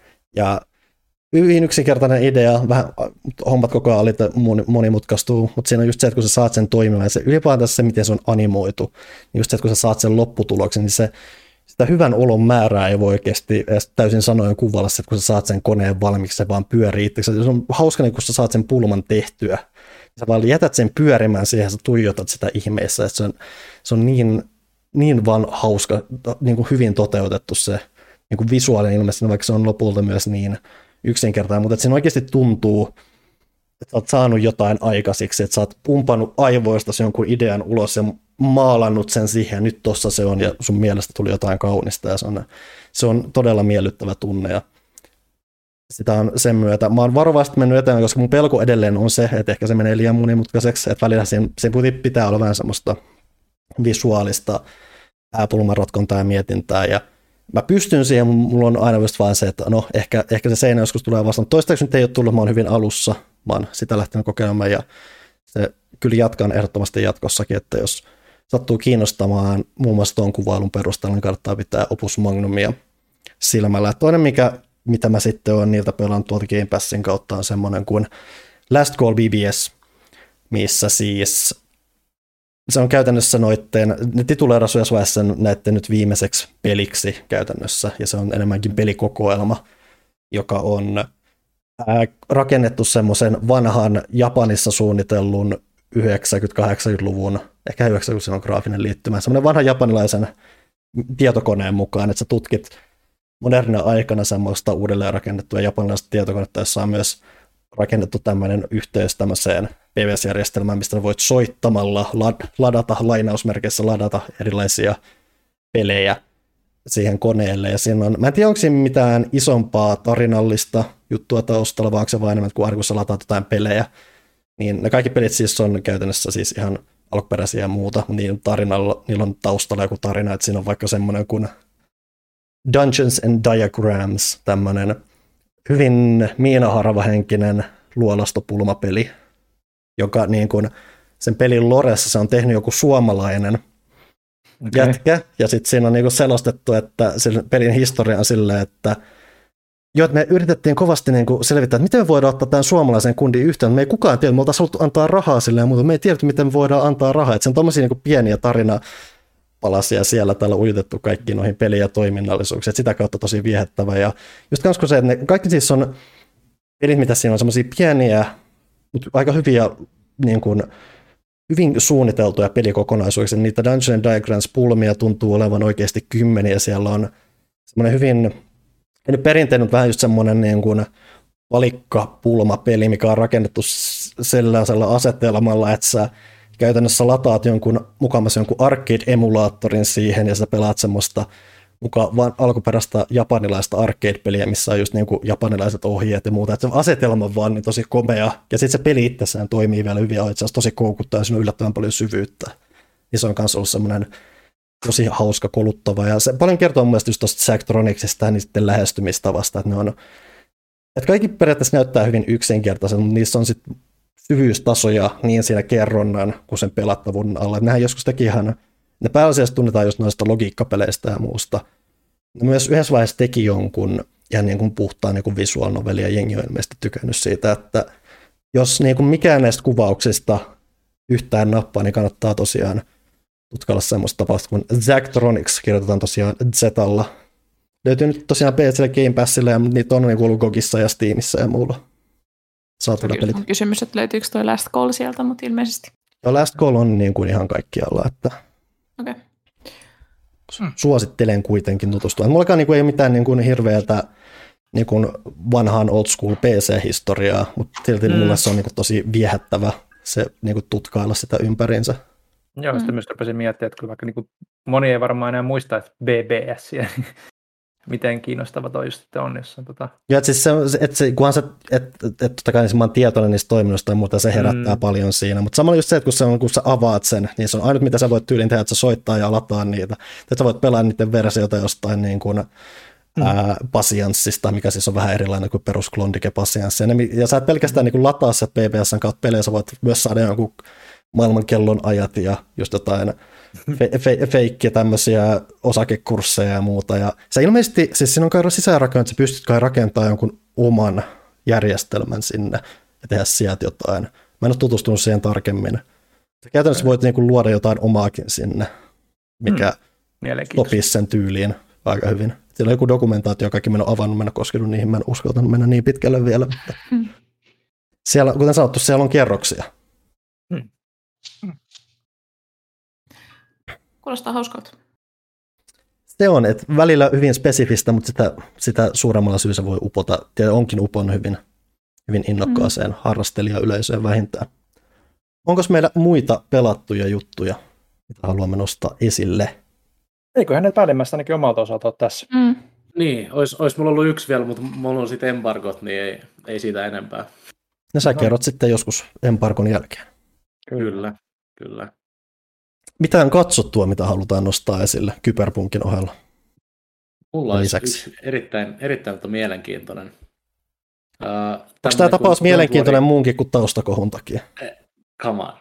Ja hyvin yksinkertainen idea, vähän hommat koko ajan monimutkaistuu, mutta siinä on just se, että kun sä saat sen toimimaan, ja se ylipäätään se, miten se on animoitu, niin just se, että kun sä saat sen lopputuloksen, niin sitä hyvän olon määrää ei voi oikeasti edes täysin sanoen kuvalla se, että kun sä saat sen koneen valmiiksi, se vaan pyörii. Se on hauska, niin kun sä saat sen pulman tehtyä, sä vaan jätät sen pyörimään siihen, sä tuijotat sitä ihmeessä, että se on niin vaan hauska, niin kuin hyvin toteutettu se niin kuin visuaalinen ilmeisesti, vaikka se on lopulta myös niin yksinkertainen, mutta että siinä oikeasti tuntuu, että sä oot saanut jotain aikaisiksi, että sä oot pumpannut aivoista sen jonkun idean ulos ja maalannut sen siihen, ja nyt tossa se on, ja sun mielestä tuli jotain kaunista, ja se on todella miellyttävä tunne, ja sitä on sen myötä. Mä oon varovasti mennyt eteenpäin, koska mun pelko edelleen on se, että ehkä se menee liian monimutkaiseksi, että välillä sen pitää olla vähän semmoista visuaalista pulmanrotkontaa ja mietintää, ja mä pystyn siihen, mulla on aina just vaan se, että no ehkä se seinä joskus tulee vastaan. Toistaiseksi nyt ei ole tullut, mä oon hyvin alussa, mä oon sitä lähtenyt kokeilemaan, ja se kyllä jatkan ehdottomasti jatkossakin, että jos sattuu kiinnostamaan muun muassa tuon kuvailun perusteella, niin kannattaa pitää Opus Magnumia silmällä. Toinen, mitä mä sitten olen niiltä pelannut tuolta Game Passin kautta, on semmoinen kuin Last Call BBS, missä siis se on käytännössä ne tituleerasi sen näiden nyt viimeiseksi peliksi käytännössä, ja se on enemmänkin pelikokoelma, joka on rakennettu semmoisen vanhan Japanissa suunnitellun 90-80-luvun, ehkä 90 on graafinen liittymä, semmoinen vanhan japanilaisen tietokoneen mukaan, että sä tutkit modernina aikana semmoista uudelleen rakennettua japanilaista tietokonetta, jossa on myös rakennettu tämmöinen yhteys tämmöiseen PBS-järjestelmään, mistä voit soittamalla lainausmerkeissä ladata erilaisia pelejä siihen koneelle. Ja siinä on, mä en tiedä, onko siinä mitään isompaa tarinallista juttua taustalla, vaan onko se vain enemmän kuin kun sä lataat jotain pelejä. Niin ne kaikki pelit siis on käytännössä siis ihan alkuperäisiä ja muuta, mutta niillä on taustalla joku tarina, että siinä on vaikka semmoinen kuin Dungeons and Diagrams, tämmöinen hyvin miinaharvahenkinen luolastopulmapeli, joka niin kuin sen pelin loressa se on tehnyt joku suomalainen jätkä, ja sitten siinä on niin kuin selostettu, että sen pelin historia on silleen, että me yritettiin kovasti niin kuin selvittää, että miten me voidaan ottaa tämän suomalaisen kundin yhteen. Me ei kukaan tiedä, me oltaisiin haluttu antaa rahaa silleen, mutta me ei tiedetty, miten me voidaan antaa rahaa. Että se on tommosia niin kuin pieniä tarinapalasia siellä täällä ujutettu kaikkiin noihin peliin ja toiminnallisuuksiin. Sitä kautta tosi viehättävä. Ja just kun se, että ne kaikki siis on pelit, mitä siinä on semmoisia pieniä, mutta aika hyviä, niin kuin, hyvin suunniteltuja pelikokonaisuuksia. Niitä Dungeon Diagrams-pulmia tuntuu olevan oikeasti kymmeniä. Siellä on semmoinen hyvin, nyt perinteinen vähän just semmoinen niin kuin valikkapulmapeli, mikä on rakennettu sellaisella asetelmalla, että sä käytännössä lataat mukamassa jonkun arcade-emulaattorin siihen ja sä pelaat semmoista vaan alkuperäistä japanilaista arcade-peliä, missä on just niin kuin japanilaiset ohjeet ja muuta. Että se asetelma on vaan niin tosi komea ja sitten se peli itsessään toimii vielä hyvin, on itse asiassa tosi koukuttaa ja siinä on yllättävän paljon syvyyttä. Ja se on myös ollut semmoinen tosi hauska, koluttava ja se paljon kertoo mun mielestä just tuosta Zachtronicsista ja niiden lähestymistavasta, että ne on, että kaikki periaatteessa näyttää hyvin yksinkertaisen, mutta niissä on sitten syvyystasoja niin siinä kerronnan kuin sen pelattavuuden alla. Nehän joskus teki ihan, ne pääasiassa tunnetaan just noista logiikkapeleistä ja muusta. Ne myös yhdessä vaiheessa teki jonkun ihan niin kuin puhtaan niin kuin visual novelin ja jengi on ilmeisesti tykännyt siitä, että jos niin kuin mikään näistä kuvauksista yhtään nappaa, niin kannattaa tosiaan tutkailla semmoista tapausta kuin Zachtronics, kirjoitetaan tosiaan Z-alla. Löytyy nyt tosiaan PC:llä, Game Passilla ja niitä on niin ollut GOGissa ja Steamissa ja muulla. On kysymys, että löytyykö toi Last Call sieltä, mutta ilmeisesti. Ja Last Call on niin kuin ihan kaikkialla, että suosittelen kuitenkin tutustua. Mullakaan niin kuin ei mitään niin kuin hirveätä niin kuin vanhaan old school PC-historiaa, mutta silti mulle se on niin kuin tosi viehättävä se niin kuin tutkailla sitä ympäriinsä. Joo, sitten myös rupesin miettimään, että kyllä vaikka niin kuin moni ei varmaan enää muista, että BBS miten kiinnostava toi just on jossain Ja siis kunhan sä, totta kai mä oon tietoinen niistä toiminnoista ja muuta, se herättää paljon siinä, mutta samalla just se, että kun sä avaat sen, niin se on ainut mitä sä voit tyylin tehdä, että sä soittaa ja lataa niitä, että sä voit pelaa niiden versioita jostain niin kuin Pasianssista, mikä siis on vähän erilainen kuin perus Klondike Pasianssi, ja sä et pelkästään niin kuin lataa se BBSn kautta pelejä, sä voit myös saada jonkun maailmankellon ajat ja just jotain feikkiä tämmöisiä osakekursseja ja muuta. Ja se ilmeisesti, siis siinä on kai sisäänrakennut, että sä pystyt kai rakentamaan jonkun oman järjestelmän sinne ja tehdä sieltä jotain. Mä en ole tutustunut siihen tarkemmin. Käytännössä voit niinku luoda jotain omaakin sinne, mikä sopisi sen tyyliin aika hyvin. Siellä on joku dokumentaatio, joka kaikki mä en ole avannut, mä en ole koskenut niihin, mä en uskaltanut mennä niin pitkälle vielä. Mutta siellä, kuten sanottu, siellä on kerroksia. Kuulostaa hauskalta. Se on, että välillä hyvin spesifistä, mutta sitä suuremmalla syyllä voi upota. Ja onkin uponnut hyvin innokkaaseen harrastelijayleisöön vähintään. Onko meillä muita pelattuja juttuja, mitä haluamme nostaa esille? Eiköhän ne päällimmäistä ainakin omalta osalta ole tässä. Niin, olisi mulla ollut yksi vielä, mutta mulla on sitten embargot, niin ei siitä enempää. Ja sä kerrot sitten joskus embargon jälkeen. Kyllä. Mitään katsottua, mitä halutaan nostaa esille Kyberpunkin ohella? Mulla on yksi erittäin mielenkiintoinen. Onko tämä tapaus mielenkiintoinen muunkin kuin taustakohun takia? Come on.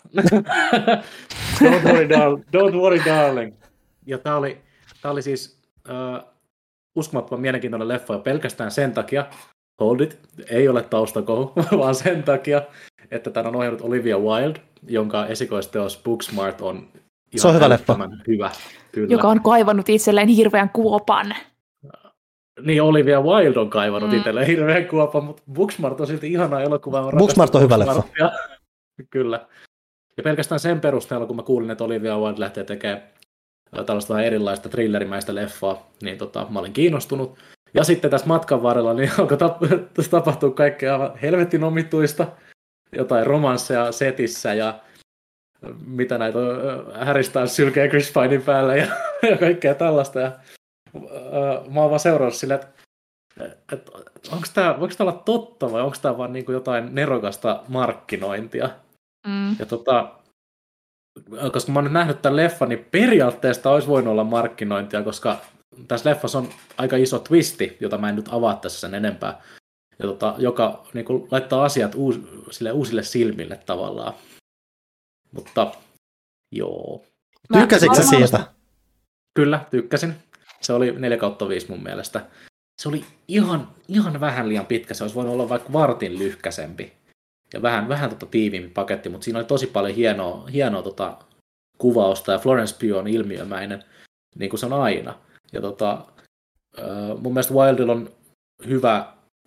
Don't worry, darling. Ja tämä oli siis uskomattoman mielenkiintoinen leffa jo pelkästään sen takia, hold it, ei ole taustakohu, vaan sen takia, että tämän on ohjannut Olivia Wilde, jonka esikoisteos Booksmart on se on hyvä leffa. Hyvä, kyllä. Joka on kaivannut itselleen hirveän kuopan. Niin, Olivia Wilde on kaivannut itselleen hirveän kuopan, mutta Booksmart on silti ihana elokuva. Booksmart on hyvä leffa. Kyllä. Ja pelkästään sen perusteella, kun mä kuulin, että Olivia Wilde lähtee tekemään tällaista vähän erilaista thrillerimäistä leffaa, niin mä olin kiinnostunut. Ja sitten tässä matkan varrella niin alkoi tapahtua kaikkea helvetin omituista, jotain romansseja setissä ja mitä näitä Harry Styles sylkee Chris Pinein päälle ja kaikkea tällaista. Ja, mä oon vaan seurannut silleen, että voiko tämä olla totta vai onko tämä vaan niin kuin jotain nerokasta markkinointia. Ja koska mä oon nyt nähnyt tämän leffan, niin periaatteessa olisi voinut olla markkinointia, koska tässä leffassa on aika iso twisti, jota mä en nyt avaa tässä sen enempää, ja joka niin kuin laittaa asiat uusille silmille tavallaan. Mutta joo. Tykkäsitkö siitä? Kyllä, tykkäsin. Se oli 4/5 mun mielestä. Se oli ihan vähän liian pitkä. Se olisi voinut olla vaikka vartin lyhkäsempi. Ja vähän tiiviimpi paketti, mutta siinä oli tosi paljon hienoa kuvausta. Ja Florence Pugh on ilmiömäinen, niin kuin se on aina. Ja mun mielestä Wildella on hyvä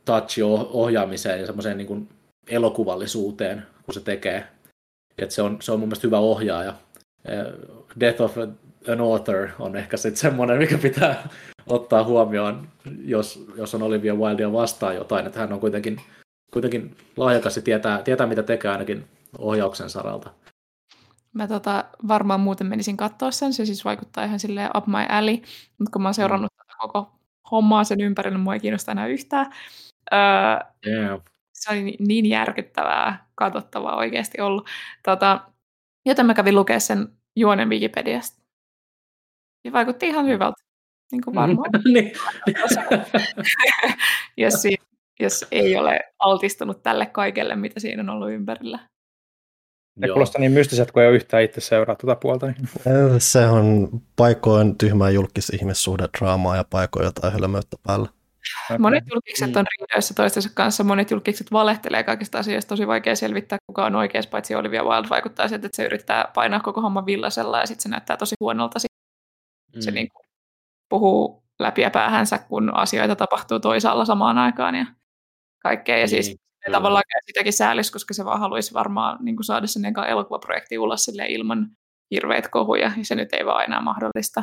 touch-ohjaamiseen ja semmoiseen niin kuin elokuvallisuuteen, kun se tekee. Et se on mun mielestä hyvä ohjaaja. Death of an Author on ehkä sitten semmoinen, mikä pitää ottaa huomioon, jos on Olivia Wildeä vastaan jotain, että hän on kuitenkin lahjakas ja tietää mitä tekee ainakin ohjauksen saralta. Mä varmaan muuten menisin katsoa sen, se siis vaikuttaa ihan silleen up my alley, mutta kun mä oon seurannut koko hommaa sen ympärillä, mua ei kiinnosta enää yhtään. Se oli niin järkyttävää, katsottavaa oikeasti ollut. Joten mä kävin lukea sen juonen Wikipediasta. Ja vaikutti ihan hyvältä, niin kuin varmaan. jos ei ole altistunut tälle kaikelle, mitä siinä on ollut ympärillä. Ne kuulostaa niin mystiset, kun ei ole yhtään itse seuraa tuota puolta. Niin. Se on paikoin tyhmää julkis-ihmissuhdedraamaa ja paikoin jotain hölmöyttä päällä. Okay. Monet julkikset on riidoissa toistensa kanssa, monet julkikset valehtelee kaikista asioista, tosi vaikea selvittää, kuka on oikeassa, paitsi Olivia Wilde vaikuttaa sieltä, että se yrittää painaa koko homman villasella ja sitten se näyttää tosi huonolta. Se niin kuin puhuu läpi ja päähänsä, kun asioita tapahtuu toisaalla samaan aikaan ja kaikkea. Ja siis tavallaan sitäkin säälisi, koska se vaan haluaisi varmaan niin kuin saada sen ekan elokuvaprojekti ulos ilman hirveitä kohuja, ja se nyt ei vaan enää mahdollista.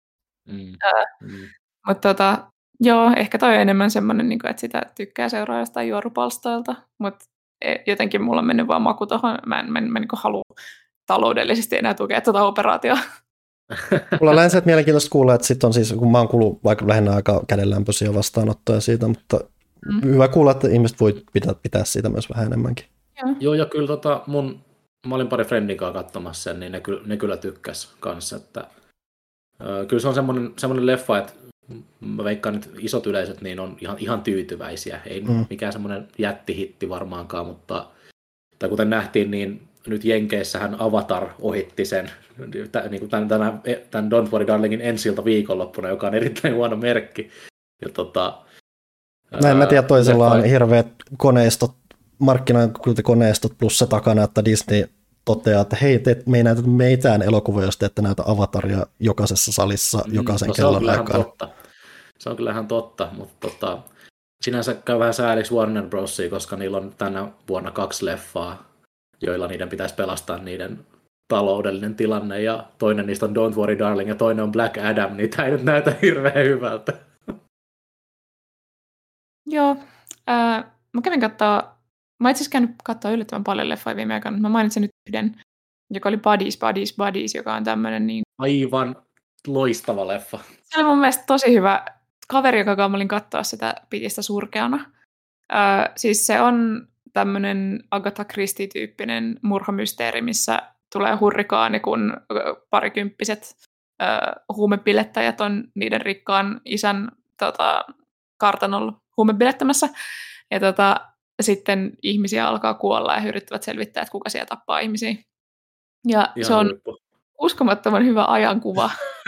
Mutta joo, ehkä toi on enemmän semmoinen, että sitä tykkää seuraa jostain juorupalstoilta, mutta jotenkin mulla on mennyt vaan maku tuohon. Mä en halua taloudellisesti enää tukea tuota operaatiota. Mulla on länsä mielenkiintoista kuulla, että sitten on siis, kun mä oon kuullut vaikka lähinnä aika kädenlämpöisiä vastaanottoja siitä, mutta hyvä kuulla, että ihmiset voi pitää siitä myös vähän enemmänkin. Joo, ja kyllä mä olin pari friendin kanssa katsomassa sen, niin ne kyllä tykkäs kanssa, että kyllä se on semmoinen leffa, että mä veikkaan, että isot yleisöt niin on ihan tyytyväisiä. Ei mikään semmoinen jättihitti varmaankaan, mutta kuten nähtiin, niin nyt Jenkeissähän Avatar ohitti sen niin tämän Don't Worry Darlingin ensi-ilta viikonloppuna, joka on erittäin huono merkki. Ja en mä tiedä, toisella on hirveät koneistot, markkinointikoneistot plus se takana, että Disney toteaa, että hei, me ei näytä mitään elokuvia, jos te ette näytä Avataria jokaisessa salissa, jokaisen kellon aikaan. Se on kyllä ihan totta, mutta sinänsä käy vähän sääliksi Warner Brosia, koska niillä on tänä vuonna 2 leffaa, joilla niiden pitäisi pelastaa niiden taloudellinen tilanne, ja toinen niistä on Don't Worry Darling, ja toinen on Black Adam, niin tämä ei nyt näytä hirveän hyvältä. Joo, mä kävin mä itse asiassa käynyt katsoa yllättävän paljon leffoja viime aikoina, mä mainitsen nyt yhden, joka oli Buddies, joka on tämmöinen niin... Aivan loistava leffa. Se oli mun mielestä tosi hyvä. Kaveri, joka mä olin katsoa sitä, piti sitä surkeana. Siis se on tämmöinen Agatha Christie-tyyppinen murhamysteeri, missä tulee hurrikaani, kun parikymppiset huumepilettäjät on niiden rikkaan isän kartanolla huumepilettämässä. Ja sitten ihmisiä alkaa kuolla ja he yrittävät selvittää, että kuka siellä tappaa ihmisiä. Ja ihan se on uskomattoman hyvä ajankuva.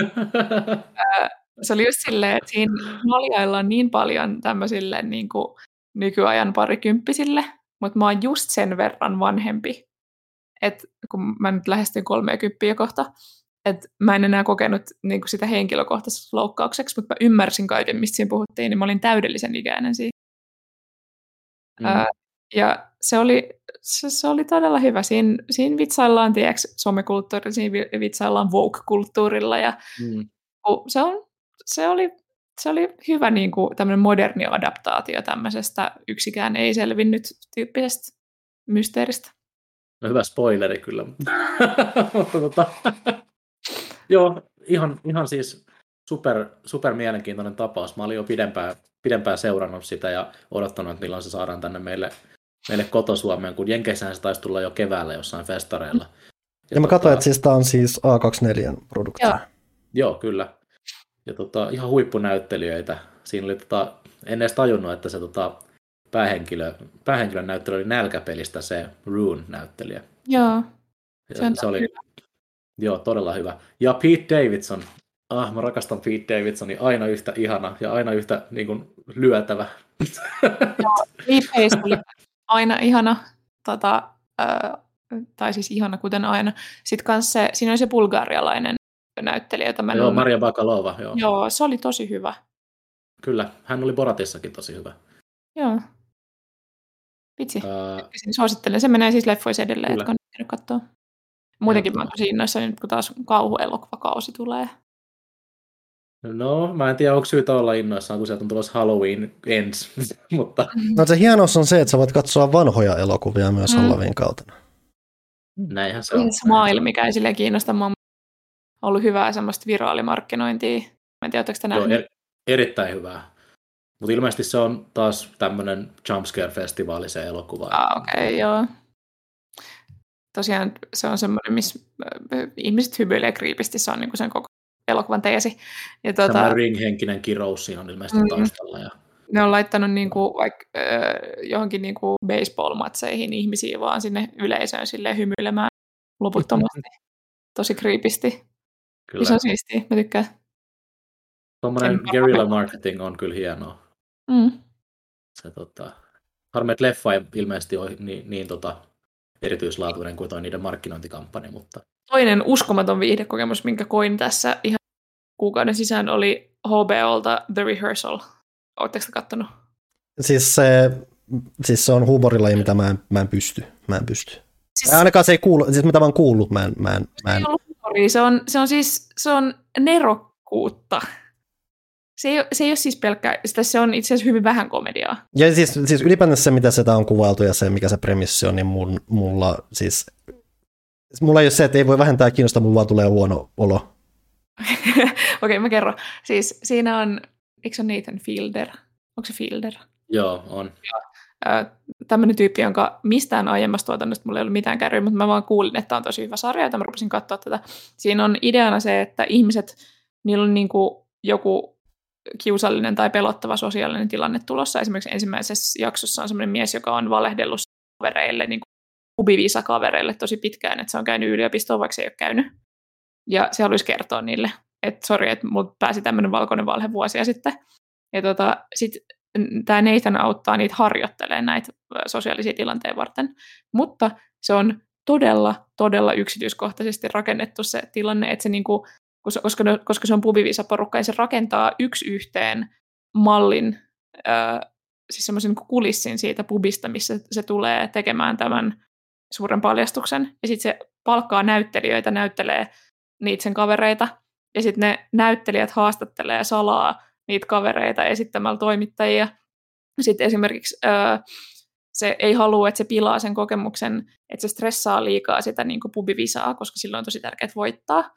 Se oli just silleen, että siinä maljaillaan niin paljon tämmöisille niin kuin nykyajan parikymppisille, mutta mä oon just sen verran vanhempi, että kun mä nyt lähestyn 30 kohta, että mä en enää kokenut niin kuin sitä henkilökohtaisessa loukkaukseksi, mutta mä ymmärsin kaiken, mistä siinä puhuttiin, niin mä olin täydellisen ikäinen siinä. Ja se oli todella hyvä. Siinä vitsaillaan, tiedätkö, somekulttuurilla, siinä vitsaillaan woke-kulttuurilla, ja se oli hyvä niin kuin tämmöinen moderni adaptaatio tämmöisestä yksikään ei selvinnyt tyyppisestä mysteeristä. No hyvä spoileri kyllä. Joo, ihan siis super mielenkiintoinen tapaus. Mä olin jo pidempään seurannut sitä ja odottanut, että milloin se saadaan tänne meille koto-Suomeen, kun Jenkeissähän se taisi tulla jo keväällä jossain festareilla. Ja mä katsoin, että siis tämä on siis A24 produktio. Joo, kyllä. Ja ihan huippunäyttelijöitä. Siinä oli en edes tajunnut, että se päähenkilön näyttely oli Nälkäpelistä se Rune-näyttelijä. Joo. Se oli joo, todella hyvä. Ja Pete Davidson. Mä rakastan Pete Davidsonia, aina yhtä ihana ja aina yhtä niin kuin, lyötävä. Pete oli aina ihana, tai siis ihana kuten aina. Sitten kanssa siinä oli se bulgarialainen näyttelijä. Joo, Maria Bakalova. Joo, se oli tosi hyvä. Kyllä, hän oli Boratissakin tosi hyvä. Joo. Vitsi. Suosittelen. Se menee siis leffoissa edelleen, Kyllä. jotka on käynyt katsoa. Muutenkin mä oon tosi innoissani nyt, kun taas kauhuelokuvakausi tulee. No, mä en tiedä, onko syytä olla innoissaan, kun sieltä on tulossa Halloween Ends, mutta... No se hienous on se, että sä voit katsoa vanhoja elokuvia myös Halloween kautena. Näinhän se on. Smile, mikä ei silleen kiinnosta. Mä oon ollut hyvää semmoista viraalimarkkinointia. Mä en tiedä, oletteko te nähnyt? Erittäin hyvää. Mutta ilmeisesti se on taas tämmöinen jumpscare-festivaali se elokuva. Okei, joo. Tosiaan se on semmoinen, missä ihmiset hymyilee kriipisti. Se on niin kuin sen koko elokuvan teesi. Ja tämä Ring-henkinen kirous siinä on ilmeisesti taustalla. Ja... Ne on laittanut niinku, vaikka johonkin niinku baseball-matseihin ihmisiä vaan sinne yleisöön silleen hymyilemään loputtomasti. Tosi kriipisti. Kyllä. Se on siistiä, mä tykkään. Tuommoinen guerrilla marketing on kyllä hienoa. Se, harmi, että leffa ei ilmeisesti ole niin erityislaatuinen kuin toi niiden markkinointikampanja, mutta... Toinen uskomaton viihdekokemus, minkä koin tässä ihan kuukauden sisään, oli HBOlta The Rehearsal. Oletteko te kattonut? Siis se on huumorilaji, mitä mä en pysty. Siis, ainakaan se ei kuulu, siis mitä mä oon kuullut, mä en. Se ei ollut huumoria, se on nerokkuutta. Se ei ole siis pelkkää, se on itse asiassa hyvin vähän komediaa. Ja siis ylipäätään se, mitä sitä on kuvailtu ja se, mikä se premissi on, niin mulla ei ole se, että ei voi vähentää kiinnostaa, mulla vaan tulee huono olo. Okei, mä kerron. Siis siinä on, eikö se ole Nathan Fielder? Onko se Fielder? Joo, on. Tämmöinen tyyppi, jonka mistään aiemmasta tuotannosta mulla ei ollut mitään kärryä, mutta mä vaan kuulin, että tämä on tosi hyvä sarja, ja mä rupesin katsoa tätä. Siinä on ideana se, että ihmiset, niillä on niin kuin joku kiusallinen tai pelottava sosiaalinen tilanne tulossa. Esimerkiksi ensimmäisessä jaksossa on semmoinen mies, joka on valehdellut kavereille, niin kuin pubivisa-kavereille tosi pitkään, että se on käynyt yliopistoon, vaikka se ei ole käynyt. Ja se haluaisi kertoa niille, että sori, että mut pääsi tämmöinen valkoinen valhe vuosia sitten. Ja sitten tämä Nathan auttaa niitä harjoittelemaan näitä sosiaalisia tilanteita varten. Mutta se on todella, todella yksityiskohtaisesti rakennettu se tilanne, että se niinku, koska se on pubivisa-porukka, ja se rakentaa yksi yhteen mallin, siis semmoisen kulissin siitä pubista, missä se tulee tekemään tämän suuren paljastuksen. Ja sitten se palkkaa näyttelijöitä, näyttelee niitä sen kavereita, ja sitten ne näyttelijät haastattelee salaa niitä kavereita esittämällä toimittajia. Sitten esimerkiksi se ei halua, että se pilaa sen kokemuksen, että se stressaa liikaa sitä niin kuin pubivisaa, koska silloin on tosi tärkeää voittaa.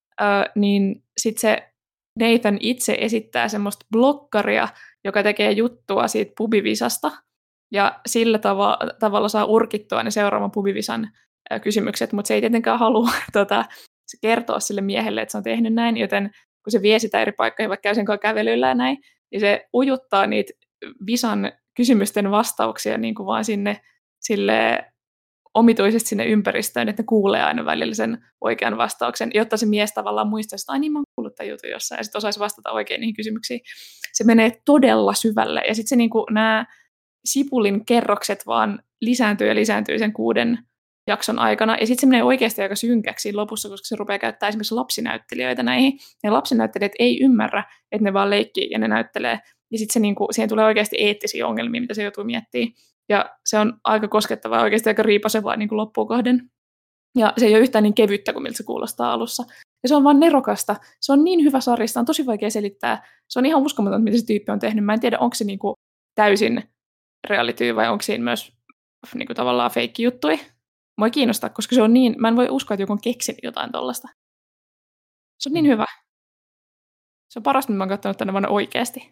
Niin sitten se Nathan itse esittää semmoista blokkaria, joka tekee juttua siitä pubivisasta, ja sillä tavalla saa urkittua ne seuraavan pubivisan kysymykset, mutta se ei tietenkään halua se kertoa sille miehelle, että se on tehnyt näin, joten kun se vie sitä eri paikkoihin, vaikka käy sen kanssa kävelyllä ja näin, niin se ujuttaa niitä visan kysymysten vastauksia niin kuin vaan sille omituisesti sinne ympäristöön, että ne kuulee aina välillä sen oikean vastauksen, jotta se mies tavallaan muistaisi, että ai niin, mä oon kuullut tämän jutun jossain, ja sitten osaisi vastata oikein niihin kysymyksiin. Se menee todella syvälle, ja sitten se niin kuin nämä sipulin kerrokset vaan lisääntyy sen 6 jakson aikana, ja sitten se menee oikeasti aika synkäksi lopussa, koska se rupeaa käyttämään esimerkiksi lapsinäyttelijöitä näihin, ja lapsinäyttelijät ei ymmärrä, että ne vaan leikkii ja ne näyttelee, ja sitten se niinku, siihen tulee oikeasti eettisiä ongelmia, mitä se joutuu miettimään, ja se on aika koskettavaa, oikeasti aika riipasevaa niin kuin loppuun kohden, ja se ei ole yhtään niin kevyttä kuin miltä se kuulostaa alussa, ja se on vaan nerokasta, se on niin hyvä sarja, sitä on tosi vaikea selittää, se on ihan uskomaton, mitä se tyyppi on tehnyt, mä en tiedä, onko se niinku täysin reality, vai onko siinä myös niinku tavallaan feikki juttui. Mua ei kiinnosta, koska se on niin, mä en voi uskoa, että joku on keksinyt jotain tollasta. Se on niin hyvä. Se on parasta, mitä mä oon katsonut tänne vaan oikeasti.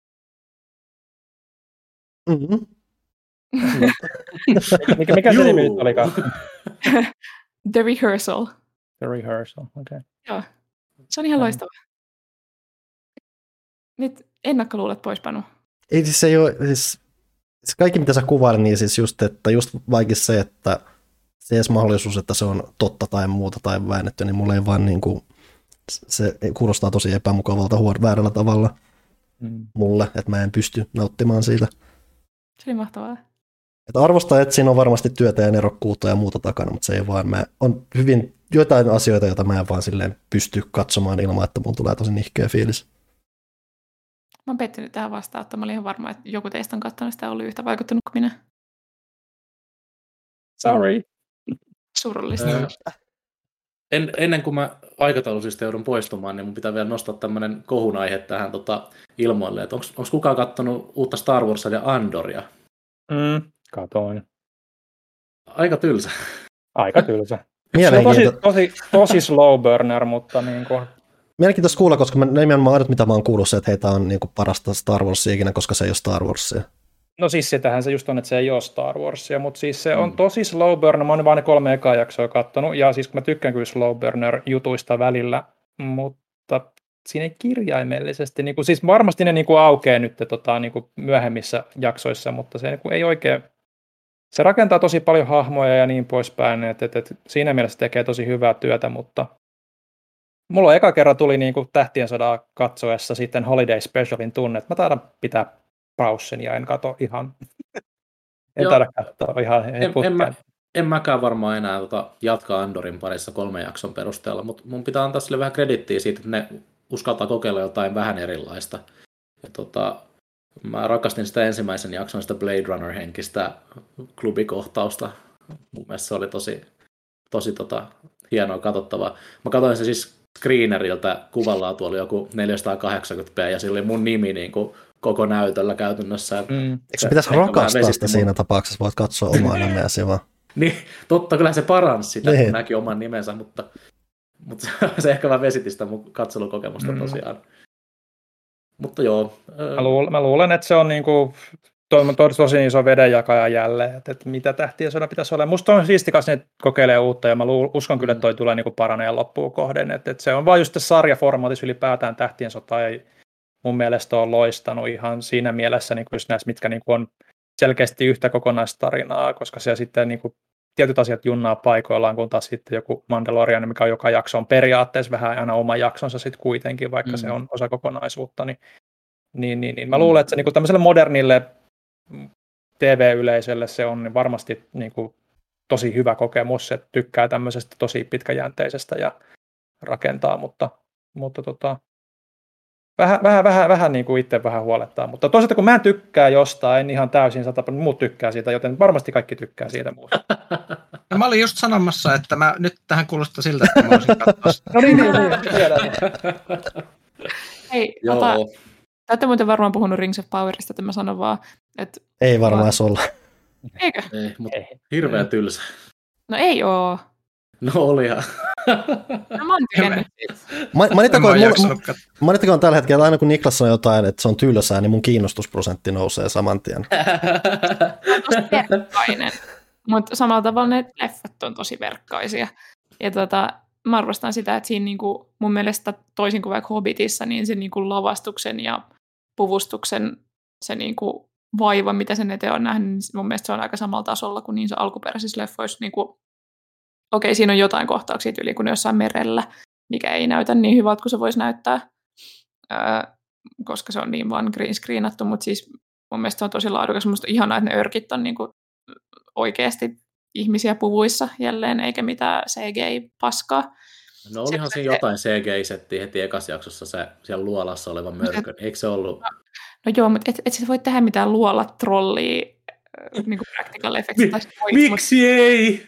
Mm-hmm. Mikä se nimi nyt olikaan? The Rehearsal. The Rehearsal, okei. Okay. Joo, se on ihan loistava. Nyt ennakkoluulet pois, Panu. Ei siis ei ole, siis kaikki mitä sä kuvailet, niin siis just vaikka se, että se edes mahdollisuus, että se on totta tai muuta tai väännetty, niin mulle ei vaan niin kuin, se kuulostaa tosi epämukavalta väärällä tavalla mulle, että mä en pysty nauttimaan siitä. Se oli mahtavaa. Että arvostaa, että siinä on varmasti työtä ja nerokkuutta ja muuta takana, mutta se ei vaan, on hyvin jotain asioita, joita mä en vaan silleen pysty katsomaan ilman, että mun tulee tosi nihkeä fiilis. Mä oon pettynyt tähän vastaan, että mä olin ihan varma, että joku teistä on katsonut sitä ja ollut yhtä vaikuttunut kuin minä. Sorry. Surullista. Ennen kuin mä aikataulullisesti joudun poistumaan, niin mun pitää vielä nostaa tämmönen kohun aihe tähän ilmoille, että onko kukaan kattonut uutta Star Warsia ja Andoria? Katoin. Aika tylsä. Aika tylsä. Tosi slow burner, mutta niin kuin... Mielenkiintoista kuulla, koska nimenomaan ainut, mitä mä oon kuullut, se, että heitä on niin kuin parasta Star Warsia ikinä, koska se ei ole Star Warsia. No siis sitähän se just on, että se ei ole Star Warsia, mutta siis se on tosi slow burner. Mä oon vain ne 3 ekaa jaksoa kattonut, ja siis mä tykkään kyllä slow burner jutuista välillä, mutta siinä ei kirjaimellisesti, niin kuin, siis varmasti ne niin kuin aukeaa nyt niin kuin myöhemmissä jaksoissa, mutta se niin kuin ei oikein, se rakentaa tosi paljon hahmoja ja niin poispäin, että siinä mielessä tekee tosi hyvää työtä, mutta mulla eka kerran tuli niin kuin Tähtien sodaa katsoessa sitten Holiday Specialin tunne, että mä taidan pitää paussen ja en katso ihan, en taida katsoa ihan en mäkään varmaan enää jatkaa Andorin parissa 3 jakson perusteella, mutta mun pitää antaa sille vähän kredittiä siitä, että ne uskaltaa kokeilla jotain vähän erilaista. Ja mä rakastin sitä ensimmäisen jakson, sitä Blade Runner-henkistä klubikohtausta. Mun mielestä se oli tosi hienoa katsottavaa. Mä katsoin se siis screeneriltä, kuvanlaatu oli joku 480p ja sillä oli mun nimi niin kuin koko näytöllä käytännössä. Eikö se pitäisi rakastaa sitä siinä tapauksessa, voit katsoa omaa nimeäsi vaan? Niin, totta, kyllä se paransi sitä, kun näki oman nimensä, mutta se ehkä vähän vesitti sitä mun katselukokemusta tosiaan. Mutta joo. Mä luulen, että se on niinku tosi iso vedenjakaja jälleen, että mitä Tähtien sodan pitäisi olla. Musta on siistikas, ne kokeilee uutta, ja mä uskon kyllä, että toi tulee niinku paraneen loppuun kohden. Että se on vaan just se sarjaformaatissa ylipäätään Tähtien sota ei mun mielestä on loistanut ihan siinä mielessä niin just näissä, mitkä niin on selkeästi yhtä kokonaistarinaa, koska se sitten niin tietyt asiat junnaa paikoillaan, kun taas sitten joku Mandalorian, mikä on joka jakso on periaatteessa vähän aina oma jaksonsa sitten kuitenkin, vaikka se on osa kokonaisuutta, niin mä luulen, että se niin tämmöiselle modernille TV-yleisölle se on varmasti niin tosi hyvä kokemus, että tykkää tämmöisestä tosi pitkäjänteisestä ja rakentaa, mutta vähän niin kuin itse vähän huolettaa, mutta toisaalta kun mä en tykkää jostain, en ihan täysin 100%, muut tykkää siitä, joten varmasti kaikki tykkää siitä muusta. No, mä olin just sanomassa, että nyt tähän kuulostaa siltä, että mä voisin katsoa sitä. No niin, tiedän. Hei, täytte muuten varmaan puhunut Rings of Powerista, että mä sanon vaan, että... Ei varmaan olla. Eikö? Ei, mutta hirveän tylsä. No ei oo. No olihan. No mä oon tykännyt siitä. Mainittakoon tällä hetkellä, aina kun Niklas sanoo jotain, että se on tylsää, niin mun kiinnostusprosentti nousee saman tien. On tosi verkkainen, mutta samalla tavalla ne leffat on tosi verkkaisia. Ja mä arvostan sitä, että siinä niinku, mun mielestä toisin kuin vaikka Hobbitissa, niin se niinku lavastuksen ja puvustuksen se niinku vaiva, mitä sen eteen on nähnyt, niin mun mielestä se on aika samalla tasolla kuin niissä alkuperäisissä leffoissa. Niinku, okei, siinä on jotain kohtauksia yli kuin jossain merellä, mikä ei näytä niin hyvältä kuin se voisi näyttää, koska se on niin vaan green screenattu, mutta siis mun mielestä se on tosi laadukas. Musta on ihanaa, että ne örkit on niinku oikeasti ihmisiä puvuissa jälleen, eikä mitään CGI-paskaa. No olihan siinä jotain CGI-settiä heti ekassa jaksossa se siellä luolassa oleva mörkö, eikö se ollut? No joo, mutta et sä voi tehdä mitään luolat-trollia niin kuin practical effects. Miksi ei?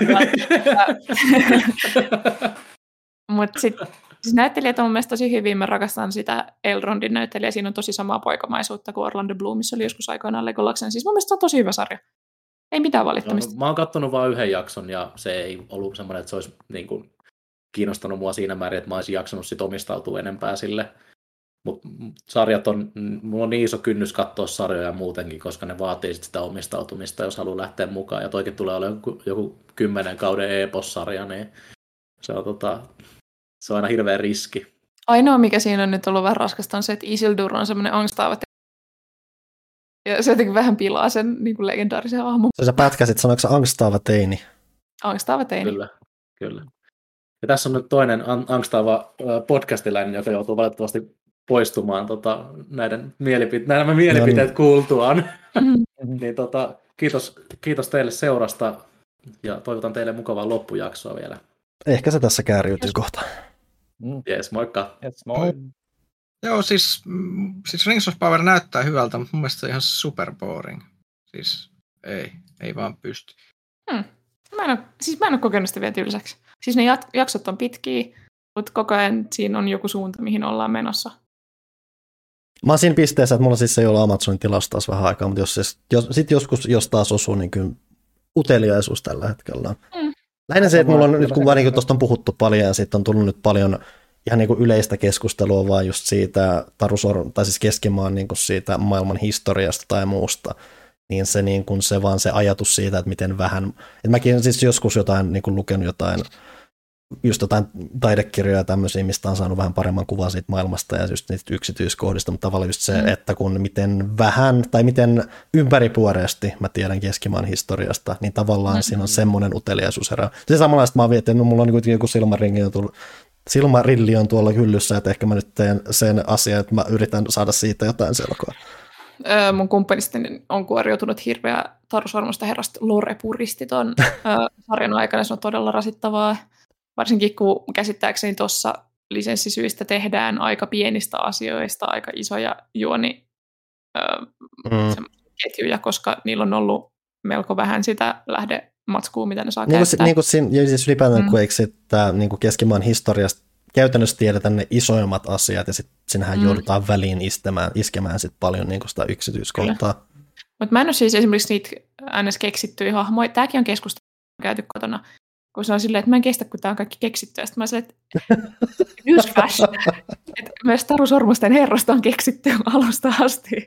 Mutta sitten siis näyttelijät on mun mielestä tosi hyvin. Mä rakastan sitä Elrondin näyttelijää. Siinä on tosi samaa poikamaisuutta kuin Orlando Bloomissa oli joskus aikoinaan Legolas'en. Siis mun mielestä se on tosi hyvä sarja. Ei mitään valittamista. No, mä oon katsonut vain yhden jakson ja se ei ollut semmoinen, että se olisi niin kuin kiinnostanut mua siinä määrin, että mä olisin jaksanut sit omistautua enempää sille. Mutta sarjat on, mulla on niin iso kynnys katsoa sarjoja muutenkin, koska ne vaatii sit sitä omistautumista, jos haluaa lähteä mukaan. Ja toikin tulee olemaan joku 10 kauden e-post-sarja, niin se on aina hirveä riski. Ainoa, mikä siinä on nyt ollut vähän raskasta, on se, että Isildur on semmoinen angstaava ja se jotenkin vähän pilaa sen niin kuin legendaarisen hahmon. Sä pätkäsit, sanoiko se angstaava teini? Angstaava teini. Kyllä. Ja tässä on nyt toinen angstaava podcastiläinen, joka joutuu valitettavasti poistumaan näiden mielipiteet kuultuaan. Niin, kiitos teille seurasta ja toivotan teille mukavaa loppujaksoa vielä. Ehkä se tässä kääriytyy kohta. Jees, moikka. Yes, moi. Joo, siis Rings of Power näyttää hyvältä, mutta mun mielestä se on ihan super boring. Siis ei vaan pysty. Mä en ole kokenut sitä vielä tylsäksi. Siis ne jaksot on pitkiä, mutta koko ajan siinä on joku suunta, mihin ollaan menossa. Mä oon siinä pisteessä, että mulla siis ei ole Amazonin tilausta taas vähän aikaa, mutta sit joskus, jos taas osuu, niin kyllä uteliaisuus tällä hetkellä. Lähinnä se, että mulla on nyt, kun varsinkin tuosta on puhuttu paljon, ja sitten on tullut nyt paljon ihan niin kuin yleistä keskustelua vaan just siitä tai siis Keskimaan niin kuin siitä maailman historiasta tai muusta, niin se, niin kuin se vaan se ajatus siitä, että miten vähän, että mäkin siis joskus jotain niin kuin lukenut jotain taidekirjoja ja tämmöisiä, mistä on saanut vähän paremman kuvan siitä maailmasta ja just niistä yksityiskohdista, mutta tavallaan just se, että kun miten vähän tai miten ympäripuoreesti mä tiedän Keskimaan historiasta, niin tavallaan siinä on semmoinen uteliaisuus herää. Se samanlaista mä oon vietin, no mulla on kuitenkin joku Silmarilli on tuolla hyllyssä, että ehkä mä nyt teen sen asian, että mä yritän saada siitä jotain selkoa. Mun kumppanista on kuoriutunut hirveä Taru Sormusten herrasta lore-puristi ton sarjan aikana. Se on todella rasittavaa. Varsinkin kun käsittääkseni tuossa lisenssisyistä tehdään aika pienistä asioista aika isoja ketjuja, koska niillä on ollut melko vähän sitä lähdematskua, mitä ne saa käyttää. Niin kuin siis ylipäätään, kun eikö sitten niin Keskimaan historiasta käytännössä tiedetään ne isoimmat asiat, ja sitten sinähän joudutaan väliin iskemään sit paljon niin sitä yksityiskohtaa. Mutta mä en ole siis esimerkiksi niitä ns. Keksittyjä hahmoja. Tämäkin on keskustelu käyty kotona, kun se on silleen, että mä en kestä, kun tää on kaikki keksitty. Ja sitten mä silleen, että newsflash, että myös Taru Sormusten herrasta on keksitty alusta asti.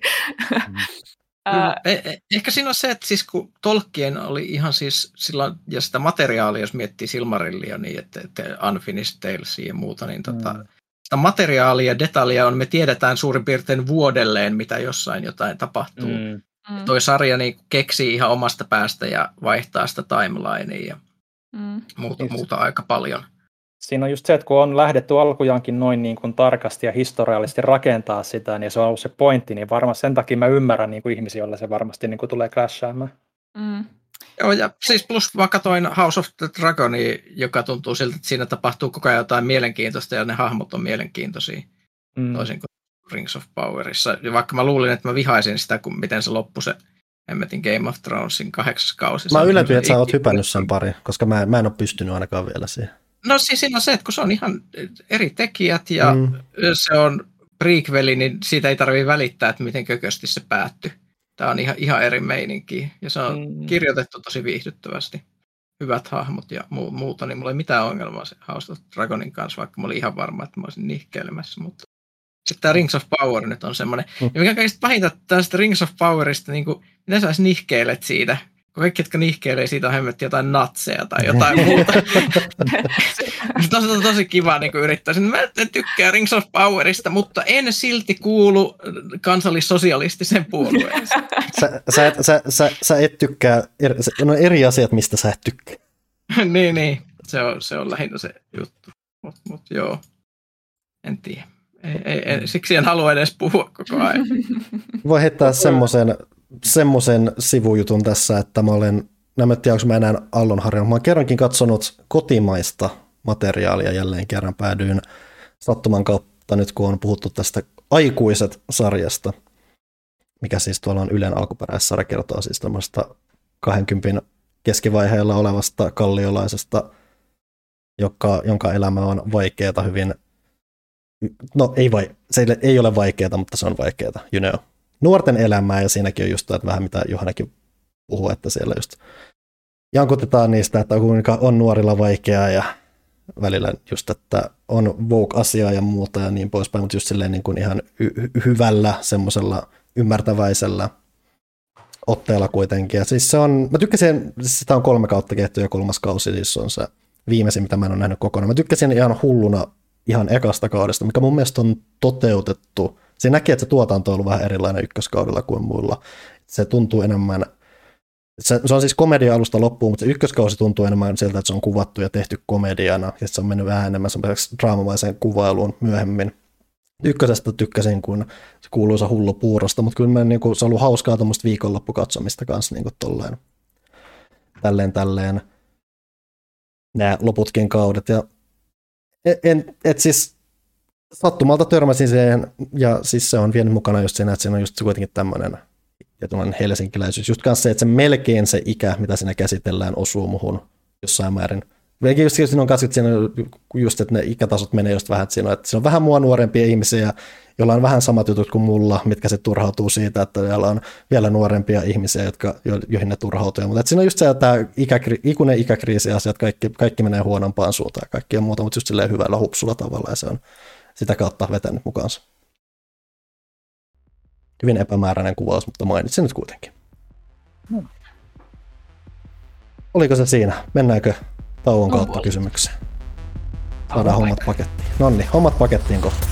Ehkä siinä on se, että siis kun Tolkien oli ihan siis silloin, ja sitä materiaalia, jos miettii Silmarillia, niin että Unfinished Talesia ja muuta, niin sitä materiaalia ja detaljia on, me tiedetään suurin piirtein vuodelleen, mitä jossain jotain tapahtuu. Toi sarja niin keksii ihan omasta päästä ja vaihtaa sitä timelinea ja muuta aika paljon. Siinä on just se, että kun on lähdetty alkujaankin noin niin kuin tarkasti ja historiallisesti rakentaa sitä, niin se on ollut se pointti, niin varmaan sen takia mä ymmärrän niin kuin ihmisiä, joilla se varmasti niin kuin tulee clashaamaan. Joo, ja siis plus mä katsoin House of the Dragonia, joka tuntuu siltä, että siinä tapahtuu koko ajan jotain mielenkiintoista ja ne hahmot on mielenkiintoisia, toisin kuin Rings of Powerissa. Ja vaikka mä luulin, että mä vihaisin sitä, miten se loppui se hemmetin Game of Thronesin 8. kausi. Mä yllätyin, että sä oot hypännyt sen pari, koska mä en ole pystynyt ainakaan vielä siihen. No siis siinä on se, että kun se on ihan eri tekijät ja se on prequeli, niin siitä ei tarvitse välittää, että miten kökösti se päättyi. Tämä on ihan eri meininki ja se on kirjoitettu tosi viihdyttävästi. Hyvät hahmot ja muuta, niin mulla ei mitään ongelmaa se House of Dragonin kanssa, vaikka mä olin ihan varma, että mä olisin nihkeilemässä. Mutta sitten tämä Rings of Power nyt on semmoinen. Ja mikä kaikista pahinta tästä Rings of Powerista, niin kuin, miten sä nihkeilet siitä? Kun kaikki, jotka nihkeilee siitä, on hemmetti jotain natseja tai jotain muuta. Se on tosi kiva niin yrittää. Mä en tykkää Rings of Powerista, mutta en silti kuulu kansallissosialistiseen puolueen. Sä et tykkää, on eri asiat, mistä sä et tykkää. niin. Se on lähinnä se juttu. Mut joo, en tiedä. Siksi en halua edes puhua koko ajan. Voi heittää semmoisen sivujutun tässä, että mä en tiedä, onko mä enää Aallonharjalla. Mä oon kerrankin katsonut kotimaista materiaalia jälleen kerran. Päädyin sattuman kautta nyt, kun on puhuttu tästä Aikuiset-sarjasta, mikä siis tuolla on Ylen alkuperäissarja, kertoo siis tämmöistä 20 keskivaiheella olevasta kalliolaisesta, jonka elämä on vaikeata hyvin. No se ei ole vaikeata, mutta se on vaikeata, you know. Nuorten elämää, ja siinäkin on just että vähän mitä Johannakin puhuu, että siellä just jankutetaan niistä, että kuinka on nuorilla vaikeaa ja välillä just, että on woke-asiaa ja muuta ja niin poispäin, mutta just silleen niin kuin ihan hyvällä, semmoisella ymmärtäväisellä otteella kuitenkin. Ja siis mä tykkäsin, sitä on 3 kautta tehty ja 3. kausi, siis on se viimeisin, mitä mä en ole nähnyt kokonaan. Mä tykkäsin ihan hulluna ihan ekasta kaudesta, mikä mun mielestä on toteutettu. Se näkee, että se tuotanto on ollut vähän erilainen ykköskaudella kuin muilla. Se tuntuu enemmän, se on siis komedia alusta loppuun, mutta se ykköskausi tuntuu enemmän siltä, että se on kuvattu ja tehty komediana, ja se on mennyt vähän enemmän semmoiseksi draamamaiseen kuvailuun myöhemmin. Ykkösestä tykkäsin, kun se kuuluisa hullu puurosta, mutta kyllä niin kuin, se on ollut hauskaa tuommoista viikonloppukatsomista kanssa niin kuin tälleen nämä loputkin kaudet. Ja siis Sattumalta törmäsin siihen, ja siis se on vienyt mukana just siinä, että siinä on just kuitenkin tämmöinen tietynlainen helsinkiläisyys. Just kanssa se, että se melkein se ikä, mitä siinä käsitellään, osuu muhun jossain määrin. Eikä just siinä on kanssa, että siinä on just, että ne ikätasot menee just vähän, että siinä on vähän mua nuorempia ihmisiä, joilla on vähän samat jutut kuin mulla, mitkä se turhautuu siitä, että siellä on vielä nuorempia ihmisiä, joihin ne turhautuu. Mutta siinä on just se, että ikuinen ikäkriisi-asiat, kaikki menee huonompaan suuntaan ja kaikki on muuta, mutta just silleen hyvällä hupsulla tavalla, ja se on sitä kautta vetänyt mukaansa. Hyvin epämääräinen kuvaus, mutta mainitsin nyt kuitenkin. Oliko se siinä? Mennäänkö tauon kautta kysymykseen? Saadaan hommat pakettiin. Nonni, hommat pakettiin kohta.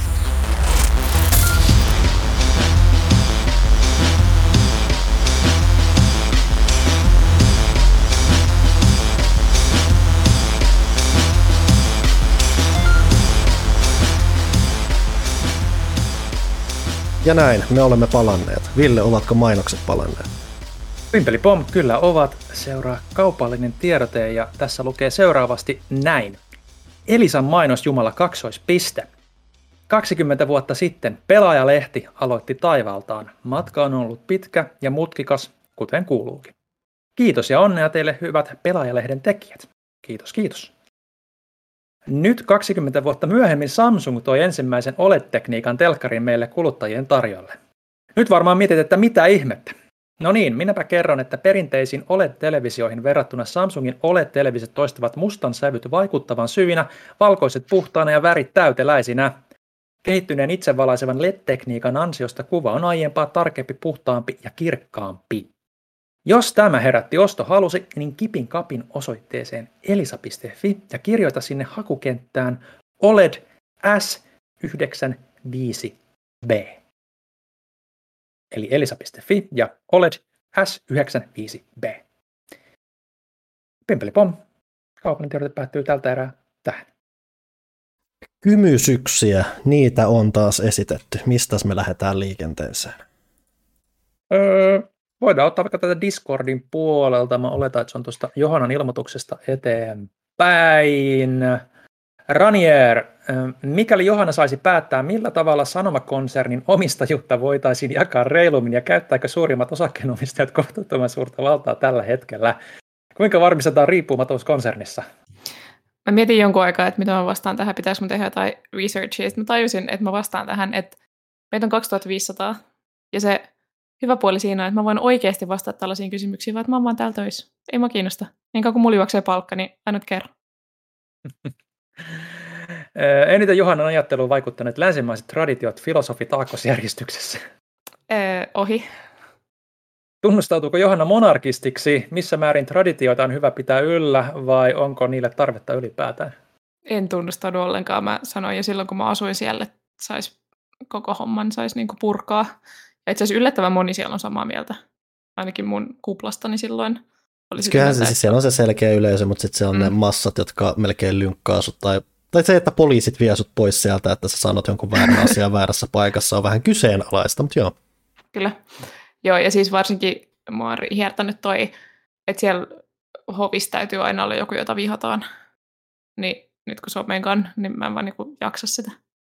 Ja näin, me olemme palanneet. Ville, ovatko mainokset palanneet? Pimpelipom, kyllä ovat. Seuraa kaupallinen tiedote ja tässä lukee seuraavasti näin. Elisan mainosjumala kaksoispiste. 20 vuotta sitten Pelaajalehti aloitti taivaaltaan. Matka on ollut pitkä ja mutkikas, kuten kuuluukin. Kiitos ja onnea teille hyvät Pelaajalehden tekijät. Kiitos, kiitos. Nyt 20 vuotta myöhemmin Samsung toi ensimmäisen OLED-tekniikan telkkarin meille kuluttajien tarjolle. Nyt varmaan mietit, että mitä ihmettä. No niin, minäpä kerron, että perinteisiin OLED-televisioihin verrattuna Samsungin OLED-televisiot toistavat mustan sävyt vaikuttavan syvinä, valkoiset puhtaana ja värit täyteläisinä. Kehittyneen itsevalaisevan LED-tekniikan ansiosta kuva on aiempaa tarkempi, puhtaampi ja kirkkaampi. Jos tämä herätti ostohalusi, niin kipin kapin osoitteeseen elisa.fi ja kirjoita sinne hakukenttään OLED S95B. Eli elisa.fi ja OLED S95B. Pimpelipom. Kaupallinen tiedote päättyy tältä erää tähän. Kymysyksiä, niitä on taas esitetty. Mistäs me lähdetään liikenteeseen? Voidaan ottaa vaikka tätä Discordin puolelta. Mä oletan, että se on tuosta Johannan ilmoituksesta eteenpäin. Ranier, mikäli Johanna saisi päättää, millä tavalla Sanoma-konsernin omistajuutta voitaisiin jakaa reilummin ja käyttääkö suurimmat osakkeenomistajat kohtuuttoman suurta valtaa tällä hetkellä? Kuinka varmistetaan riippumattomuus konsernissa? Mä mietin jonkun aikaa, että mitä mä vastaan tähän, pitäisikö mä tehdä jotain researchia. Sitten mä tajusin, että mä vastaan tähän, että meitä on 2500 ja se hyvä puoli siinä on, että mä voin oikeasti vastata tällaisiin kysymyksiin, vaan että mä oon vaan täällä töissä. Ei mä kiinnosta. Niin kauan kun mulla juoksee palkka, niin ainut kerran. Eniten Johannan ajatteluun vaikuttaneet länsimaiset traditiot filosofit aakkosjärjestyksessä? Ohi. Tunnustautuuko Johanna monarkistiksi? Missä määrin traditioita on hyvä pitää yllä vai onko niille tarvetta ylipäätään? En tunnustaudu ollenkaan. Mä sanoin jo silloin, kun mä asuin siellä, että koko homman saisi niinku purkaa. Ja itse asiassa yllättävän moni siellä on samaa mieltä. Ainakin mun kuplastani silloin. Kyllähän se, siis siellä on se selkeä yleisö, mutta sitten siellä on ne massat, jotka melkein lynkkaa sut. Tai se, että poliisit vie sut pois sieltä, että sä sanot jonkun väärän asian väärässä paikassa, on vähän kyseenalaista, mutta joo. Kyllä. Joo, ja siis varsinkin mua on hiertänyt toi, että siellä hovissa täytyy aina olla joku, jota vihataan. Niin nyt kun se on meidän, niin mä en vaan niinku jaksa sitä.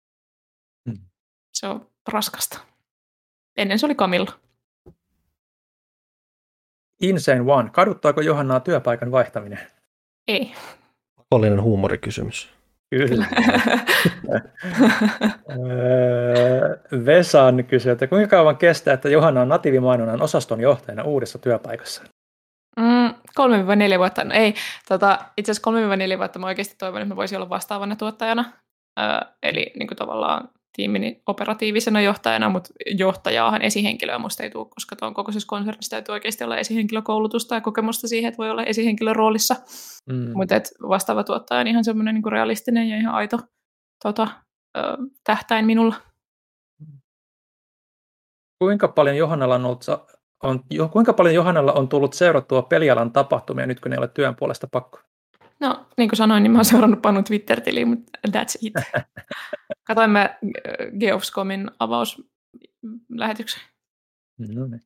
Se on raskasta. Ennen se oli Camilla. Insane One. Kaduttaako Johannaa työpaikan vaihtaminen? Ei. Pakollinen huumorikysymys. Kyllä. Vesan kysyy, että kuinka kauan kestää, että Johanna on natiivimainonnan osaston johtajana uudessa työpaikassa? 3-4 vuotta. No ei. Itse asiassa 3-4 vuotta mä oikeasti toivon, että mä voisin olla vastaavana tuottajana. Eli niin kuin tavallaan tiimini operatiivisena johtajana, mutta johtajaahan esihenkilöä musta ei tule, koska tuon kokoisessa konsernissa täytyy oikeasti olla esihenkilökoulutusta ja kokemusta siihen, että voi olla esihenkilön roolissa. Mutta vastaava tuottaja on ihan semmoinen niin kuin realistinen ja ihan aito tähtäin minulla. Kuinka paljon Johannalla on tullut seurattua pelialan tapahtumia nyt, kun ei ole työn puolesta pakko? No, niin kuin sanoin, niin mä oon seurannut Pannun Twitter-tiliin, mutta that's it. Katoimme Geofscomin avauslähetyksen. No niin.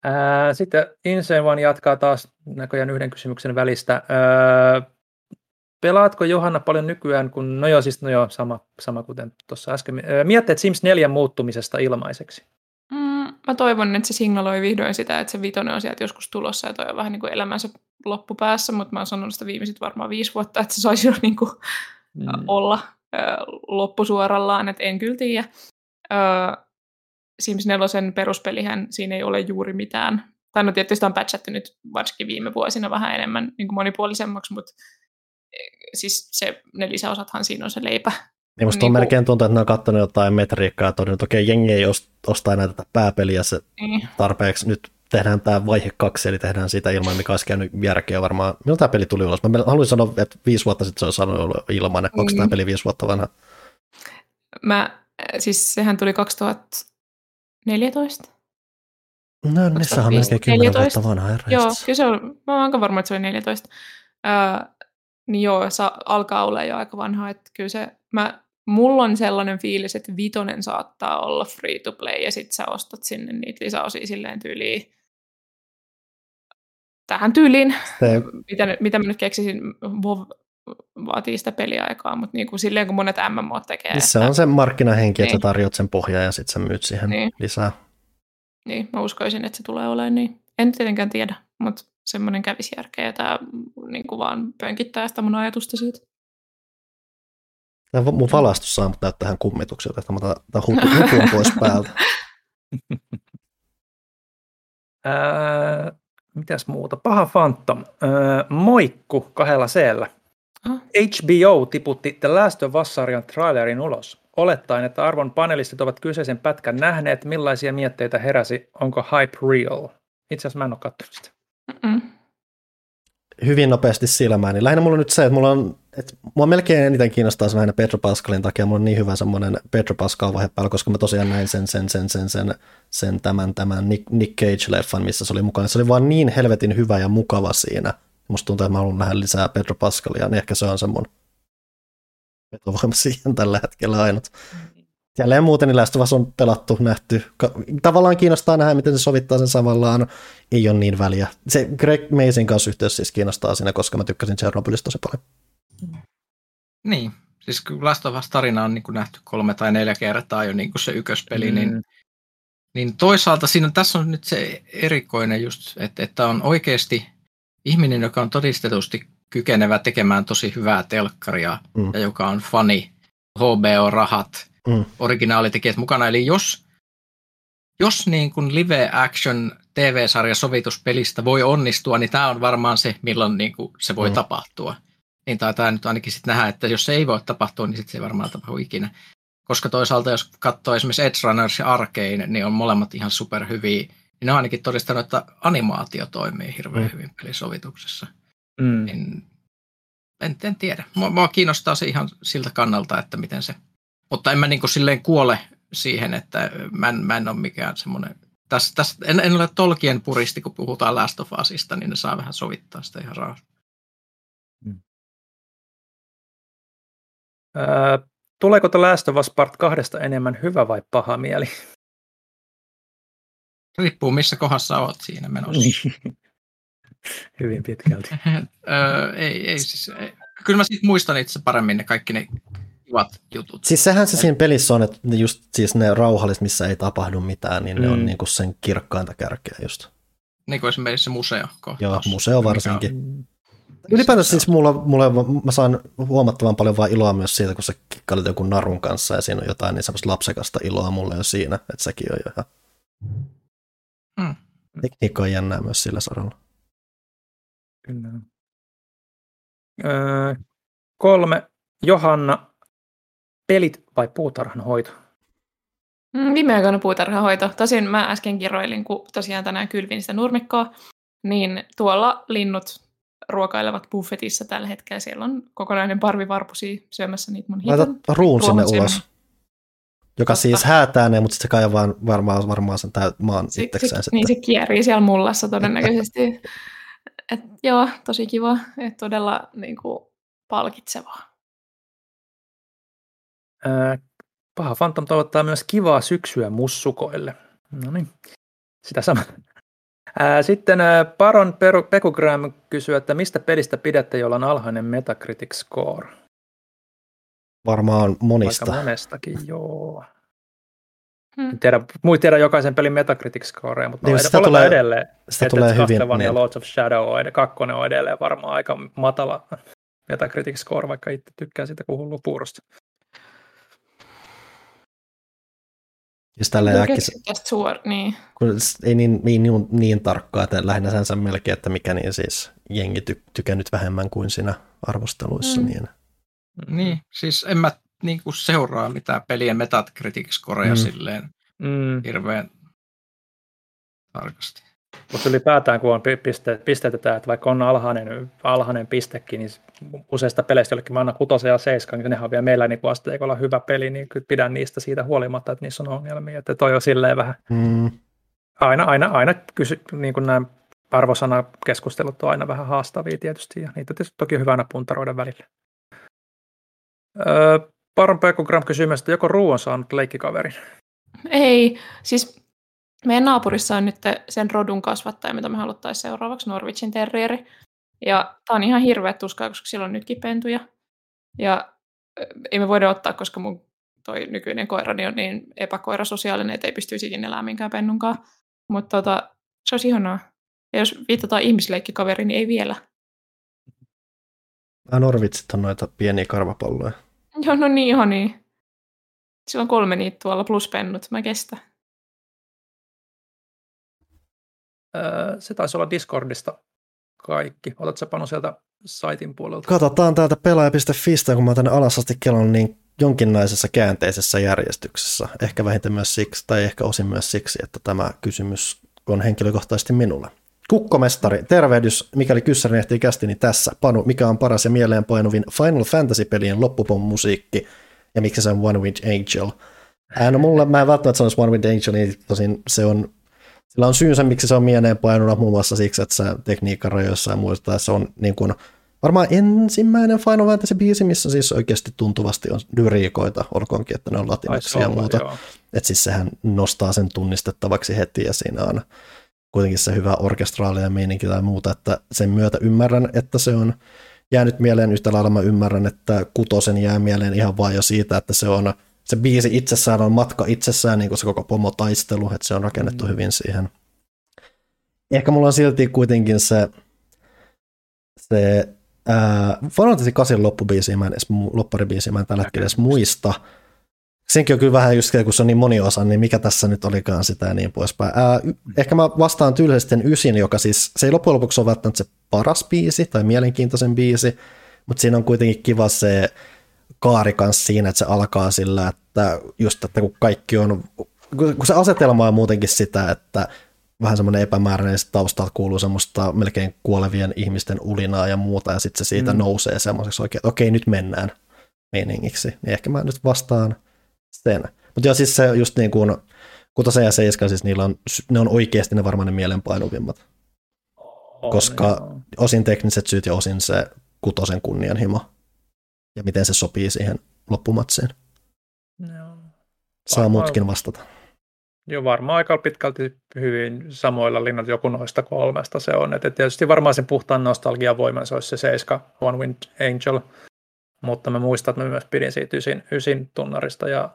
Sitten Insane One jatkaa taas näköjään yhden kysymyksen välistä. Pelaatko Johanna paljon nykyään, kun no joo, sama kuten tuossa äsken. Mietteet Sims 4 muuttumisesta ilmaiseksi? Mä toivon, että se signaloi vihdoin sitä, että se 5 on sieltä joskus tulossa ja toi on vähän niin kuin elämänsä loppupäässä, mutta mä oon sanonut sitä viimeiset varmaan 5 vuotta, että se saisi jo niin kuin olla loppusuorallaan, että en kyllä tiedä. Sims 4 peruspelihän siinä ei ole juuri mitään. Tai no tietysti sitä on patchattu nyt varsinkin viime vuosina vähän enemmän niin kuin monipuolisemmaksi, mutta siis ne lisäosathan siinä on se leipä. Ja musta on melkein tuntuu, että ne on katsonut jotain metriikkaa ja todennut, että okei, jengi ei osta enää tätä pääpeliä se tarpeeksi. Nyt tehdään tämä vaihe 2, eli tehdään siitä ilman, mikä olisi käynyt järkeä varmaan. Milloin tämä peli tuli ulos? Mä haluaisin sanoa, että 5 vuotta sitten se olisi ollut ilmainen. Onko tämä peli 5 vuotta vanha? Siis sehän tuli 2014. No, niissä on melkein 10 vuotta vanha. Joo, kyllä se on. Mä oon aika varma, että se oli 14. Niin joo, se alkaa olla jo aika vanha. Että kyllä se, mulla on sellainen fiilis, että 5 saattaa olla free to play ja sit sä ostat sinne niitä lisäosia silleen tyyliin. Tähän tyyliin, mitä mä nyt keksisin, vaatii sitä peliaikaa, mutta niin kuin silleen kun monet MMO tekee. Se on se markkinahenki, että sä tarjot sen pohjaa ja sit sä myyt siihen lisää. Niin, mä uskoisin, että se tulee olemaan niin. En tietenkään tiedä, mutta semmoinen kävisi järkeä ja tämä niin kuin vaan pönkittää sitä mun ajatusta siitä. Mun valastus saa mut näyttää tähän kummitukselta, että mä otan hupun pois päältä. Mitäs muuta? Paha Phantom. Moikku 2 C:llä. HBO tiputti The Last of Us-sarjan trailerin ulos. Olettaen, että arvon panelistit ovat kyseisen pätkän nähneet, millaisia mietteitä heräsi, onko hype real? Itse asiassa mä en ole katsonut sitä. Hyvin nopeasti silmään. Niin lähinnä mulla on nyt se, että mua melkein eniten kiinnostaa se lähinnä Pedro Pascalin takia. Mulla on niin hyvä semmoinen Pedro Pascal-vaihe päällä, koska mä tosiaan näin sen tämän Nick Cage-leffan, missä se oli mukana. Se oli vaan niin helvetin hyvä ja mukava siinä. Musta tuntuu, että mä haluan nähdä lisää Pedro Pascalia, niin ehkä se on se mun vetovoima siihen tällä hetkellä ainut. Jälleen muuten niin Last of Us on pelattu, nähty. Tavallaan kiinnostaa nähdä, miten se sovittaa sen samallaan. Ei ole niin väliä. Se Greg Mazin kanssa yhteys siis kiinnostaa siinä, koska mä tykkäsin Chernobylista tosi paljon. Niin, siis kun Last of Us-tarina on niin kuin nähty 3 tai 4 kertaa jo niin kuin se ykköspeli, niin toisaalta tässä on nyt se erikoinen just, että on oikeasti ihminen, joka on todistetusti kykenevä tekemään tosi hyvää telkkaria ja joka on fani, HBO-rahat, originaalitekijät mukana. Eli jos niin kuin live action TV-sarja sovituspelistä voi onnistua, niin tämä on varmaan se, milloin niin kuin se voi tapahtua. Niin taitaa nyt ainakin sitten nähdä, että jos se ei voi tapahtua, niin sitten se ei varmaan tapahdu ikinä. Koska toisaalta, jos katsoo esimerkiksi Edge Runners ja Arcane, niin on molemmat ihan superhyviä. Niin ne on ainakin todistanut, että animaatio toimii hirveän hyvin pelisovituksessa. Niin, en tiedä. Mua kiinnostaa se ihan siltä kannalta, että miten se... Mutta en mä niin kuin silleen kuole siihen, että mä en ole mikään semmoinen... En ole Tolkien puristi, kun puhutaan Last of Usista, niin ne saa vähän sovittaa sitä ihan rauhassa. Tuleeko The Last of Us Part 2 enemmän hyvä vai paha mieli? Riippuu missä kohdassa olet siinä menossa. Hyvin pitkälti. Kyllä mä sitten muistan itse paremmin ne kaikki ne kivat jutut. Siis sehän se siinä pelissä on, että just siis ne rauhalliset, missä ei tapahdu mitään, niin ne on niinku sen kirkkainta kärkeä just. Niin kuin esimerkiksi se museo-kohtaus. Joo, museo varsinkin. Ylipäätänsä siis mä saan huomattavan paljon vaan iloa myös siitä, kun sä kikkailet jonkun narun kanssa ja siinä on jotain niin semmoista lapsekasta iloa mulle jo siinä, että sekin on jo ihan... Tekniikka on jännää myös sillä saralla. Kyllä. 3. Johanna, pelit vai puutarhanhoito? Viime aikoina puutarhanhoito. Tosin mä äsken kiroilin, kun tosiaan tänään kylvin sitä nurmikkoa, niin tuolla linnut ruokailevat buffetissa tällä hetkellä. Siellä on kokonainen parvi varpusia syömässä niitä mun hiton. Laitat ruun sinne ulos, joka siis häätää ne, mutta sitten se kaivaa varmaan sen maan itsekseen. Niin se kierii siellä mullassa todennäköisesti. Joo, tosi kiva. Todella niin kuin, palkitsevaa. Paha Phantom toivottaa myös kivaa syksyä mussukoille. No niin, sitä sama. Sitten Baron Pekugram kysyy, että mistä pelistä pidätte, jolla on alhainen Metacritic score? Varmaan monista. Aika monestakin, joo. Tiedä jokaisen pelin Metacritic scorea, mutta niin, sitä tulee edelleen. Sitä tulee hyvin. Castlevania Lords of Shadow 2 on edelleen varmaan aika matala Metacritic score, vaikka itse tykkää sitä kuin hullu puurosta. Niin. Kun ei niin tarkkaa, että lähinnä sen melkein, että mikä niin siis jengi tykännyt vähemmän kuin siinä arvosteluissa. Niin, siis en mä niinku seuraa mitään pelien Metacritic-scoreja silleen hirveän tarkasti. Mutta ylipäätään, kun on pistetetään, että vaikka on alhainen pistekin, niin useista peleistä jollekin mä annan 6 ja 7, niin nehän on vielä meillä niin asteikolla hyvä peli, niin kyllä pidän niistä siitä huolimatta, että niissä on ongelmia. Että toi on silleen vähän, aina niin kuin nämä arvosanakeskustelut on aina vähän haastavia tietysti, ja niitä tietysti toki on hyvä aina puntaroida välillä. Baron Pekugram kysyy myös, että joko Ruu on saanut leikkikaverin? Ei, siis meidän naapurissa on nyt sen rodun kasvattaja, mitä me haluttaisiin seuraavaksi, Norwichin terrieri. Ja tää on ihan hirveä tuskaa, koska sillä on nytkin pentuja. Ja ei me voida ottaa, koska mun toi nykyinen koirani on niin epäkoirasosiaalinen, että ei pystyisi ikinä elämään minkään pennunkaan. Mutta se olisi ihanaa. Ja jos viitataan ihmisleikkikaveri, niin ei vielä. Norwitsit on noita pieniä karvapalloja. Joo, no niin ihania. Sillä on 3 niitä tuolla plus pennut, mä kestän. Se taisi olla Discordista kaikki. Otatko sä Panu sieltä saitin puolelta? Katsotaan täältä pelaaja.fistä, kun mä oon tänne alas asti kelannut niin jonkinlaisessa käänteisessä järjestyksessä. Ehkä vähintään myös siksi, tai ehkä osin myös siksi, että tämä kysymys on henkilökohtaisesti minulle. Kukkomestari, tervehdys, mikäli kyssärin ehtii kästi, niin tässä. Panu, mikä on paras ja mieleenpainuvin Final Fantasy-pelien loppupommusiikki, ja miksi se on One Winged Angel? No mä en välttämättä sanoisi One Winged Angel, niin tosin sillä on syynsä, miksi se on mieleenpainuna, muun muassa siksi, että se tekniikan rajoissa ja muista, se on niin kuin varmaan ensimmäinen Final Fantasy-biisi, missä siis oikeasti tuntuvasti on lyriikoita, olkoonkin, että ne on latinaksi ja muuta. Että siis sehän nostaa sen tunnistettavaksi heti, ja siinä on kuitenkin se hyvä orkestraalinen meininki tai muuta, että sen myötä ymmärrän, että se on jäänyt mieleen yhtä lailla. Mä ymmärrän, että Kutosen jää mieleen ihan vaan jo siitä, että se biisi itsessään on matka itsessään, niin kuin se koko pomotaistelu, että se on rakennettu hyvin siihen. Ehkä mulla on silti kuitenkin se Final Fantasy 8 loppubiisiä, lopparibiisiä mä en tällä hetkellä edes muista. Senkin on kyllä vähän just, kun se on niin moniosa, niin mikä tässä nyt olikaan sitä ja niin poispäin. Ehkä mä vastaan tyylisesti 9, joka siis, se ei loppujen lopuksi ole välttämättä se paras biisi tai mielenkiintoisen biisi, mutta siinä on kuitenkin kiva se kaari kanssa siinä, että se alkaa sillä, että just, että kun kaikki on, kun se asetelma on muutenkin sitä, että vähän semmoinen epämääräinen, taustalta kuuluu semmoista melkein kuolevien ihmisten ulinaa ja muuta, ja sitten se siitä nousee semmoiseksi oikein, että okei, nyt mennään meiningiksi. Niin ehkä mä nyt vastaan sen. Mutta joo, siis se just niin kuin Kutosen ja 7, siis ne on oikeasti ne varmaan ne mielenpainuvimmat. Koska osin tekniset syyt ja osin se Kutosen kunnianhimo. Ja miten se sopii siihen loppumatsiin. Saa muutkin vastata. Joo, varmaan aika pitkälti hyvin samoilla linnat joku noista 3 se on. Et tietysti varmaan sen puhtaan nostalgian voiman se olisi se 7 One Winged Angel. Mutta mä muistan, että mä myös pidin siitä 9 tunnarista ja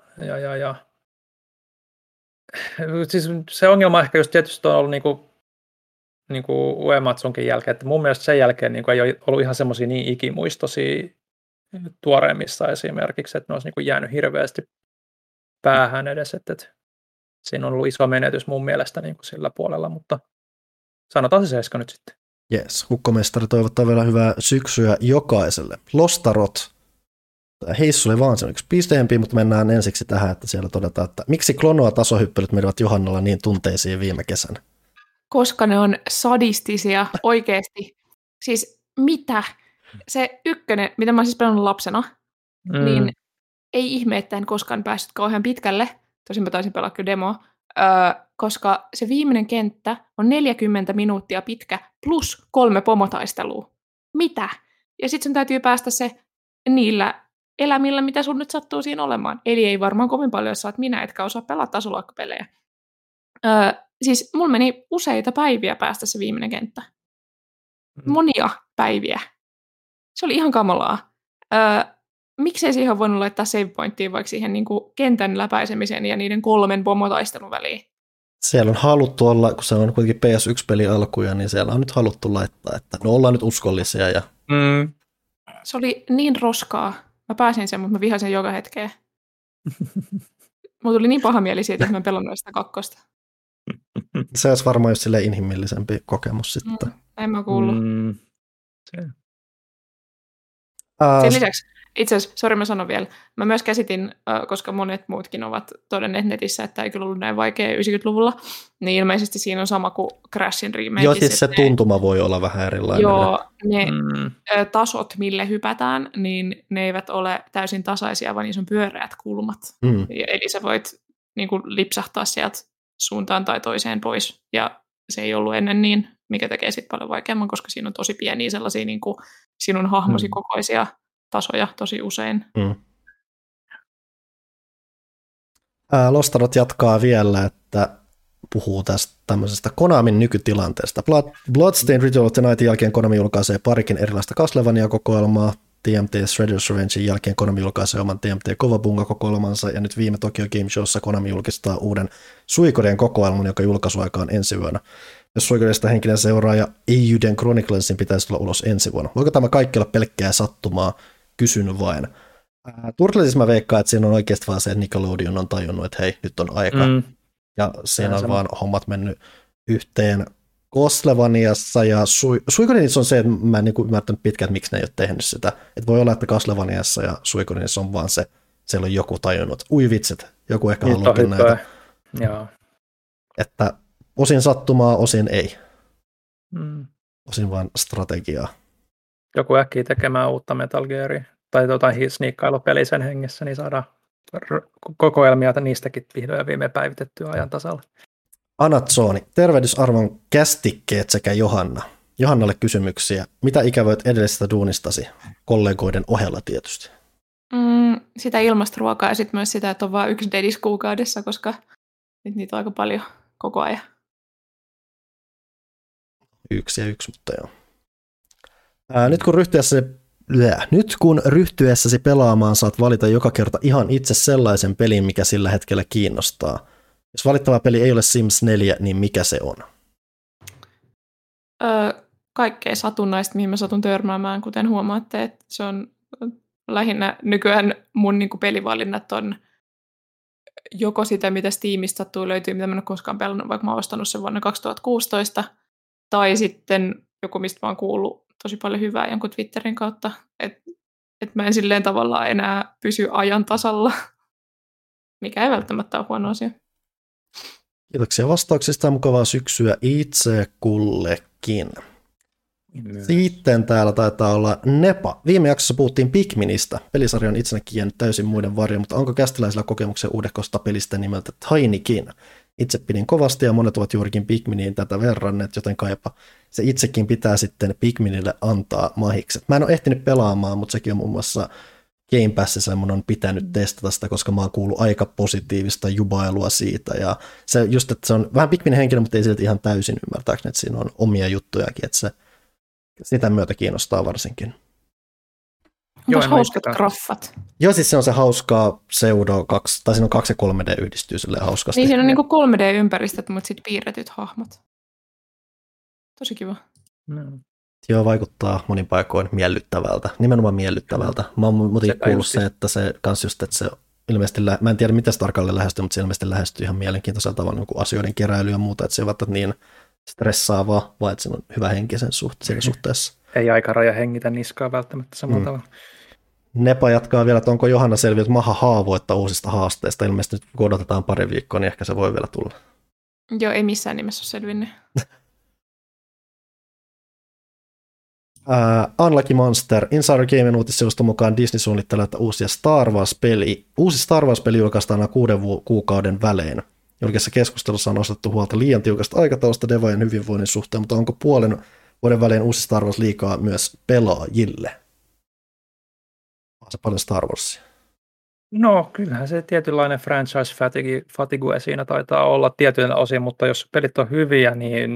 siis se ongelma ehkä just tietysti on ollut niinku Uematsunkin jälkeen, että mun mielestä sen jälkeen niinku ei ole ollut ihan semmoisia niin ikimuistoisia tuoreimmissa esimerkiksi, että ne olisi niinku jäänyt hirveästi päähän edes, että siinä on ollut iso menetys mun mielestä niinku sillä puolella, mutta sanotaan se 7 nyt sitten. Jes, Kukkomestari toivottaa vielä hyvää syksyä jokaiselle. Lostarot. Heissu oli vaan se yksi pisteempi, mutta mennään ensiksi tähän, että siellä todetaan, että miksi Klonoa tasohyppelyt menivät Johannalla niin tunteisiin viime kesänä? Koska ne on sadistisia oikeasti. Siis mitä? Se 1, mitä mä oon siis pelannut lapsena, niin ei ihme, että en koskaan päässyt kauhean pitkälle. Tosin mä taisin pelaa kyllä demoa. Koska se viimeinen kenttä on 40 minuuttia pitkä plus 3 pomotaistelua. Mitä? Ja sitten sun täytyy päästä se niillä elämillä, mitä sun nyt sattuu siinä olemaan. Eli ei varmaan kovin paljon, jos sä oot minä, etkä osaa pelata tasolaikkapelejä. siis mulla meni useita päiviä päästä se viimeinen kenttä. Monia päiviä. Se oli ihan kamalaa. Miksei siihen voinut laittaa save pointtia vaikka siihen niin kuin kentän läpäisemiseen ja niiden 3 pomotaistelun väliin? Siellä on haluttu olla, kun se on kuitenkin PS1-peli alkuja, niin siellä on nyt haluttu laittaa, että no ollaan nyt uskollisia. Ja... Se oli niin roskaa. Mä pääsin sen, mutta mä vihasin joka hetkeen. Mulla tuli niin paha mieli siitä, että mä pelannut sitä 2. Se olisi varmaan just silleen inhimillisempi kokemus sitten. En mä kuullut. Sen lisäksi, itse asiassa, sori mä sanon vielä, mä myös käsitin, koska monet muutkin ovat todenneet netissä, että ei kyllä ollut näin vaikea 90-luvulla, niin ilmeisesti siinä on sama kuin Crashin remakeissa. Joo, siis se tuntuma voi olla vähän erilainen. Joo, ne tasot, mille hypätään, niin ne eivät ole täysin tasaisia, vaan niissä on pyöreät kulmat. Eli sä voit niin kuin lipsahtaa sieltä suuntaan tai toiseen pois, ja se ei ollut ennen niin, mikä tekee sitten paljon vaikeamman, koska siinä on tosi pieniä sellaisia niin kuin sinun hahmosi kokoisia tasoja tosi usein. Lostarot jatkaa vielä, että puhuu tästä tämmöisestä Konamin nykytilanteesta. Bloodstained Ritual of the Nightin jälkeen Konami julkaisee parikin erilaista Castlevania-kokoelmaa. TMT Shredder's Revengein jälkeen Konami julkaisee oman TMT Kovabunga-kokoelmansa, ja nyt viime Tokyo Game Showssa Konami julkistaa uuden Suikoden kokoelman, joka julkaisuaika on ensi vuonna. Jos Suikodesta henkilön seuraaja Eiyuden Chroniclesin pitäisi tulla ulos ensi vuonna. Voiko tämä kaikki olla pelkkää sattumaa? Kysyn vain. Turtlesissa mä veikkaan, että siinä on oikeasti vaan se, että Nickelodeon on tajunnut, että hei, nyt on aika. Ja siinä on vaan hommat mennyt yhteen Castlevaniassa, ja Suikodinissa on se, että mä en niin ymmärtänyt pitkään, että miksi ne ei ole tehnyt sitä. Että voi olla, että Castlevaniassa ja Suikodinissa on vaan se, siellä on joku tajunnut, ui vitset, joku ehkä haluaa näitä. Joo. Että osin sattumaa, osin ei. Osin vaan strategiaa. Joku äkkiä tekemään uutta Metal Gearia tai sniikkailupeli sen hengessä, niin saadaan kokoelmia niistäkin vihdoin ja viimein päivitettyä ajan tasalla. Anatsooni, tervehdys arvon kästikkeet sekä Johanna. Johannalle kysymyksiä. Mitä ikävöit edellisestä duunistasi? Kollegoiden ohella tietysti. Sitä ilmasta ruokaa ja sitten myös sitä, että on vain 1 dedis kuukaudessa, koska nyt niitä on aika paljon koko ajan. 1 ja 1, mutta joo. Nyt kun ryhtyessäsi pelaamaan, saat valita joka kerta ihan itse sellaisen pelin, mikä sillä hetkellä kiinnostaa. Jos valittava peli ei ole Sims 4, niin mikä se on? Kaikkea satunnaista, mihin mä satun törmäämään, kuten huomaatte, että se on lähinnä nykyään mun niin kuin pelivalinnat on joko sitä, mitä Steamista sattuu löytyy, mitä mä en ole koskaan pelannut, vaikka mä oon ostanut sen vuonna 2016, tai sitten joku, mistä mä oon kuullut tosi paljon hyvää jonkun Twitterin kautta, että mä en silleen tavallaan enää pysy ajan tasalla, mikä ei välttämättä ole huono asia. Kiitoksia vastauksista ja mukavaa syksyä itse kullekin. Sitten täällä taitaa olla Nepa. Viime jaksossa puhuttiin Pikministä. Pelisarja on itsenäkin jäänyt täysin muiden varjoon, mutta onko kästiläisillä kokemuksia uudekosta pelistä nimeltä Tinykin? Itse pidin kovasti ja monet ovat juurikin Pikminiin tätä verranneet, joten kaipa se itsekin pitää sitten Pikminille antaa mahikset. Mä en ole ehtinyt pelaamaan, mutta sekin on muun muassa Game Passissa mun on pitänyt testata sitä, koska mä oon kuullut aika positiivista jubailua siitä. Ja se just, että se on vähän Pikminin henkilö, mutta ei silti ihan täysin ymmärtääkseni, että siinä on omia juttujakin, että se sitä myötä kiinnostaa varsinkin. Onko hauskat graffat? Joo, siis se on se hauskaa pseudo, tai siinä on 2 ja 3D yhdistyy silleen hauskasti. Niin siinä on niinku 3D-ympäristöt, mutta sitten piirretyt hahmot. Tosi kiva. Joo, vaikuttaa monin paikoin miellyttävältä, nimenomaan miellyttävältä. Mä oon muutenkin kuullut se, että se kans just, että se ilmeisesti, mä en tiedä miten se tarkalleen lähestyy, mutta se ilmeisesti lähestyy ihan mielenkiintoisella tavalla niin kuin asioiden keräily ja muuta, että se ei välttämättä niin stressaavaa, vaan että se on hyvä henki siinä suhteessa. Ei aikaraja hengitä niskaa välttämättä samalla tavalla. Nepa jatkaa vielä, että onko Johanna selviät maha haavoittaa uusista haasteista. Ilmeisesti nyt kun odotetaan pari viikkoa, niin ehkä se voi vielä tulla. Joo, ei missään nimessä ole selvinnyt. Unlucky Monster. Insider Gamen uutissivuston mukaan Disney suunnittelee, että uusi Star Wars-peli julkaistaan 6 kuukauden välein. Julkisessa keskustelussa on ostettu huolta liian tiukasta aikataulusta devaajien hyvinvoinnin suhteen, mutta onko puolen vuoden välein uusi Star Wars liikaa myös pelaajille? On se paljon Star Warsia? No, kyllähän se tietynlainen franchise fatigue siinä taitaa olla tietyillä osin, mutta jos pelit on hyviä,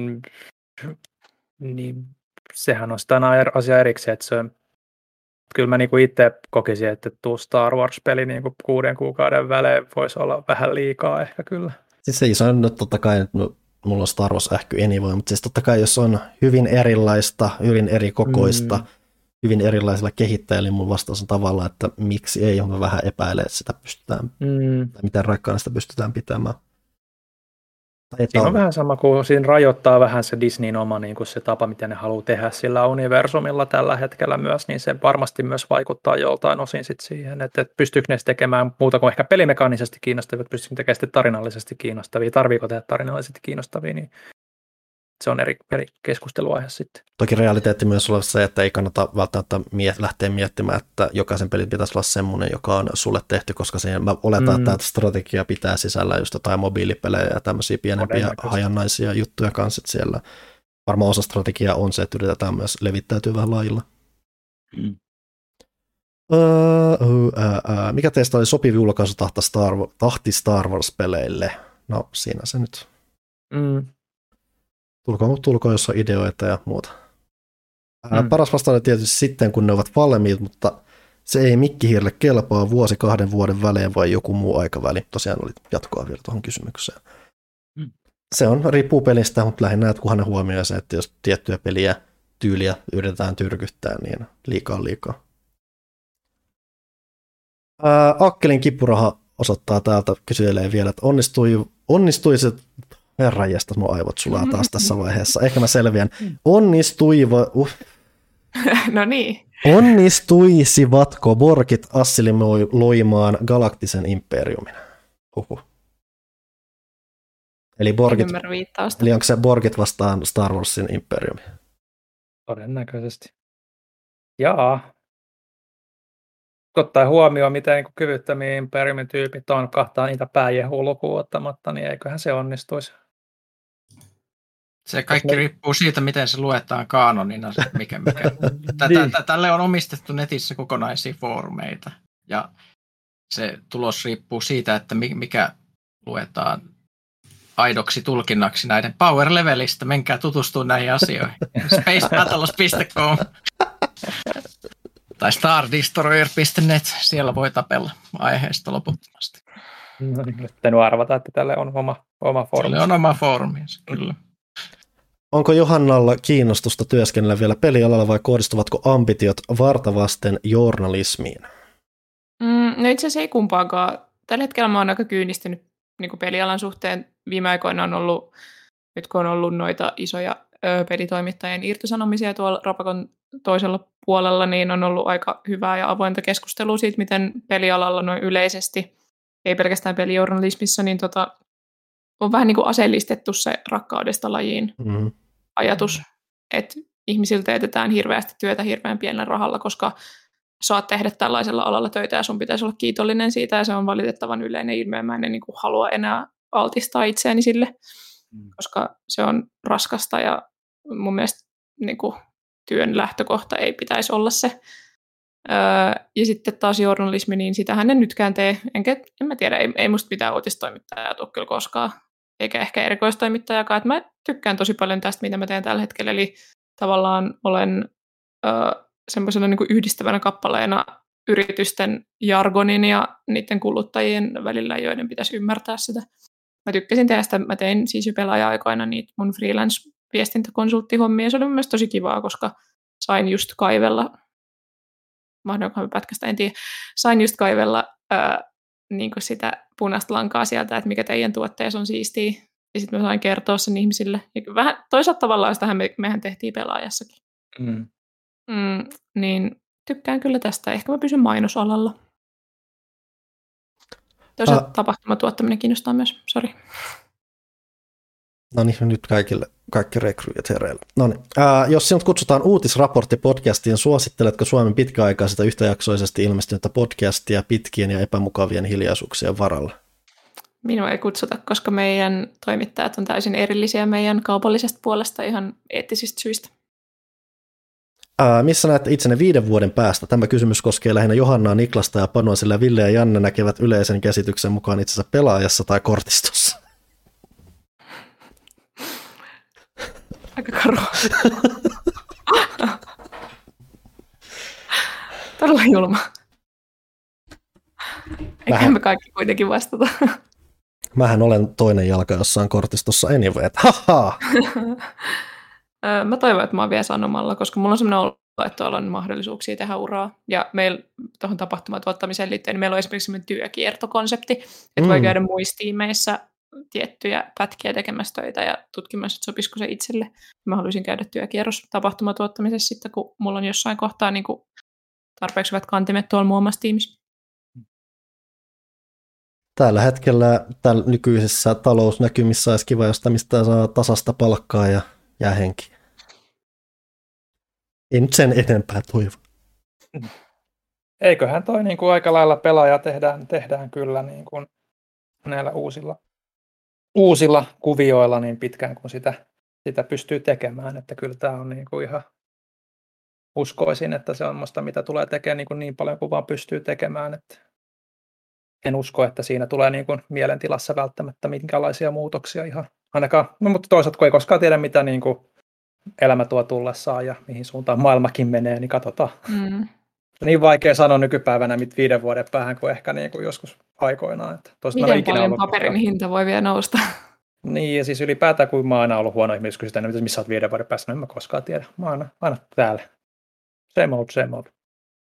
niin sehän on sitä asia erikseen, että se, kyllä mä niinku itse kokisin, että tuo Star Wars-peli niinku 6 kuukauden välein voisi olla vähän liikaa ehkä kyllä. Siis se on nyt totta kai, mulla on Star Wars ähky anyway, mutta siis totta kai jos on hyvin erilaista, hyvin eri kokoista, hyvin erilaisilla kehittäjillä, niin mun vastaus on tavallaan, että miksi ei, johon mä vähän epäilen, että sitä pystytään, tai miten rakkaana sitä pystytään pitämään. Siinä on vähän sama kuin siinä rajoittaa vähän se Disneyn oma niin kuin se tapa, miten ne haluaa tehdä sillä universumilla tällä hetkellä myös, niin se varmasti myös vaikuttaa joltain osin sit siihen, että pystyykö ne tekemään muuta kuin ehkä pelimekaanisesti kiinnostavia, pystyykö ne tekemään sitten tarinallisesti kiinnostavia, tarviiko tehdä tarinallisesti kiinnostavia, niin se on eri keskusteluaihe sitten. Toki realiteetti myös on se, että ei kannata välttämättä lähteä miettimään, että jokaisen pelin pitäisi olla semmoinen, joka on sulle tehty, koska mä oletan, että strategia pitää sisällä just jotain mobiilipelejä ja tämmöisiä pienempiä hajannaisia juttuja kanssa, että siellä varmaan osa strategiaa on se, että yritetään myös levittäytyä vähän laajilla. Mikä teistä oli sopiva julkaisutahti Star Wars-peleille? No siinä se nyt. Tulkoon, jos on ideoita ja muuta. Paras vastaus tietysti sitten, kun ne ovat valmiit, mutta se ei mikkihiirille kelpaa 1-2 vuoden välein vai joku muu aikaväli. Tosiaan oli jatkoa vielä tuohon kysymykseen. Se riippuu pelistä, mutta lähinnä, että kunhan ne huomioi se, että jos tiettyjä peliä tyyliä yritetään tyrkyttää, niin liikaa on liikaa. Akkelin kipuraha osoittaa täältä, kyselee vielä, että onnistui se. Herranjestas, mun aivot sulaa taas tässä vaiheessa. Ehkä mä selviän. No niin. Onnistuisivatko Borgit assimiloimaan galaktisen imperiumin? Eli onko se Borgit vastaan Star Warsin imperiumi? Todennäköisesti. Jaa. Ottaen huomioon, miten niin kyvyttömiä imperiumin tyypit on, kahtaa niitä pääjehuun lukuun ottamatta, niin eiköhän se onnistuisi. Se kaikki riippuu siitä, miten se luetaan kaanonina. Tälle on omistettu netissä kokonaisia foorumeita. Ja se tulos riippuu siitä, että mikä luetaan aidoksi tulkinnaksi näiden power-levelistä. Menkää tutustumaan näihin asioihin. spacebattles.com tai stardestroyer.net. Siellä voi tapella aiheesta loputtomasti. No niin, nyt en arvata, että tälle on oma foorumi. Tälle on oma foorumiinsa, kyllä. Onko Johannalla kiinnostusta työskennellä vielä pelialalla vai kohdistuvatko ambitiot vartavasten journalismiin? No itse asiassa ei kumpaakaan. Tällä hetkellä mä oon aika kyynistynyt niin kuin pelialan suhteen. Viime aikoina on ollut, nyt kun on ollut noita isoja pelitoimittajien irtisanomisia tuolla Rapakon toisella puolella, niin on ollut aika hyvää ja avointa keskustelua siitä, miten pelialalla noin yleisesti, ei pelkästään pelijournalismissa, niin on vähän niin kuin aseellistettu se rakkaudesta lajiin ajatus, että ihmisiltä jätetään hirveästi työtä hirveän pienellä rahalla, koska saat tehdä tällaisella alalla töitä ja sun pitäisi olla kiitollinen siitä, ja se on valitettavan yleinen ilmiö. Mä en niin kuin halua enää altistaa itseäni sille, koska se on raskasta ja mun mielestä niin kuin työn lähtökohta ei pitäisi olla se. Ja sitten taas journalismi, niin sitähän en nytkään tee. En mä tiedä, ei musta mitään uutistoimittajaa tule kyllä koskaan, eikä ehkä erikoistoimittajakaan. Että mä tykkään tosi paljon tästä, mitä mä teen tällä hetkellä. Eli tavallaan olen semmoisena niin kuin yhdistävänä kappaleena yritysten jargonin ja niiden kuluttajien välillä, joiden pitäisi ymmärtää sitä. Mä tykkäsin tehdä sitä. Mä tein siis jo pelaaja-aikoina niitä mun freelance-viestintäkonsulttihommia. Se oli mun mielestä tosi kivaa, koska sain just kaivella mahdollisesti pätkästä, en tiedä. Sain just kaivella niin sitä punaista lankaa sieltä, että mikä teidän tuotteessa on siistiä. Ja sitten mä sain kertoa sen ihmisille. Ja vähän toisaalta tavallaan sitähän mehän tehtiin pelaajassakin. Niin tykkään kyllä tästä. Ehkä mä pysyn mainosalalla. Toisaalta tapahtumatuottaminen kiinnostaa myös. Sori. No niin, nyt kaikki rekryjät hereillä. No niin. Jos sinut kutsutaan uutisraporttipodcastiin, suositteletko Suomen pitkäaikaisesta yhtäjaksoisesti ilmestynyttä podcastia pitkien ja epämukavien hiljaisuuksien varalla? Minua ei kutsuta, koska meidän toimittajat on täysin erillisiä meidän kaupallisesta puolesta ihan eettisistä syistä. Missä näette itsenne 5 vuoden päästä? Tämä kysymys koskee lähinnä Johannaa, Niklasta ja Panoa, sillä Ville ja Janne näkevät yleisen käsityksen mukaan itsensä pelaajassa tai kortistossa. Aika karua. Todella julma. Eikä me kaikki kuitenkin vastata. Mähän olen toinen jalka jossain kortistossa anyway. Haha! Mä toivon, että mä oon vielä sanomalla, koska mulla on sellainen olo, että tuolla on mahdollisuuksia tehdä uraa. Ja meillä tuohon tapahtumatuottamiseen liittyen, niin meillä on esimerkiksi sellainen työkiertokonsepti, että voi käydä muissa tiimeissä tiettyjä pätkiä tekemässä töitä ja tutkimassa, että sopisiko se itselle. Mä haluaisin käydä työkierros tapahtumatuottamisessa sitten, kun mulla on jossain kohtaa niin kuin tarpeeksi hyvät kantimet tuolla muun muassa tiimissä. Tällä hetkellä tällä nykyisessä talousnäkymissä olisi kiva, jos mistä saa tasasta palkkaa ja jää henki. Ei nyt sen enempää toivo. Eiköhän toi niin kuin aika lailla pelaaja tehdään kyllä niin kuin näillä uusilla kuvioilla niin pitkään kuin sitä pystyy tekemään. Että kyllä tämä on niin kuin ihan uskoisin, että se on semmoista, mitä tulee tekemään niin paljon kuin vaan pystyy tekemään. Että en usko, että siinä tulee niin kuin mielentilassa välttämättä minkälaisia muutoksia ihan ainakaan. No, mutta toisaalta kun ei koskaan tiedä, mitä niin kuin elämä tuo tullessaan ja mihin suuntaan maailmakin menee, niin katsotaan. Niin vaikea sanoa nykypäivänä 5 vuoden päähän kuin ehkä niin kuin joskus aikoinaan. Että miten paljon paperin hinta voi vielä nousta? Niin, ja siis ylipäätään, kun mä oon aina ollut huono ihminen, jos kysytään, missä olet 5 vuoden päässä, no en mä koskaan tiedä. Mä oon aina täällä. Same old.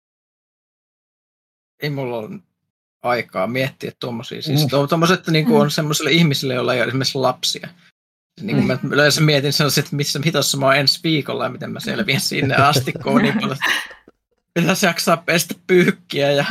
Ei mulla ole aikaa miettiä tuommoisia. Siis tuommoiset niin on semmoisille ihmisille, joilla ei ole esimerkiksi lapsia. Niin kuin mä yleensä mietin sellaiset, että missä hitossa mä oon ensi viikolla ja miten mä selviän sinne asti, kun on niin paljon. Pitäisi jaksaa pestä pyykkiä ja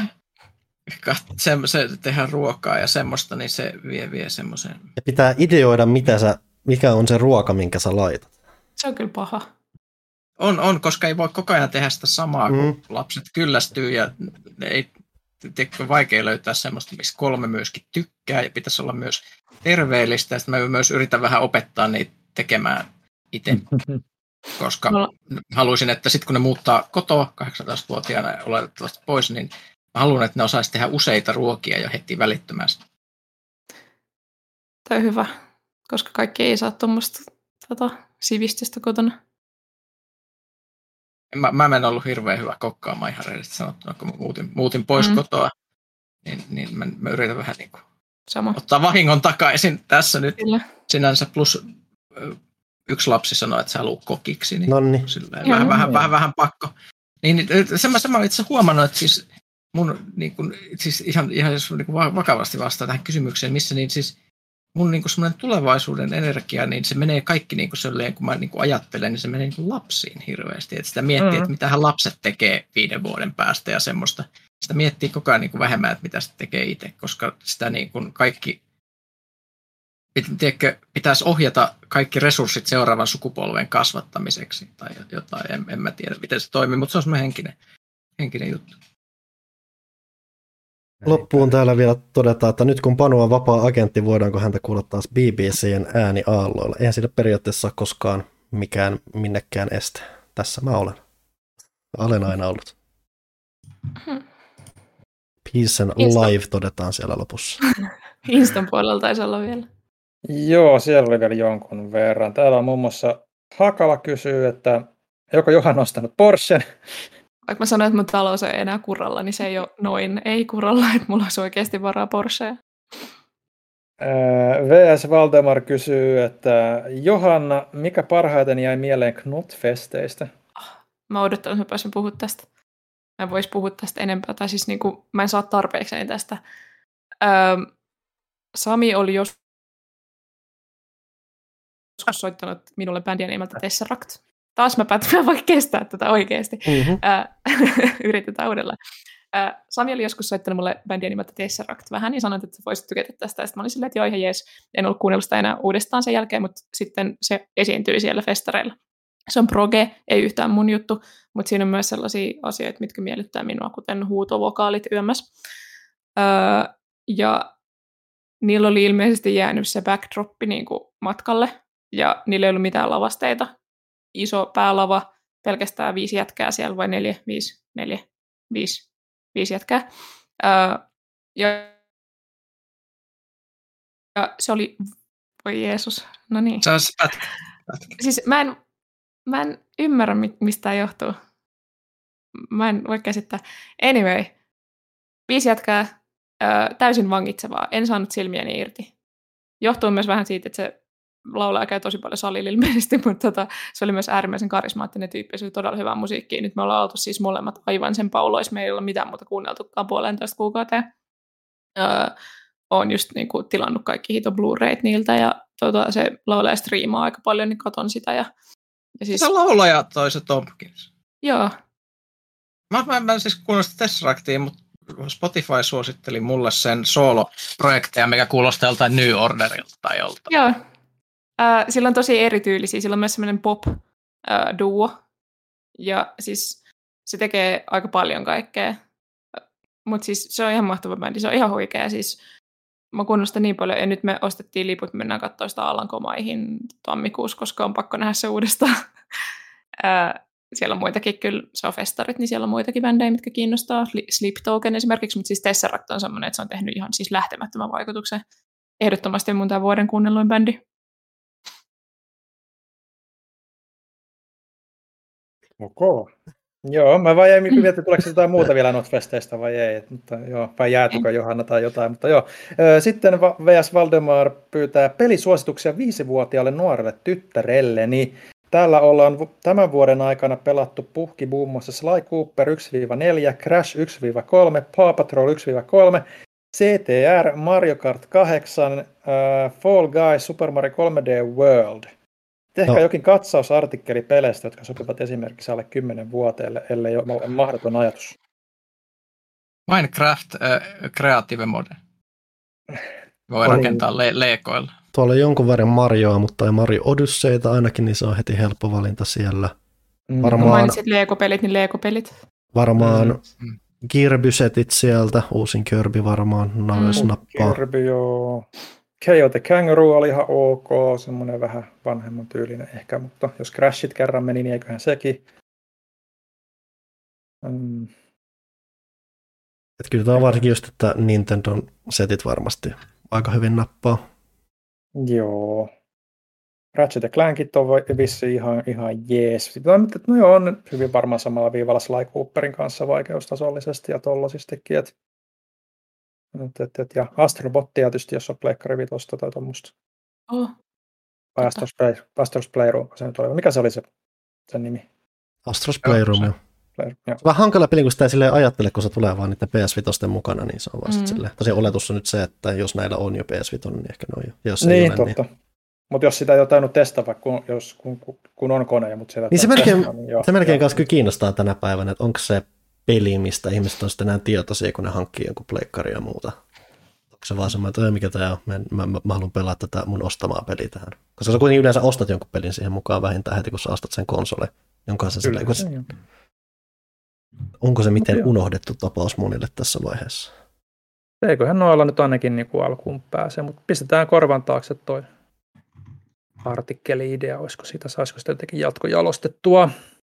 tehdä ruokaa ja semmoista, niin se vie semmoisen. Ja pitää ideoida, mikä on se ruoka, minkä sä laitat. Se on kyllä paha. On, koska ei voi koko ajan tehdä sitä samaa, kun lapset kyllästyy ja ei vaikea löytää semmoista, missä 3 myöskin tykkää ja pitäisi olla myös terveellistä. Ja sitten mä myös yritän vähän opettaa niitä tekemään itse, koska haluaisin, että sitten kun ne muuttaa kotoa 18-vuotiaana oletettavasti pois, niin mä haluan, että ne osaisi tehdä useita ruokia jo heti välittömästi. Tämä on hyvä, koska kaikki ei saa tuommoista sivistystä kotona. Mä en ollut hirveän hyvä kokkaamaan ihan rehellisesti sanottuna, kun mä muutin pois kotoa, niin mä yritän vähän niin kuin ottaa vahingon takaisin tässä nyt. Kyllä. Sinänsä plus yksi lapsi sanoi, että sä haluat kokiksi, niin vähän pakko. Niin sen mä olen itse huomannut, että siis mun niin kuin, siis ihan jos niin kuin vakavasti vastaa tähän kysymykseen, missä niin siis mun niin kuin semmoinen tulevaisuuden energia, niin se menee kaikki niin kuin sellainen, kun mä niin kuin ajattelen, niin se menee niin kuin lapsiin hirveästi. Että sitä miettii, että mitähän lapset tekee 5 vuoden päästä ja semmoista. Sitä miettii koko ajan niin kuin vähemmän, että mitä se tekee itse, koska sitä niin kuin kaikki, tiedätkö, pitäisi ohjata kaikki resurssit seuraavan sukupolven kasvattamiseksi tai jotain. En mä tiedä, miten se toimii, mutta se on semmoinen henkinen juttu. Loppuun täällä vielä todetaan, että nyt kun Panu on vapaa-agentti, voidaanko häntä kuulla taas BBC:n ääniaalloilla. Eihän siinä periaatteessa koskaan mikään minnekään este. Tässä mä olen. Olen aina ollut. Peace and live todetaan siellä lopussa. Instan puolella taisi olla vielä. Joo, siellä oli vielä jonkun verran. Täällä on muun muassa Hakala kysyy, että joko Johan ostanut Porschen? Vaikka mä sanoin, että mun talous ei enää kuralla, niin se ei ole noin ei kuralla, että mulla olisi oikeasti varaa Porschea. VS Valdemar kysyy, että Johanna, mikä parhaiten jäi mieleen Knut-festeistä? Mä odotan, että mä pääsen puhua tästä. Mä en vois puhua tästä enempää, tai siis niinku, mä en saa tarpeekseni tästä. Sami oli joskus soittanut minulle bändiä nimeltä Tesseract. Taas mä vaikka kestää tätä oikeasti. Yritetään uudelleen. Sami oli joskus soittanut mulle bändiä nimeltä Tesseract vähän, ja sanoin, että voisit tykätä tästä. Ja sitten mä olin silleen, että joo, ihan jees. En ollut kuunnellut sitä enää uudestaan sen jälkeen, mutta sitten se esiintyi siellä festareilla. Se on proge, ei yhtään mun juttu, mutta siinä on myös sellaisia asioita, mitkä miellyttää minua, kuten huutovokaalit yömmäs. Ja niillä oli ilmeisesti jäänyt se backdroppi niin kuin matkalle, ja niillä ei ollut mitään lavasteita. Iso päälava, pelkästään 5 jätkää siellä, vai 5 jätkää. Ja se oli, voi Jeesus, no niin. Se on se pätkä. Siis mä en ymmärrä, mistä tämä johtuu. Mä en voi käsittää. Anyway, 5 jätkää, täysin vangitsevaa. En saanut silmiäni irti. Johtuu myös vähän siitä, että se laulaja käy tosi paljon salilla ilmeisesti, mutta se oli myös äärimmäisen karismaattinen tyyppi. Se oli todella hyvää musiikkia. Nyt me ollaan oltu siis molemmat aivan sen pauloissa. Me ei ole mitään muuta kuunneltukaan 1,5 kuukauteen. Olen just niinku tilannut kaikki hito Blu-rayt niiltä ja se laulaja striimaa aika paljon, niin katon sitä. Ja siis... Se laulaja toi se Tompkins. Joo. Mä siis kuunnellut sitä Tesseractia, mutta Spotify suositteli mulle sen solo-projekteja, mikä kuulostaa joltain New Orderilta tai joltain. Joo. Sillä on tosi erityylisiä. Sillä on myös semmoinen pop-duo. Ja siis se tekee aika paljon kaikkea. Mutta siis se on ihan mahtava bändi. Se on ihan huikea. Siis mä kuunnellut sitä niin paljon. Ja nyt me ostettiin liput. Me mennään katsoa sitä Alankomaihin tammikuussa, koska on pakko nähdä se uudestaan. Siellä on muitakin, kyllä se on festarit, niin siellä on muitakin bändejä, mitkä kiinnostaa. Sleep Token esimerkiksi, mutta siis Tesseract on semmoinen, että se on tehnyt ihan siis lähtemättömän vaikutuksen. Ehdottomasti mun tämän vuoden kuunnelluin bändi. Okay. Joo, mä vaan jäin miettimään, että tuleeko jotain muuta vielä Notfesteistä vai ei, mutta joo, vai jäätykö Johanna tai jotain, mutta joo. Sitten VS Valdemar pyytää pelisuosituksia 5-vuotiaalle nuorelle tyttärelle, niin täällä ollaan tämän vuoden aikana pelattu puhki muun muassa Sly Cooper 1-4, Crash 1-3, Paw Patrol 1-3, CTR, Mario Kart 8, Fall Guys, Super Mario 3D World. Tehkää jokin katsausartikkeli peleistä, jotka sopivat esimerkiksi alle 10-vuotiaille, ellei ole mahdoton ajatus. Minecraft Creative Mode. Voi rakentaa leekoilla. Tuolla on jonkun verran Marioa, mutta ei Mario Odysseyta ainakin, niin se on heti helppo valinta siellä. Varmaan, kun mainitsit Lego-pelit, niin Lego-pelit. Varmaan Kirby-setit sieltä, uusin Kirby varmaan, nappaa. Kirby, joo. K.O. the Kangaroo oli ihan ok, semmoinen vähän vanhemman tyylinen ehkä, mutta jos Crashit kerran meni, niin eiköhän sekin. Et kyllä tämä on varsinkin just, että Nintendon setit varmasti aika hyvin nappaa. Joo. Ratchet & Clankit on vissiin ihan jees. No joo, on hyvin varmaan samalla viivalla Sly Cooperin kanssa vaikeustasollisesti ja tollaisistikin. Ja Astrobot tietysti, jos on Pleikkari 5 tai tuommoista. Astro's Playroom. Mikä se oli se sen nimi? Astro's Playroom, joo. Se on vähän hankala peli, kun sitä ei silleen ajattele, kun se tulee vaan niiden PS5 mukana, niin se on vasta silleen. Tosiaan oletus on nyt se, että jos näillä on jo PS5, niin ehkä ne on jo. Jos niin, ei ole, totta. Niin... Mutta jos sitä ei ole tainnut testata, kun on kone, mutta sitä niin se melkein kanssa kyllä kiinnostaa tänä päivänä, että onko se peli, mistä ihmiset on sitten enää tietoisia, kun ne hankkii jonkun pleikkari ja muuta. Onko se vaan semmoinen, että mikä tämä on, mä haluan pelaa tätä mun ostamaa peliä tähän. Koska sä kuitenkin yleensä ostat jonkun pelin siihen mukaan vähintään heti, kun sä ostat sen konsole, jonka se silleen, onko se miten unohdettu tapaus monille tässä vaiheessa? Eiköhän noilla nyt ainakin niin kuin alkuun pääse, mutta pistetään korvan taakse toi artikkeli-idea, saisiko sitä jotenkin jatkojalostettua.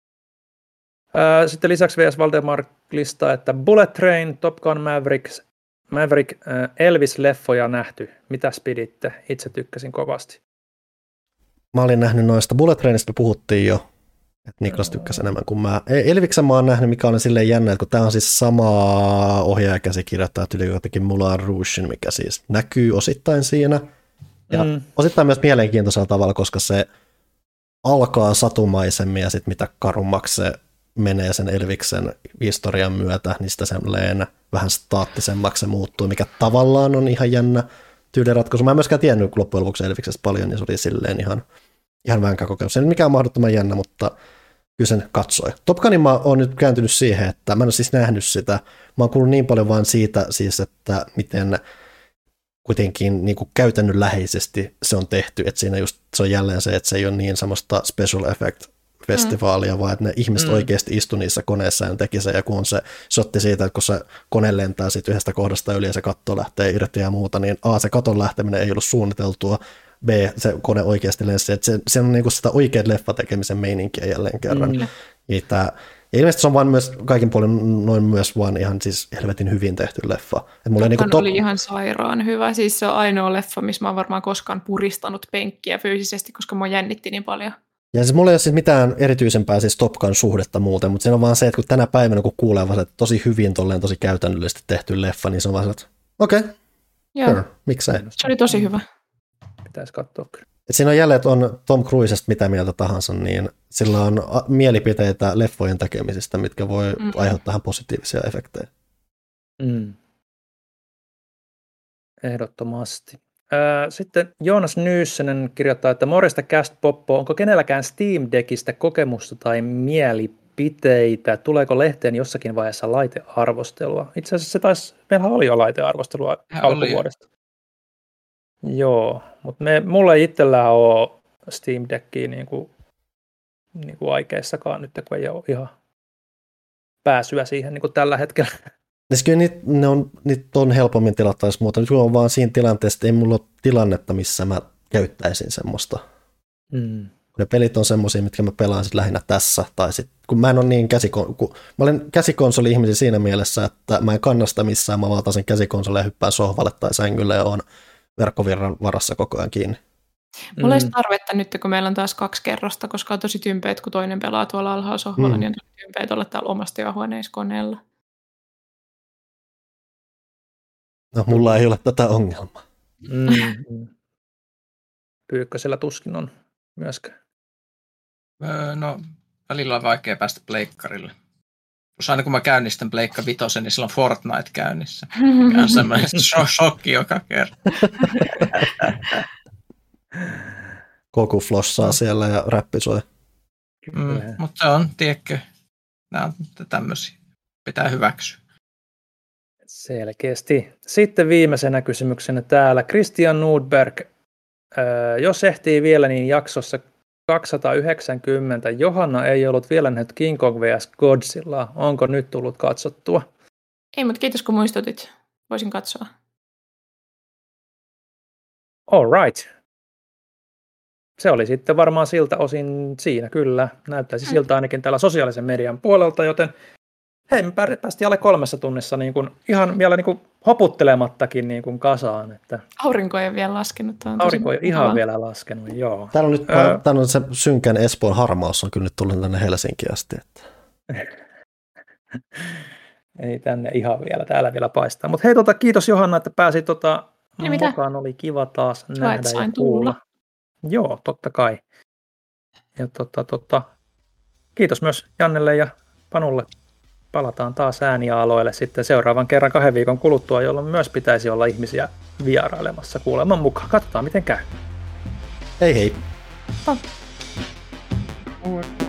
Sitten lisäksi VS Valdemar listaa, että Bullet Train, Top Gun Maverick, Elvis-leffoja nähty. Mitäs piditte? Itse tykkäsin kovasti. Mä olin nähnyt noista Bullet Trainista, puhuttiin jo, että Niklas tykkäsi enemmän kuin mä. Elviksen mä oon nähnyt, mikä on silleen jännä, että kun tää on siis sama ohjaajakäsikirjoittaja tyyli, joka teki Moulin Rougen, mikä siis näkyy osittain siinä. Ja osittain myös mielenkiintoisella tavalla, koska se alkaa satumaisemmin ja sitten mitä karummaksi se menee sen Elviksen historian myötä, niin sitä semmoinen vähän staattisemmaksi se muuttuu, mikä tavallaan on ihan jännä tyyliratkaisu. Mä en myöskään tiennyt loppujen lopuksi Elviksestä paljon, niin se oli silleen ihan vänkkä kokemus. Se ei mikään mahdottoman jännä, mutta kyllä sen katsoi. Top Gunin mä oon nyt kääntynyt siihen, että mä en ole siis nähnyt sitä. Mä oon kuullut niin paljon vaan siitä, siis, että miten kuitenkin niin kuin käytännönläheisesti se on tehty, että siinä just se on jälleen se, että se ei ole niin semmoista special effect-festivaalia, vaan että ne ihmiset oikeasti istu niissä koneissa ja teki se, ja kun on se shotti siitä, että kun se kone lentää siitä yhdestä kohdasta yli ja se katto lähtee irti ja muuta, niin A, se katon lähteminen ei ollut suunniteltua, B, se kone oikeasti lensi, että se on niin kuin sitä oikeat leffatekemisen meininkiä jälleen kerran. Ja ilmeisesti se on vaan myös kaikin puolin noin myös vaan ihan siis helvetin hyvin tehty leffa. Oli ihan sairaan hyvä. Siis se on ainoa leffa, missä mä oon varmaan koskaan puristanut penkkiä fyysisesti, koska mua jännitti niin paljon. Ja siis mulla ei ole siis mitään erityisempää siis Top Gun -suhdetta muuten, mutta se on vaan se, että kun tänä päivänä kun kuulee vaan, että tosi hyvin tolleen tosi käytännöllisesti tehty leffa, niin se on vaan se, että okei, sure, miksei. Se oli tosi hyvä. Pitäisi katsoa kyllä. Et siinä on jälleen, että on Tom Cruisesta mitä mieltä tahansa, niin sillä on mielipiteitä leffojen tekemisestä, mitkä voi aiheuttaa ihan positiivisia efektejä. Ehdottomasti. Sitten Joonas Nyyssenen kirjoittaa, että morjesta Cast Poppo, onko kenelläkään Steam Deckistä kokemusta tai mielipiteitä? Tuleeko lehteen jossakin vaiheessa laitearvostelua? Itse asiassa meillähän oli jo laitearvostelua alkuvuodesta. Joo, mutta mulla ei itsellään ole Steam Deckiä niin kuin aikeissakaan nyt, kun ei ole ihan pääsyä siihen niin kuin tällä hetkellä. Kyllä niitä on helpommin tilattaisi muuta. Nyt on vaan siinä tilanteessa, että ei mulla ole tilannetta, missä mä käyttäisin semmoista. Ne pelit on semmoisia, mitkä mä pelaan sit lähinnä tässä. Tai sit, kun mä en ole niin mä olen käsikonsoli-ihmisiä siinä mielessä, että mä en kannasta missään. Mä valtaan sen käsikonsolin ja hyppään sohvalle tai sängylle ja on verkkovirran varassa koko ajan kiinni. Mulla ei tarvetta nyt, kun meillä on taas 2 kerrosta, koska on tosi tympeet, kun toinen pelaa tuolla alhaalla sohvalla, niin on tosi tympeet olla täällä omassa työhuoneessa koneella. No, mulla ei ole tätä ongelmaa. Pyykkösellä tuskin on myöskään. No, välillä on vaikea päästä pleikkarille. Plus aina kun mä käynnistän Pleikka Vitosen, niin silloin Fortnite käynnissä. Mikä on semmoinen shokki joka kerta. Koku flossaa siellä ja räppi soi. Mutta se on, tiedätkö, nämä on tämmöisiä. Pitää hyväksyä. Selkeästi. Sitten viimeisenä kysymyksenä täällä. Christian Nordberg. Jos ehtii vielä, niin jaksossa 290. Johanna ei ollut vielä nähnyt King Kong vs. Godzilla. Onko nyt tullut katsottua? Ei, mutta kiitos kun muistutit. Voisin katsoa. All right. Se oli sitten varmaan siltä osin siinä kyllä. Näyttäisi siltä ainakin täällä sosiaalisen median puolelta, joten hei, me päästiin alle 3 tunnissa niin kuin, ihan vielä niin kuin hoputtelemattakin niin kuin kasaan. Että aurinko ei ole vielä laskenut. Aurinko ei ihan vielä laskenut, joo. Täällä on nyt täällä on se synkän Espoon harmaus on kyllä nyt tullut tänne Helsinkiin asti. Että ei tänne ihan vielä, täällä vielä paistaa. Mutta hei, kiitos Johanna, että pääsit mukaan. Oli kiva taas nähdä ja kuulla. Joo, totta kai. Ja kiitos myös Jannelle ja Panulle. Palataan taas äänialoille sitten seuraavan kerran 2 viikon kuluttua, jolloin myös pitäisi olla ihmisiä vierailemassa kuuleman mukaan. Katsotaan, miten käy. Hei hei. Pa.